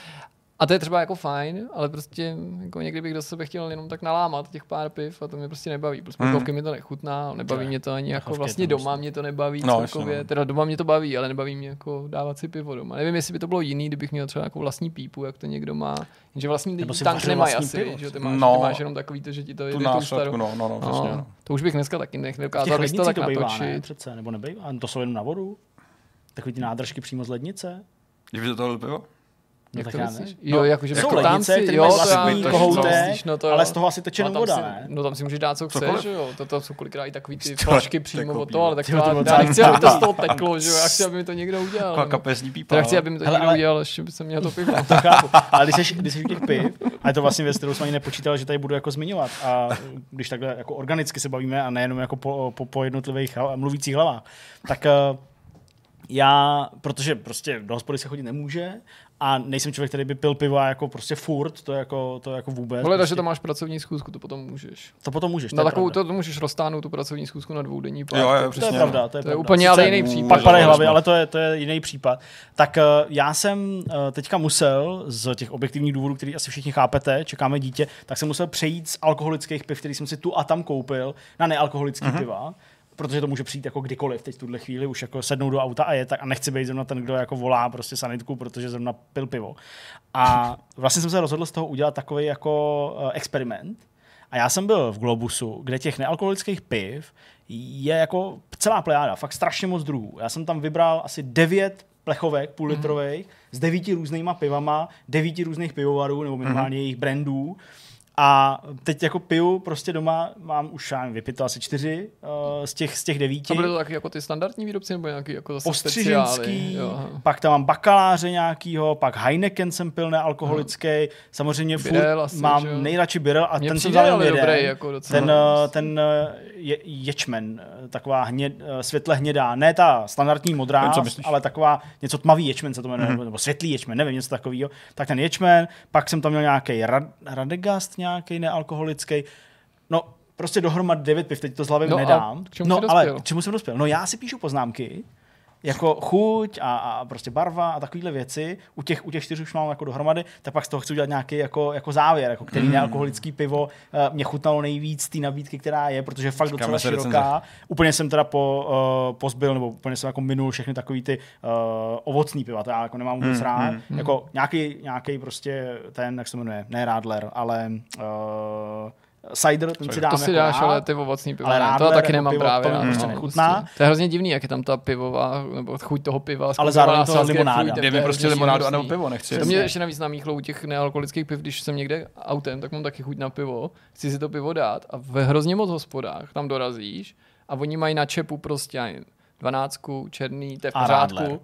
A to je třeba jako fajn, ale prostě jako někdy bych do sebe chtěl jenom tak nalámat těch pár piv a to mě prostě nebaví. Prostě mm. mi to nechutná, nebaví mě to ani jako vlastně doma mě to nebaví no, celkově. No. Teda doma mě to baví, ale nebaví mě jako dávat si pivo doma. Nevím, jestli by to bylo jiný, kdybych měl třeba jako vlastní pípu, jak to někdo má. Jenže vlastní tank nemají asi, že ty máš, no, ty máš jenom takový to, že ti to jede tu starou. No, no, no, přesně, no. To už bych dneska taky nedokázal bych to tak to bývá, natočit. Ne, přece, nebo nebejvá, to jsou jenom na vodu. Takový ty nádržky přímo z lednice. Kdyby to tohle pivo? No, tak já ne. Jo, jakože jsou lednice, které mají vlastní kohoutek, no ale z toho asi teče jenom voda, si, ne? No tam si můžeš dát, co chceš, že jo. To, to jsou kolikrát i takový ty Cokoliv. flašky přímo od toho, ale tak já nechci, aby to z toho teklo, že jo. Já chci, aby mi to někdo udělal. Taková kapesní pípa. Já chci, aby mi to někdo udělal, ještě by se měl to pivo. To chápu. Ale když jsi, když jsi u těch piv, a je to vlastně věc, kterou jsem ani nepočítal, že tady budu jako zmiňovat. A když takhle jako organicky se bavíme a nejenom jako po, po, po jednotlivých mluvících hlavách, tak já, protože prostě do hospody se chodit nemůže a nejsem člověk, který by pil pivo jako prostě furt, to jako, to jako vůbec. Hleda, prostě. že to máš pracovní schůzku, to potom můžeš. To potom můžeš, to na je takovou, pravda. to, to můžeš roztáhnout tu pracovní schůzku na dvoudenní pár. Jo, jo, to, přesně, to je pravda, to je, to je pravda. úplně ale jiný případ. Pak padej hlavy, ale to je, to je jiný případ. Tak uh, já jsem uh, teďka musel z těch objektivních důvodů, který asi všichni chápete, čekáme dítě, tak jsem musel přejít z alkoholických piv, který jsem si tu a tam koupil, na nealkoholický uh-huh. piva. Protože to může přijít jako kdykoliv teď v tuhle chvíli, už jako sednou do auta a je tak a nechci být zrovna ten, kdo jako volá prostě sanitku, protože zrovna pil pivo. A vlastně jsem se rozhodl z toho udělat takový jako uh, experiment. A já jsem byl v Globusu, kde těch nealkoholických piv je jako celá plejáda, fakt strašně moc druhů. Já jsem tam vybral asi devět plechovek půllitrových mm. s devíti různýma pivama, devíti různých pivovarů nebo minimálně mm. jejich brandů. A teď jako piju prostě doma, mám už já nevím, vypito asi čtyři uh, z, těch, z těch devíti. A byly to taky jako ty standardní výrobci nebo nějaký jako zase Postřiženský, pak tam mám bakaláře nějakýho, pak Heineken jsem pil nealkoholický, hmm. samozřejmě Birel furt asi, mám že? nejradši Birel a mě ten jsem vzal jeden. Dobrý, jako ten ten je, ječmen, taková hněd, světle hnědá, ne ta standardní modrá, ale taková něco tmavý ječmen se to jmenuje, hmm. nebo světlý ječmen, nevím, něco takového. Tak ten ječmen, pak jsem tam měl nějaký Rad, Radegast, nějaký nealkoholický. No, prostě dohromady devět piv, teď to z hlavy no nedám. K čemu no, ale dospěl? k čemu jsem dospěl? No, já si píšu poznámky, jako chuť a, a prostě barva a takovéhle věci. U těch, u těch čtyř už mám jako dohromady, tak pak z toho chci udělat nějaký jako, jako závěr, jako který mm. nealkoholický pivo uh, mě chutnalo nejvíc té nabídky, která je, protože je fakt docela široká. Úplně jsem teda po, uh, pozbyl, nebo úplně jsem jako minul všechny takový ty uh, ovocný piva, to já jako nemám vůbec mm, rád. Mm, jako nějaký, nějaký prostě ten, jak se jmenuje, ne Radler, ale uh, cider, ten si dám to si jako dáš, rád, ale ty ovocný pivo, ale ne, Radler, to taky jako nemám pivo, právě. To, no, prostě no, nechutná. Prostě. To je hrozně divný, jak je tam ta pivova, nebo chuť toho piva. Ale zároveň to limonáda. Dej mi prostě limonádu a nebo pivo, nechci. To mě ještě navíc namíchlo u těch nealkoholických piv, když jsem někde autem, tak mám taky chuť na pivo, chci si to pivo dát a ve hrozně moc hospodách tam dorazíš a oni mají na čepu prostě dvanáctku, černý, to je v pořádku.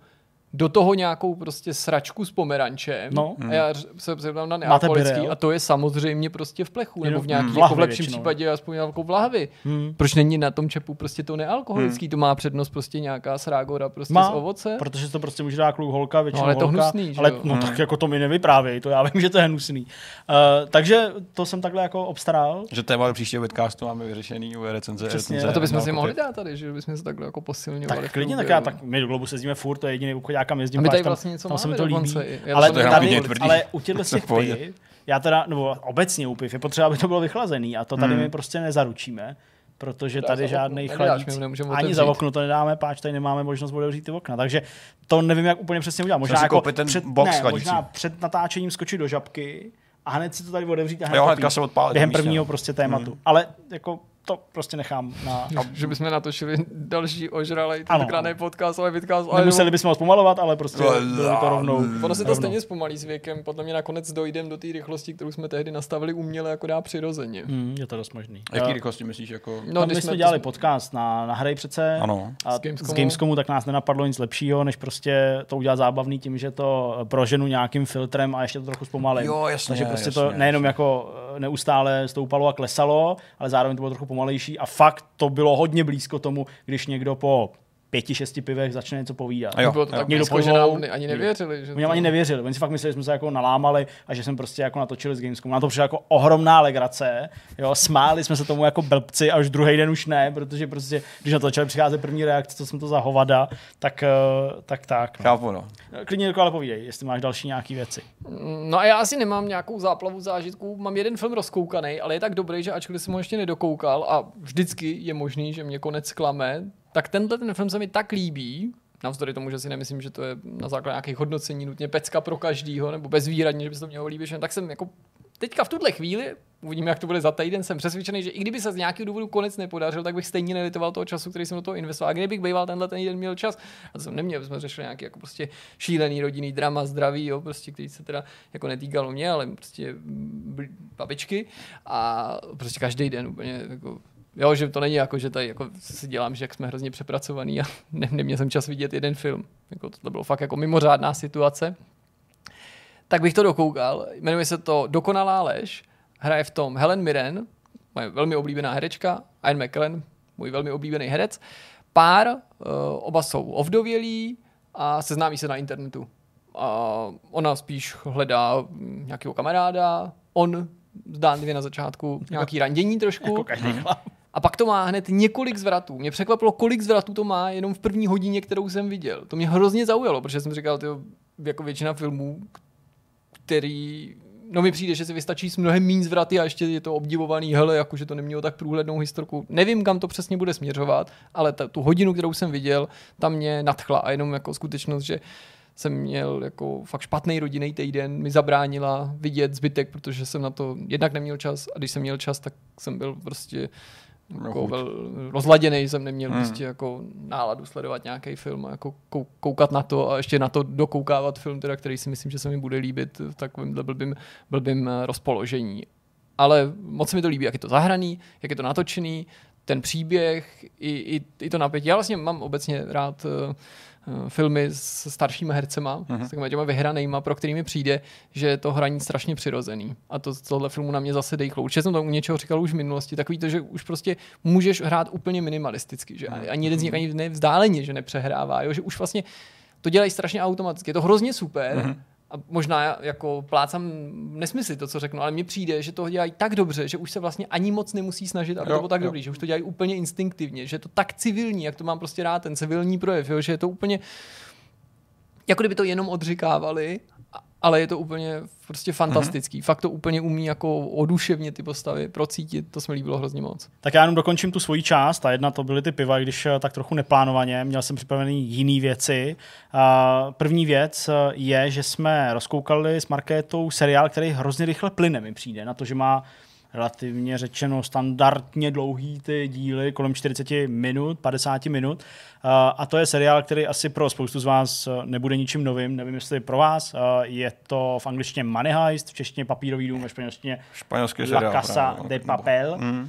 do toho nějakou prostě sračku s pomerančem no. a já se zeptám na nealkoholický a to je samozřejmě prostě v plechu, nebo v nějaký, mm. jako v lepším většinou. Případě aspoň jako v lahvi. Mm. Proč není na tom čepu prostě to nealkoholický? Mm. To má přednost prostě nějaká srágora prostě má, z ovoce? Protože to prostě může dát kluk holka, většinou no, ale holka. to hnusný, že ale jo? no mm. tak jako to mi nevyprávěj, to já vím, že to je hnusný. Uh, takže to jsem takhle jako obstaral. Že téma příštího podcastu máme vyřešený u recenze. A to bychom si mohli dát tady, že bychom se takhle jako posilňovali. Tak klidně, tak já tak my do Globu jezdíme furt, to je jediný obchod, já kam jezdím. A my tady vlastně něco máme to líbí. Ale, tady, ale u těchto těch piv, já teda, nebo obecně u piv, je potřeba, aby to bylo vychlazený a to tady hmm. my prostě nezaručíme, protože tady žádný chladící, ani za okno to nedáme, páč tady nemáme možnost otevřít ty okna, takže to nevím, jak úplně přesně udělat. Možná, jako před, ne, možná před natáčením skočit do žabky a hned si to tady otevřít a hned, jo, hned se odpálit během prvního prostě tématu. Hmm. Ale jako to prostě nechám na... No, že bychom natočili další ožralej tentokrát podcast, ale podcast. Nemuseli bychom ho zpomalovat, ale prostě bylo to rovnou. Ono se to stejně zpomalí s věkem. Podle mě nakonec dojdeme do té rychlosti, kterou jsme tehdy nastavili uměle, jako dá přirozeně. Hmm, je to dost možný. Jaký rychlosti myslíš? Jako... No, když jsme dělali podcast na, na hry přece ano. a z Gamescomu. z Gamescomu, tak nás nenapadlo nic lepšího, než prostě to udělat zábavný tím, že to proženu nějakým filtrem a ještě to trochu zpomalím. Jo, jasně, Takže prostě jasně, to nejenom jasně. jako neustále stoupalo a klesalo, ale zároveň to bylo trochu pomalejší a fakt to bylo hodně blízko tomu, když někdo po pěti, šesti pivech začne něco povídat. A jo, bylo to tak blízko, že nám ani nevěřili. Že Oni to... ani nevěřili. Oni si fakt mysleli, že jsme se jako nalámali a že jsme prostě jako natočili s Gamescomu. Na to přišla jako ohromná legrace. Jo, smáli jsme se tomu jako blbci a už druhý den už ne, protože prostě, když na to začaly přicházet první reakce, co jsme to za hovada, tak tak. tak no. Chápu, no. Klidně ale povídej, jestli máš další nějaký věci. No a já asi nemám nějakou záplavu zážitků. Mám jeden film rozkoukaný, ale je tak dobrý, že ačkoliv jsem ho ještě nedokoukal a vždycky je možný, že mě konec klame, tak tenhle ten film se mi tak líbí, navzdory tomu, že si nemyslím, že to je na základě nějakých hodnocení nutně pecka pro každýho, nebo bezvýhradně, že by se to mělo líbit, tak jsem jako teďka v tuhle chvíli, uvidíme, jak to bude za týden, jsem přesvědčený, že i kdyby se z nějakého důvodu konec nepodařil, tak bych stejně nelitoval toho času, který jsem do toho investoval. A kdybych býval tenhle ten den měl čas, a to jsem neměl, jsme řešili nějaký jako prostě šílený rodinný drama, zdraví, jo, prostě, který se teda jako netýkalo mě, ale prostě babičky a prostě každý den úplně jako jo, že to není jako, že tady jako si dělám, že jak jsme hrozně přepracovaný a ne, neměl jsem čas vidět jeden film. Jako to bylo fakt jako mimořádná situace. Tak bych to dokoukal. Jmenuje se to Dokonalá lež. Hraje v tom Helen Mirren, moje velmi oblíbená herečka, Ian McKellen, můj velmi oblíbený herec. Pár, uh, oba jsou ovdovělí a seznámí se na internetu. A ona spíš hledá nějakého kamaráda, on zdánlivě na začátku nějaký randění trošku. Jako každý chlap. A pak to má hned několik zvratů. Mě překvapilo, kolik zvratů to má jenom v první hodině, kterou jsem viděl. To mě hrozně zaujalo, protože jsem říkal, tyjo, jako většina filmů, který... No mi přijde, že se vystačí s mnohem méně zvraty a ještě je to obdivovaný, hele, jakože to nemělo tak průhlednou historku. Nevím, kam to přesně bude směřovat, ale ta, tu hodinu, kterou jsem viděl, tam mě nadchla a jenom jako skutečnost, že jsem měl jako fakt špatný rodinný týden, mi zabránila vidět zbytek, protože jsem na to jednak neměl čas a když jsem měl čas, tak jsem byl prostě jako vel, rozladěnej, jsem neměl hmm. prostě jako náladu sledovat nějaký film a jako koukat na to a ještě na to dokoukávat film, teda, který si myslím, že se mi bude líbit v takovémhle blbým, blbým rozpoložení. Ale moc se mi to líbí, jak je to zahraný, jak je to natočený, ten příběh i, i, i to napětí. Já vlastně mám obecně rád uh, filmy s staršíma hercema, uh-huh. s takovými těma vyhranejma, pro kterými přijde, že je to hraní strašně přirozený. A to z tohle filmu na mě zase dejchlo. Určitě jsem to u něčeho říkal už v minulosti. Takový to, že už prostě můžeš hrát úplně minimalisticky, že uh-huh. ani jeden z nich ani nevzdáleně, že nepřehrává, jo? Že už vlastně to dělají strašně automaticky. Je to hrozně super, uh-huh. A možná jako plácám nesmysly to, co řeknu, ale mně přijde, že to dělají tak dobře, že už se vlastně ani moc nemusí snažit, aby jo, to bylo tak jo. dobrý, že už to dělají úplně instinktivně, že je to tak civilní, jak to mám prostě rád, ten civilní projev, jo, že je to úplně, jako kdyby to jenom odřikávali, ale je to úplně prostě fantastický. Mm-hmm. Fakt to úplně umí jako oduševně ty postavy procítit, to se mi líbilo hrozně moc. Tak já jenom dokončím tu svoji část, a jedna to byly ty piva, když tak trochu neplánovaně, měl jsem připravený jiný věci. První věc je, že jsme rozkoukali s Markétou seriál, který hrozně rychle plyne, mi přijde, na to, že má relativně řečeno standardně dlouhý ty díly, kolem čtyřicet minut, padesát minut. A to je seriál, který asi pro spoustu z vás nebude ničím novým, nevím, jestli pro vás. Je to v angličtině Money Heist, v češtině Papírový dům, ve španělštině španělský La seriál, Casa právě, de Papel. Mm.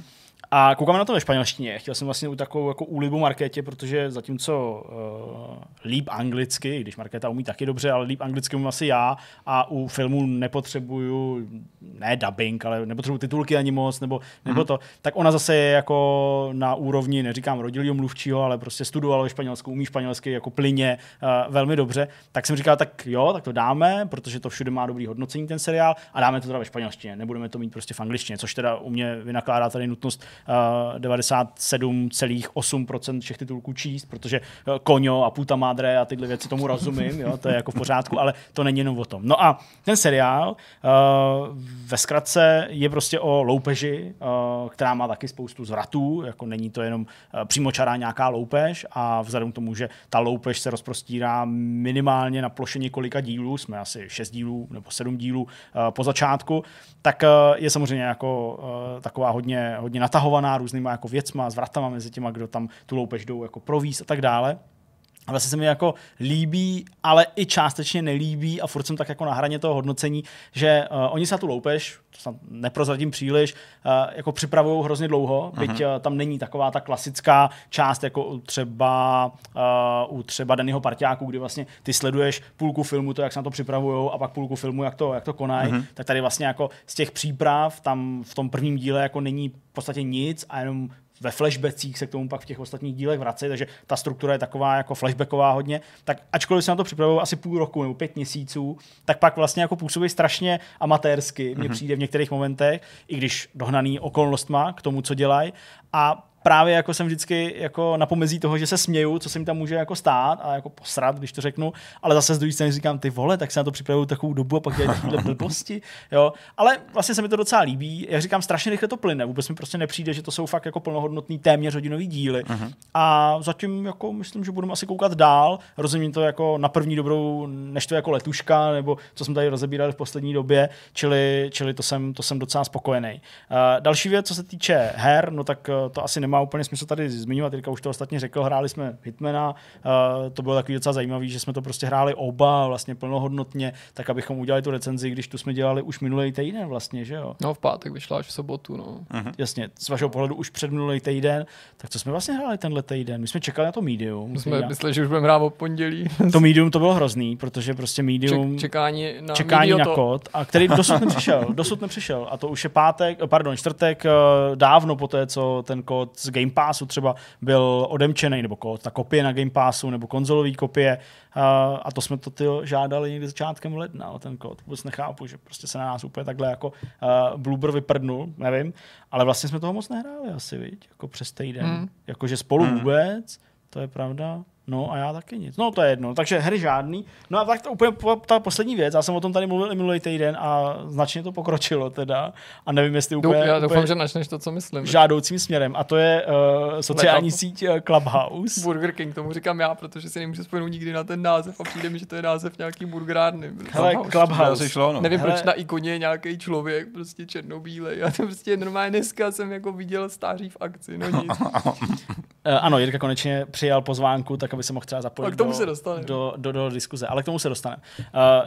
A koukáme na to ve španělštině. Chtěl jsem vlastně takovou jako úlibu Markétě, protože zatímco uh, líp anglicky, když Markéta umí taky dobře, ale líp anglicky umím asi já a u filmu nepotřebuju, ne dubbing, ale nepotřebuju titulky ani moc, nebo, nebo mm-hmm. to, tak ona zase je jako na úrovni, neříkám rodilýho mluvčího, ale prostě studovala ve Španělsku, umí španělsky jako plyně uh, velmi dobře. Tak jsem říkal, tak jo, tak to dáme, protože to všude má dobrý hodnocení ten seriál a dáme to teda ve španělštině. Nebudeme to mít prostě v angličtině, což teda u mě vynakládá tady nutnost uh, devadesát sedm celá osm procent všech titulků číst, protože uh, Koňo a Puta Madre a tyhle věci tomu rozumím, jo, to je jako v pořádku, ale to není jenom o tom. No a ten seriál uh, ve zkratce je prostě o loupeži, uh, která má taky spoustu zvratů, jako není to jenom uh, přímočará nějaká loupež a vzhledem k tomu, že ta loupež se rozprostírá minimálně na ploše několika dílů, jsme asi šest dílů nebo sedm dílů uh, po začátku, tak uh, je samozřejmě jako uh, taková hodně, hodně natahovaná různýma jako věcma, zvratama mezi těma, kdo tam tu loupež jdou jako províz a tak dále. A vlastně se mi jako líbí, ale i částečně nelíbí a furt jsem tak jako na hraně toho hodnocení, že uh, oni se na tu loupež, to snad neprozradím příliš, uh, jako připravují hrozně dlouho, uh-huh. byť uh, tam není taková ta klasická část jako u třeba, uh, u třeba Dannyho parťáku, kdy vlastně ty sleduješ půlku filmu, to jak se na to připravujou a pak půlku filmu, jak to, jak to konají, uh-huh. tak tady vlastně jako z těch příprav tam v tom prvním díle jako není v podstatě nic a jenom ve flashbackích se k tomu pak v těch ostatních dílech vrací, takže ta struktura je taková jako flashbacková hodně, tak ačkoliv se na to připravují asi půl roku nebo pět měsíců, tak pak vlastně jako působí strašně amatérsky, mně mm-hmm. přijde v některých momentech, i když dohnaný okolnostma k tomu, co dělají. A právě jako jsem vždycky jako na pomezí toho, že se směju, co se mi tam může jako stát a jako posrat, když to řeknu, ale zase z druhé strany říkám, ty vole, tak se na to připravuju takovou dobu a pak dělají takové blbosti, jo. Ale vlastně se mi to docela líbí. Jak říkám, strašně rychle to plyne. Vůbec mi prostě nepřijde, že to jsou fakt jako plnohodnotný téměř hodinový díly. Uh-huh. A zatím jako myslím, že budeme asi koukat dál. Rozumím to jako na první dobrou, než to jako Letuška, nebo co jsme tady rozebírali v poslední době, čili, čili to jsem to jsem docela spokojený. Uh, další věc, co se týče her, no tak uh, to asi nemá úplně smysl tady zmiňovat, Jirka už to ostatně řekl, hráli jsme Hitmana, uh, to bylo takový docela zajímavý, že jsme to prostě hráli oba vlastně plnohodnotně, tak abychom udělali tu recenzi, když tu jsme dělali už minulý týden vlastně, že jo? No v pátek vyšla až v sobotu, no. Uh-huh. Jasně, z vašeho pohledu už před minulý týden, tak co jsme vlastně hráli tenhle týden? My jsme čekali na to Medium. My jsme mysleli, že už budeme hrát o pondělí. To Medium to bylo hrozný, protože prostě Medium Ček, čekání na, čekání na kód, a který dosud nepřišel, dosud nepřišel a to už je pátek, pardon, čtvrtek dávno poté, co ten kód z Game Passu třeba byl odemčený, nebo kód, ta kopie na Game Passu, nebo konzolový kopie, uh, a to jsme to tyjo, žádali někdy začátkem ledna, ten kód. Vůbec nechápu, že prostě se na nás úplně takhle jako uh, Bloober vyprdnul, nevím, ale vlastně jsme toho moc nehráli asi, viď? Jako přes týden. Hmm. Jakože spolu hmm. vůbec, to je pravda. No a já taky nic. No to je jedno. Takže hry žádný. No a tak to úplně ta poslední věc. Já jsem o tom tady mluvil i minulý týden a značně to pokročilo teda. A nevím, jestli úplně... Já doufám, úplně že načneš to, co myslím. Žádoucím směrem. A to je uh, sociální síť uh, Clubhouse. Burger King, tomu říkám já, protože si nemůžu vzpomenout nikdy na ten název a přijde mi, že to je název nějaký burgerárny. Hele, Clubhouse. Clubhouse. Šlo, no. Nevím, Hele. proč na ikoně je nějaký člověk, prostě černobílej. A to prostě normálně dneska jsem jako viděl stáří v akci. No nic. uh, ano, Jirka konečně přijal pozvánku, tak aby se mohl třeba zapojit tomu do, se dostane. Do, do, do diskuze, ale k tomu se dostaneme. Uh,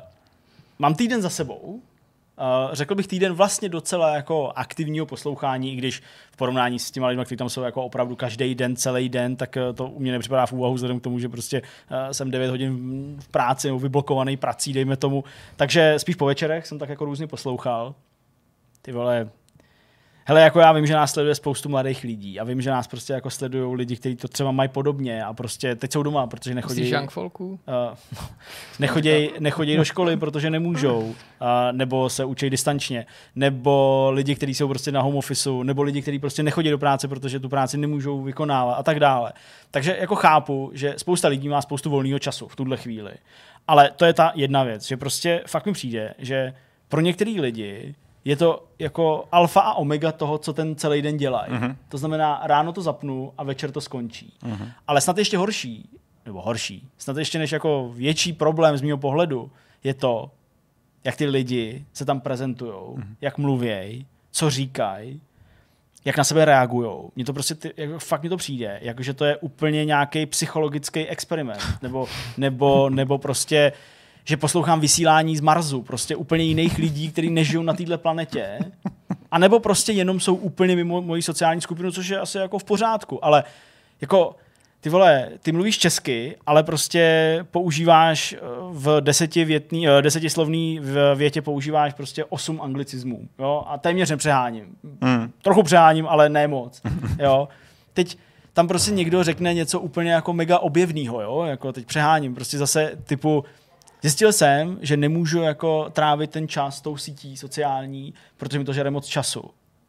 mám týden za sebou, uh, řekl bych týden vlastně docela jako aktivního poslouchání, i když v porovnání s těma lidmi, kteří tam jsou jako opravdu každý den, celý den, tak uh, to u mě nepřipadá v úvahu vzhledem k tomu, že prostě uh, jsem devět hodin v práci nebo vyblokovaný prací, dejme tomu. Takže spíš po večerech jsem tak jako různě poslouchal. Ty vole... Hele, jako já vím, že nás sleduje spoustu mladých lidí a vím, že nás prostě jako sledují lidi, kteří to třeba mají podobně a prostě teď jsou doma, protože nechodí... Jsi young folků? Uh, nechodí, nechodí do školy, protože nemůžou, uh, nebo se učí distančně, nebo lidi, kteří jsou prostě na home officeu, nebo lidi, kteří prostě nechodí do práce, protože tu práci nemůžou vykonávat a tak dále. Takže jako chápu, že spousta lidí má spoustu volného času v tuhle chvíli. Ale to je ta jedna věc, že prostě fakt mi přijde, že pro některý lidi je to jako alfa a omega toho, co ten celý den dělají. Uh-huh. To znamená, ráno to zapnu a večer to skončí. Uh-huh. Ale snad ještě horší, nebo horší, snad ještě než jako větší problém z mého pohledu je to, jak ty lidi se tam prezentujou, uh-huh. jak mluvějí, co říkají, jak na sebe reagujou. Mně to prostě, ty, jako fakt mi to přijde, jakože to je úplně nějaký psychologický experiment, nebo, nebo, nebo prostě že poslouchám vysílání z Marsu, prostě úplně jiných lidí, kteří nežijou na této planetě A nebo prostě jenom jsou úplně mimo moji sociální skupinu, což je asi jako v pořádku, ale jako ty vole, ty mluvíš česky, ale prostě používáš v desetivětný, desetislovný v větě používáš prostě osm anglicismů, jo, a téměř nepřeháním. Mm. Trochu přeháním, ale ne moc, jo. Teď tam prostě někdo řekne něco úplně jako mega objevného, jo, jako teď přeháním, prostě zase typu zjistil jsem, že nemůžu jako trávit ten čas tou sítí sociální, protože mi to žere moc času.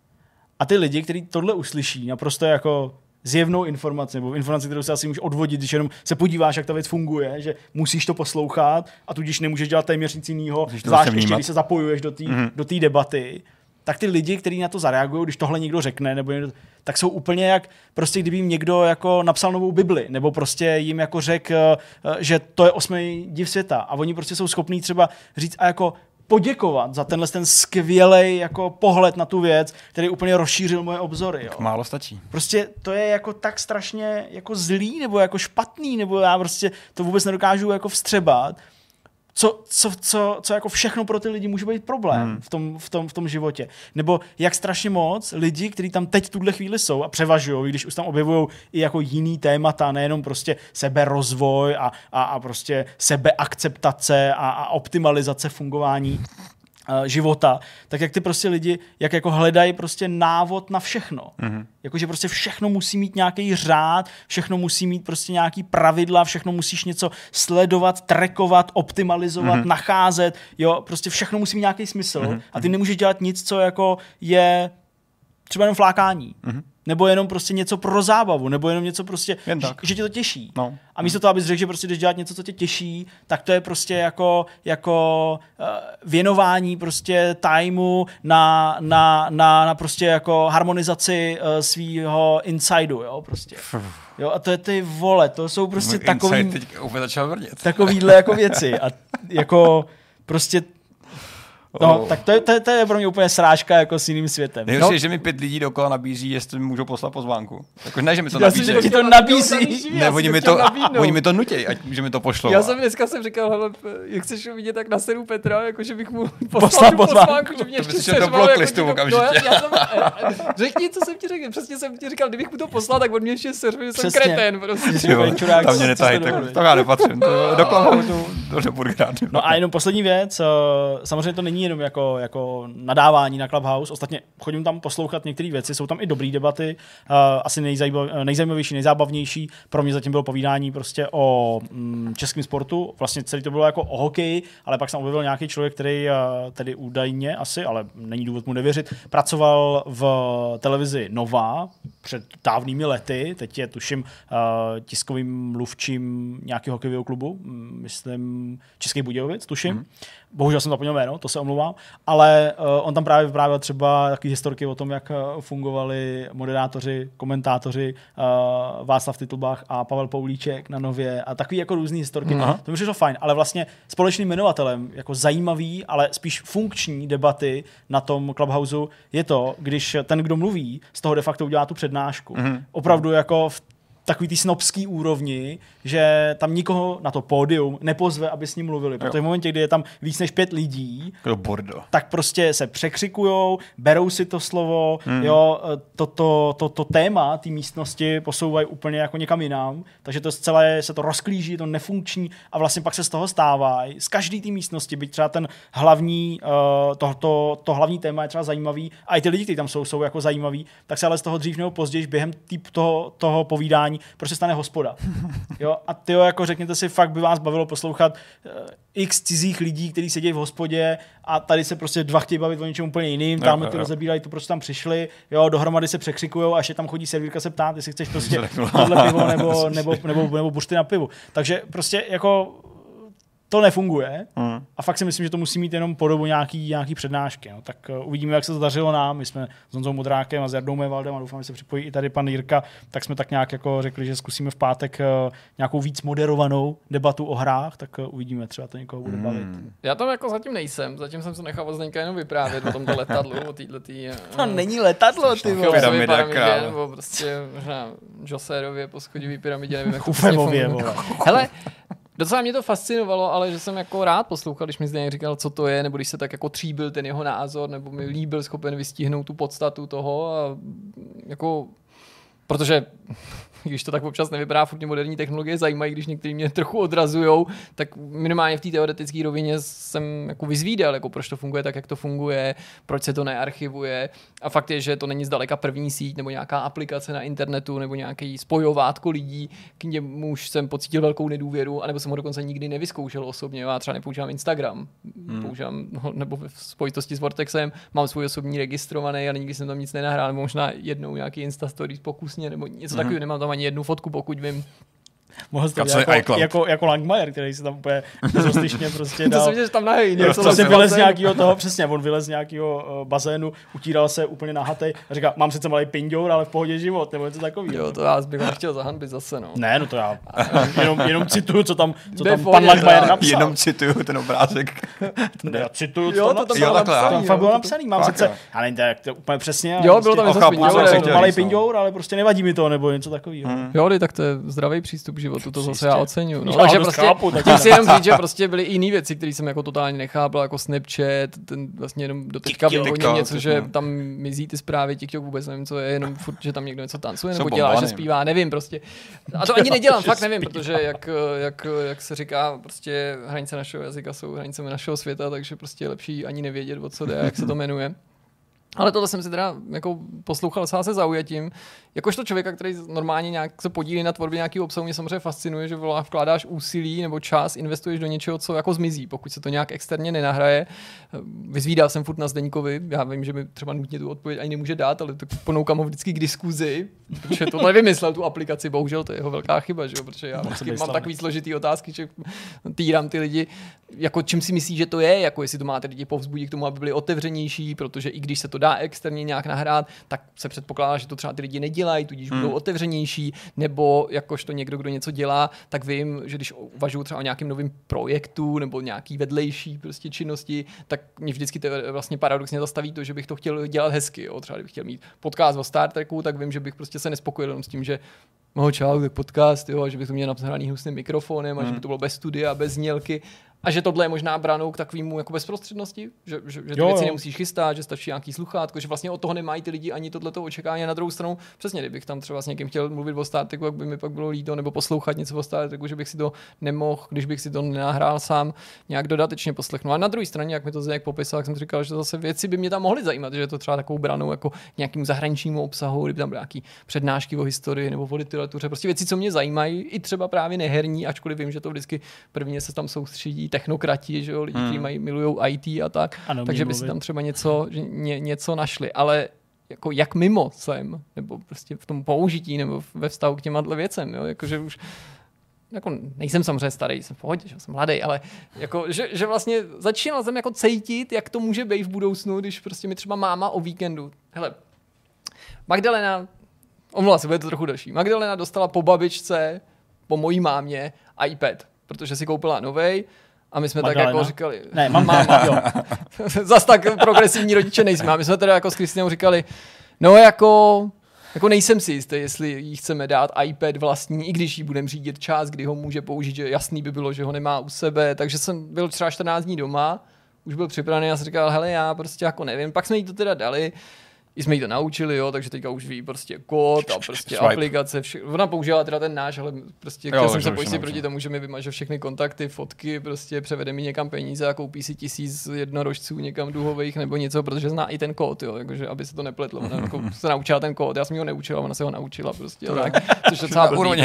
A ty lidi, kteří tohle uslyší, naprosto jako zjevnou informaci, nebo informaci, kterou se asi můžeš odvodit, když jenom se podíváš, jak ta věc funguje, že musíš to poslouchat a tudíž nemůžeš dělat téměř nic jiného, zvlášť ještě, když se zapojuješ do té mm-hmm. do té debaty, tak ty lidi, kteří na to zareagují, když tohle někdo řekne, nebo někdo, tak jsou úplně jak, prostě kdyby jim někdo jako napsal novou Bibli, nebo prostě jim jako řekl, že to je osmý div světa a oni prostě jsou schopní třeba říct a jako poděkovat za tenhle ten skvělej jako pohled na tu věc, který úplně rozšířil moje obzory. Jo. Málo stačí. Prostě to je jako tak strašně jako zlý, nebo jako špatný, nebo já prostě to vůbec nedokážu jako vstřebat. Co, co, co, co jako všechno pro ty lidi může být problém hmm. v, tom, v, tom, v tom životě. Nebo jak strašně moc lidi, kteří tam teď v tuhle chvíli jsou a převažují, když už tam objevují i jako jiný témata, nejenom prostě seberozvoj a, a, a prostě sebeakceptace a, a optimalizace fungování života, tak jak ty prostě lidi, jak jako hledají prostě návod na všechno. Mm-hmm. Jakože prostě všechno musí mít nějaký řád, všechno musí mít prostě nějaký pravidla, všechno musíš něco sledovat, trackovat, optimalizovat, mm-hmm. nacházet, jo, prostě všechno musí mít nějaký smysl mm-hmm. a ty nemůžeš dělat nic, co jako je třeba jenom flákání. Mm-hmm. Nebo jenom prostě něco pro zábavu, nebo jenom něco prostě, že, že tě to těší. No. A místo toho, abys řekl, že prostě jdeš dělat něco, co tě těší, tak to je prostě jako, jako uh, věnování prostě timeu na, na, na, na prostě jako harmonizaci uh, svýho insideu, jo, prostě. Jo, a to je ty vole, to jsou prostě Můj takový, teď úplně začal vrnět. takovýhle jako věci a jako prostě No, oh. tak to je, to, je, to je pro mě úplně srážka jako s jiným světem. Nejhorší no? je, že mi pět lidí dokola nabízí, jestli mi můžou poslat pozvánku. Jako ne, že mi to já nabízí. Já si, že to nabízí. Ne, oni mi to, oni mi to nutí, ať, že mi to pošlou. Já jsem dneska jsem říkal, hele, jak chceš vidět tak na seru Petra, jako že bych mu poslal tu pozvánku, že mě ještě seřval. To bylo k listu okamžitě. Řekni, co jsem ti řekl. Přesně jsem ti říkal, kdybych mu to poslal, tak on mě ještě seřval, že jsem kretén. Tam mě netahejte, tam já nepatřím. Do Clubhouse, do Burgera. No a jenom poslední věc, samozřejmě to není jenom jako nadávání na Clubhouse. Ostatně chodím tam poslouchat některé věci, jsou tam i dobré debaty. Uh, asi nejzajímav, nejzajímavější, nejzábavnější pro mě zatím bylo povídání prostě o mm, českém sportu. Vlastně celý to bylo jako o hokeji, ale pak jsem objevil nějaký člověk, který uh, tedy údajně asi, ale není důvod mu nevěřit, pracoval v televizi Nova před dávnými lety. Teď je tuším uh, tiskovým mluvčím nějakého hokejového klubu, myslím Český Budějovic, tuším. Mm. Bohužel jsem zapomněl jméno, to se omlouvám, ale uh, on tam právě vyprávěl třeba takové historky o tom, jak uh, fungovali moderátoři, komentátoři uh, Václav Titlbach a Pavel Poulíček na Nově a takový jako různý historky. Uh-huh. To mi přišlo fajn, ale vlastně společným jmenovatelem jako zajímavý, ale spíš funkční debaty na tom Clubhouse je to, když ten, kdo mluví, z toho de facto udělá tu přednášku. Uh-huh. Opravdu jako v takový tý snobský úrovni, že tam nikoho na to pódium nepozve, aby s ním mluvili. Protože v momentě, kdy je tam víc než pět lidí, tak prostě se překřikujou, berou si to slovo, hmm. jo, to, to, to, to téma té místnosti posouvají úplně jako někam jinam, takže to celé se to rozklíží, je to nefunkční a vlastně pak se z toho stává. Z každé té místnosti, byť třeba ten hlavní, to, to, to hlavní téma je třeba zajímavý a i ty lidi, kteří tam jsou, jsou jako zajímaví, tak se ale z toho dřív nebo později během týp toho, toho povídání prostě stane hospoda. Jo? A tyjo, jako řekněte si, fakt by vás bavilo poslouchat uh, x cizích lidí, kteří sedí v hospodě a tady se prostě dva chtějí bavit o něčem úplně jiným, tam ty rozebírají to, proč tam přišli, jo, dohromady se překřikujou a ještě tam chodí servírka se ptát, jestli chceš prostě tohle pivo nebo, nebo, nebo, nebo buřty na pivu. Takže prostě jako to nefunguje hmm. a fakt si myslím, že to musí mít jenom podobu nějaký, nějaký přednášky. No. Tak uh, uvidíme, jak se to dařilo nám. My jsme s Honzou Modrákem a s Jardou Mévaldem a doufám, že se připojí i tady pan Jirka, tak jsme tak nějak jako řekli, že zkusíme v pátek uh, nějakou víc moderovanou debatu o hrách, tak uh, uvidíme, třeba to někoho bude bavit. Hmm. Já tam jako zatím nejsem, zatím jsem se nechal od Zdeňka jenom vyprávět o tomto letadlu, o týhletý... Uh, to není letadlo, ty vole. Pyramidě, nebo prostě možná Joserově po schodivý pyramidě, nevím, jak to přesně funguje. Hele, Docela mě to fascinovalo, ale že jsem jako rád poslouchal, když mi zde říkal, co to je, nebo když se tak jako tříbil ten jeho názor, nebo mi líbil schopen vystihnout tu podstatu toho a jako, protože když to tak občas nevypadá, furt mě moderní technologie zajímají, když některý mě trochu odrazujou, tak minimálně v té teoretické rovině jsem jako vyzvídal, jako proč to funguje tak, jak to funguje, proč se to nearchivuje. A fakt je, že to není zdaleka první síť nebo nějaká aplikace na internetu nebo nějaký spojovátko lidí, k němu už jsem pocítil velkou nedůvěru, anebo jsem ho dokonce nikdy nevyzkoušel osobně. Já třeba nepoužívám Instagram, hmm. používám, no, nebo v spojitosti s Vortexem mám svůj osobní registrovaný a nikdy jsem tam nic nenahrál, nebo možná jednou nějaký Insta Stories pokusně, nebo něco hmm. takového, nemám tam ani jednu fotku, pokud vím. Mohl jste jako, jako, jako Langmajer, který se tam úplně bezostýšně prostě dal. To jsem viděl, že tam nahej. To prostě vylez z nějakého toho, přesně, on vylez z nějakého uh, bazénu, utíral se úplně nahatej a říká, mám sice malý pindour, ale v pohodě život, nebo něco takového. Jo, to já bych ho chtěl zahanbit zase, no. Ne, no to já jenom, jenom cituju, co tam, co tam pan Langmajer napsal. Jenom cituju ten obrázek. Ne, já cituju, co jo, tam napsal. Jo, takhle, tam fakt bylo napsaný, mám sice, já nevím, tak to úplně přesně. Jo, bylo tam něco malý pindour, ale prostě nevadí mi to, nebo něco takového. Jo, tak to je zdravý přístup k životu, to zase já oceňuju. No, takže prostě, chápu, tak tím si jenom říct, že prostě byly i jiné věci, které jsem jako totálně nechápal, jako Snapchat, ten vlastně jenom do teďka vyhodně něco, že tam mizí ty zprávy, TikTok vůbec nevím, co je, jenom furt, že tam někdo něco tancuje, nebo dělá, že zpívá, nevím prostě. A to ani nedělám, fakt nevím, protože jak, jak, jak se říká, prostě hranice našeho jazyka jsou hranicemi našeho světa, takže prostě je lepší ani nevědět, o co jde, jak se to jmenuje. Ale tohle jsem si teda jako poslouchal docela se zaujatím. Jakožto člověka, který normálně nějak se podílí na tvorbě nějakého obsahu, mě samozřejmě fascinuje, že vkládáš úsilí nebo čas, investuješ do něčeho, co jako zmizí, pokud se to nějak externě nenahraje. Vyzvídal jsem furt na Zdeňkovi, já vím, že mi třeba nutně tu odpověď ani nemůže dát, ale tak ponoukám ho vždycky k diskuzi, protože tohle vymyslel tu aplikaci, bohužel to je jeho velká chyba, že jo? Protože já vždycky mám takový složitý otázky, že týrám ty lidi, jako čím si myslí, že to je, jako jestli to máte lidi povzbudit k tomu, aby byli otevřenější, protože i když se to dá externě nějak nahrát, tak se předpokládá, že to třeba ty lidi nedělají, tudíž hmm. budou otevřenější, nebo jakožto někdo, kdo něco dělá, tak vím, že když uvažuji třeba o nějakém novém projektu nebo nějaký vedlejší prostě činnosti, tak mě vždycky to vlastně paradoxně zastaví to, že bych to chtěl dělat hezky. Jo. Třeba kdybych chtěl mít podcast o Star Treku, tak vím, že bych prostě se nespokojil jenom s tím, že no čau, tak podcast, jo, že bych to měl napsaný hnusným mikrofonem a hmm. že by to bylo bez studia, bez znělky. A že tohle je možná branou k takovému jako bezprostřednosti, že, že, že ty jo, věci jo. nemusíš chystat, že stačí nějaký sluchátko, že vlastně od toho nemají ty lidi ani tohleto očekávání. Na druhou stranu, přesně, kdybych tam třeba s někým chtěl mluvit o Star Treku, jak by mi pak bylo líto, nebo poslouchat něco o Star Treku, že bych si to nemohl, když bych si to nenahrál sám, nějak dodatečně poslechnout. A na druhé straně, jak mi to Zdeněk popisal, jak jsem říkal, že zase věci by mě tam mohly zajímat, že je to třeba takovou branou jako nějakým zahraničnímu obsahu, kdyby tam byly nějaký přednášky o historii nebo o literatuře, prostě věci, co mě zajímají, i třeba právě neherní, ačkoliv vím, že to vždycky prvně se tam soustředí technokrati, že jo, lidi, hmm. kteří mají milujou í té a tak, ano, takže by si tam třeba něco, ně, něco našli, ale jako jak mimo jsem, nebo prostě v tom použití, nebo ve vztahu k těma věcem, jo, jakože už jako nejsem samozřejmě starý, jsem v pohodě, že jsem mladý, ale jako, že, že vlastně začínal jsem jako cítit, jak to může být v budoucnu, když prostě mi třeba máma o víkendu, hele, Magdalena, omlouvám se, bude to trochu další, Magdalena dostala po babičce, po mojí mámě iPad, protože si koupila novej. A my jsme Magdalena? tak jako říkali... Ne, mám máma, jo. Zas tak progresivní rodiče nejsme. A my jsme teda jako s Kristinou říkali, no jako, jako nejsem si jistý, jestli jí chceme dát iPad vlastní, i když jí budeme řídit čas, kdy ho může použít, že jasný by bylo, že ho nemá u sebe. Takže jsem byl třeba čtrnáct dní doma, už byl připravený a jsem říkal, hele, já prostě jako nevím. Pak jsme jí to teda dali, i jsme jí to naučili, jo, takže teďka už ví prostě kód a prostě Swipe. aplikace. Vše... Ona používala teda ten náš, ale prostě chtěl jo, jsem se pojistit proti tomu, že mi vymaže všechny kontakty, fotky, prostě převede mi někam peníze a koupí si tisíc jednorožců někam duhových nebo něco, protože zná i ten kód, jo, jakože aby se to nepletlo. Ona jako se naučila ten kód, já jsem ho neučila, ona se ho naučila prostě. Tak, což je docela blbý.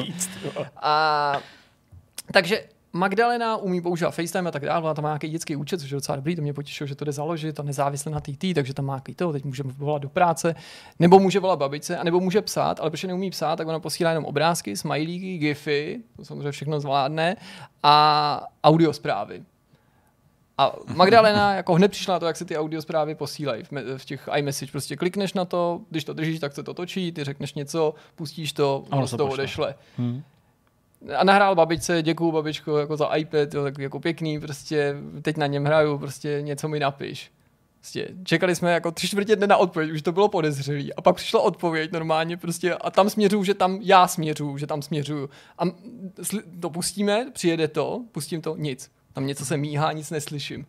A takže Magdalena umí používat FaceTime a tak dále, tam má nějaký dětský účet, což je docela dobrý, to mě potěšilo, že to jde založit a nezávisle na té, takže tam má nějaký to, teď může volat do práce, nebo může volat babičce, anebo může psát, ale protože neumí psát, tak ona posílá jenom obrázky, smajlíky, gify, to samozřejmě všechno zvládne, a audiosprávy. A Magdalena jako hned přišla na to, jak se ty audiosprávy posílají v, me- v těch iMessage. Prostě klikneš na to, když to držíš, tak se to točí, ty řekneš něco, pustíš to, ono se to odešle. Hmm. A nahrál babičce, děkuju babičko jako za iPad, jo, tak jako pěkný, prostě teď na něm hraju, prostě něco mi napiš. Prostě čekali jsme jako tři čtvrtě dne na odpověď, už to bylo podezřelý. A pak přišla odpověď normálně prostě a tam směřuju, že tam já směřuju, že tam směřuju. A to pustíme, přijede to, pustím to, nic. Tam něco se míhá, nic neslyším.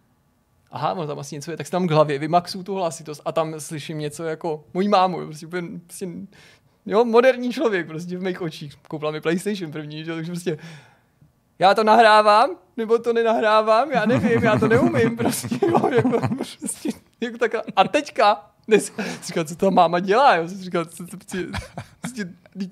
Aha, ono tam asi něco je, tak si tam k hlavě vymaxuju tu hlasitost a tam slyším něco jako mojí mámu, prostě úplně, prostě, jo, moderní člověk prostě v mých očích. Koupila mi PlayStation první, že, takže prostě já to nahrávám, nebo to nenahrávám, já nevím, já to neumím, prostě, jo, jako, prostě, jako takhle. A teďka, dnes, říkal, co to máma dělá, jo, říkal, co to, prostě, prostě,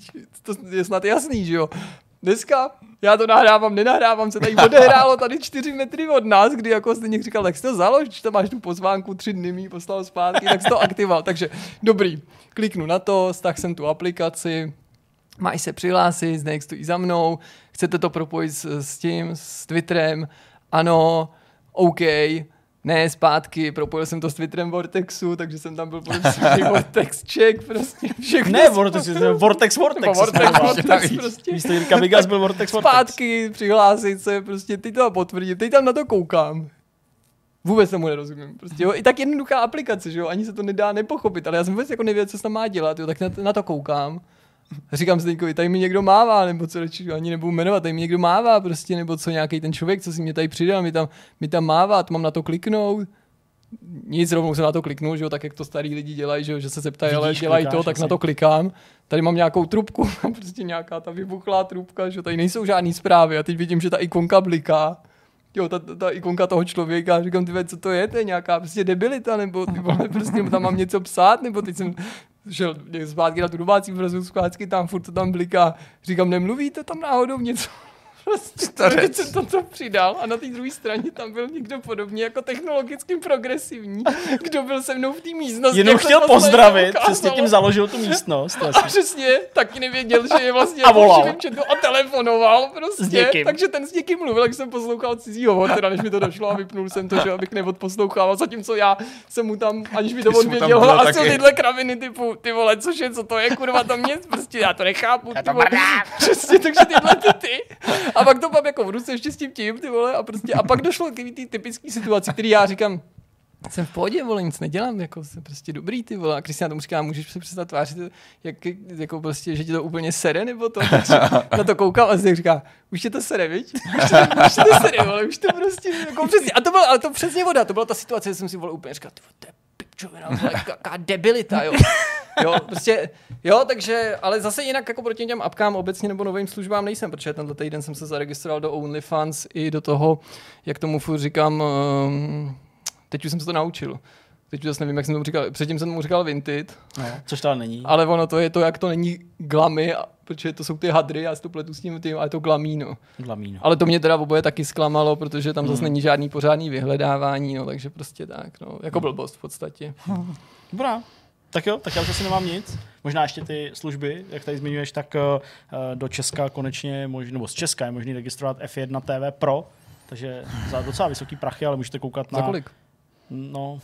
to je snad jasný, že jo. Dneska já to nahrávám, nenahrávám, se tady odehrálo tady čtyři metry od nás, kdy jako jste někdo říkal, tak si to založ, když tam máš tu pozvánku, tři dny mi poslal zpátky, tak si to aktivoval. Takže dobrý, kliknu na to, stáhl jsem tu aplikaci, máš se přihlásit, Snake stojí za mnou, chcete to propojit s, s tím, s Twitterem, ano, OK, ne, zpátky, propojil jsem to s Twitterem Vortexu, takže jsem tam byl podepsaný Vortex check, prostě všechno. Ne, Vortex, Vortex, Vortex. Vortex, Vortex, prostě. Místo Jirka Vigas byl Vortex, Vortex. Zpátky, přihlásit se, prostě teď to potvrdit, teď tam na to koukám. Vůbec tomu nerozumím. Prostě, jo, i tak jednoduchá aplikace, že jo, ani se to nedá nepochopit, ale já jsem vůbec jako nevěděl, co se tam má dělat, jo, tak na, na to koukám. Říkám Zdeňkovi, tady mi někdo mává, nebo co, ani nebudu jmenovat, tady mi někdo mává prostě, nebo co nějaký ten člověk, co si mě tady přidal, mi tam, mi tam mává, mám na to kliknout. Nic, rovnou jsem na to kliknul, že jo, tak jak to starý lidi dělají, že jo, že se zeptají, ale dělají to, tak asi na to klikám. Tady mám nějakou trubku, prostě nějaká ta vybuchlá trubka, že jo, tady nejsou žádný zprávy a teď vidím, že ta ikonka bliká. Jo, ta, ta, ta ikonka toho člověka, říkám, ty ve, co to je, to je nějaká prostě debilita, nebo ty vole, prostě tam mám něco psát, nebo teď jsem šel zpátky na tu domácí obrazovku, zpátky tam furt to tam bliká, říkám, nemluvíte tam náhodou něco? Prostě teď jsem to, to přidal a na té druhé straně tam byl někdo podobně jako technologicky progresivní, kdo byl se mnou v té místnosti. Jenom chtěl pozdravit, přesně tím založil tu místnost. A přesně, taky nevěděl, že je vlastně a volal. A telefonoval prostě, takže ten s někým mluvil, takže jsem poslouchal cizí hovor, teda než mi to došlo a vypnul jsem to, že abych neodposlouchával, zatímco já jsem mu tam, aniž by to on věděl, asi tyhle kraviny typu, ty vole, což je, co to je, kurva, to mě, prostě já to nechápu. Já to přesně, takže tyhle ty ty. A pak to mám jako v ruce ještě s tím tím, ty vole, a prostě, a pak došlo k té typické situaci, který já říkám, jsem v pohodě, vole, nic nedělám, jako jsem prostě dobrý, ty vole, a Kristina tomu říká, můžeš se přestat tvářit, jak, jako prostě, že ti to úplně sere, nebo to, takže na to koukám a si říká, už tě to sere, viď? Už tě, už tě to sere, vole, už to prostě, jako přesně, a to bylo, ale to přesně voda, to byla ta situace, že jsem si, vole, úplně říkal, ty vole, to je pipčovina, vole, jaká debilita, jo. Jo, prostě, jo, takže, ale zase jinak jako proti těm apkám obecně nebo novým službám nejsem, protože tenhle týden jsem se zaregistroval do OnlyFans i do toho, jak tomu furt říkám, um, teď už jsem se to naučil. Teď už zase nevím, jak jsem tomu říkal, předtím jsem tomu říkal Vinted. No, což to není. Ale ono to je to, jak to není glamy, protože to jsou ty hadry, já si to pletu s tím, tím ale je to glamíno. Glamíno. Ale to mě teda oboje taky zklamalo, protože tam hmm. zase není žádný pořádný vyhledávání, no, takže prostě tak, no, jako blbost v podstatě. Dobrá. Tak jo, tak já už asi nemám nic. Možná ještě ty služby, jak tady zmiňuješ, tak uh, do Česka konečně, možný, nebo z Česka je možný registrovat F jedna T V Pro, takže za docela vysoký prachy, ale můžete koukat na... Za kolik? No,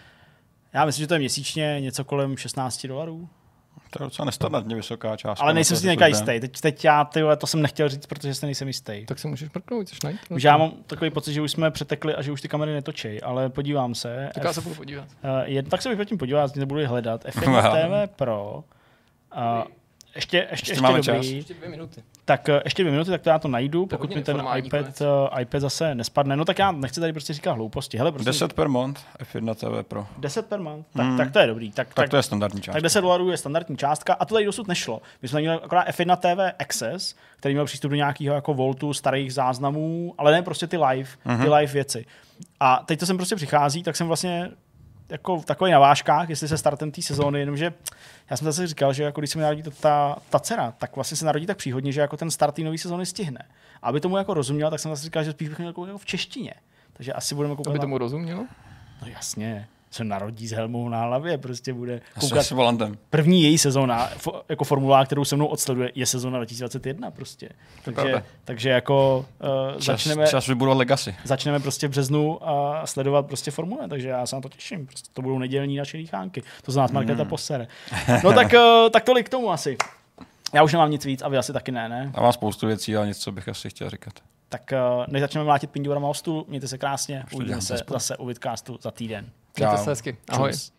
já myslím, že to je měsíčně něco kolem šestnáct dolarů. To je docela nestandardně vysoká částka. Ale nejsem si nějaká jistý. Teď, teď já tyhle, to jsem nechtěl říct, protože si nejsem jistý. Tak se můžeš mrknout, chceš najít. Už já mám takový pocit, že už jsme přetekli a že už ty kamery netočí, ale podívám se. Tak já se budu podívat. Uh, je, tak se bych tím podívat, nebudu je hledat. F jedna T V Pro. Uh, ještě, ještě, ještě, ještě dobrý. Čas. Ještě dvě minuty. Tak uh, ještě dvě minuty, tak to já to najdu, to pokud mi ten iPad, uh, iPad zase nespadne. No tak já nechci tady prostě říkat hlouposti. Hele, prostě deset per month, F jedna T V Pro. deset per month? Tak, hmm. tak to je dobrý. Tak, tak, tak to je standardní částka. Tak deset dolarů je standardní částka a to tady dosud nešlo. My jsme měli akorát F jedna T V Access, který měl přístup do nějakého jako voltu starých záznamů, ale ne prostě ty live, mm-hmm. ty live věci. A teď to sem prostě přichází, tak jsem vlastně jako v takových navážkách, jestli se startem té sezóny, jenomže já jsem zase říkal, že jako když se mi narodí ta, ta dcera, tak vlastně se narodí tak příhodně, že jako ten start té nové sezóny stihne. A aby tomu jako rozuměl, tak jsem zase říkal, že spíš bych měl jako v češtině. Takže asi budeme koukat. Aby tomu rozuměl? No jasně. Se narodí s helmou na hlavě, prostě bude koukat. S volantem. První její sezóna, jako formulá, kterou se mnou odsleduje, je sezóna dva tisíce dvacet jedna prostě. Takže, takže jako uh, čas, začneme... Čas vybudovat legacy. Začneme prostě v březnu a sledovat prostě formule, takže já se na to těším. Prostě to budou nedělní naše líchánky. To znamená, Markéta mm. posere. No tak, uh, tak tolik k tomu asi. Já už nemám nic víc a vy asi taky ne, ne? Já mám spoustu věcí, ale něco bych asi chtěl říkat. Tak uh, než začneme mlátit pindurama o stůl, mějte se krásně, uvidíme se zase u Vidcastu za týden. Mějte se hezky. Ahoj. Čus.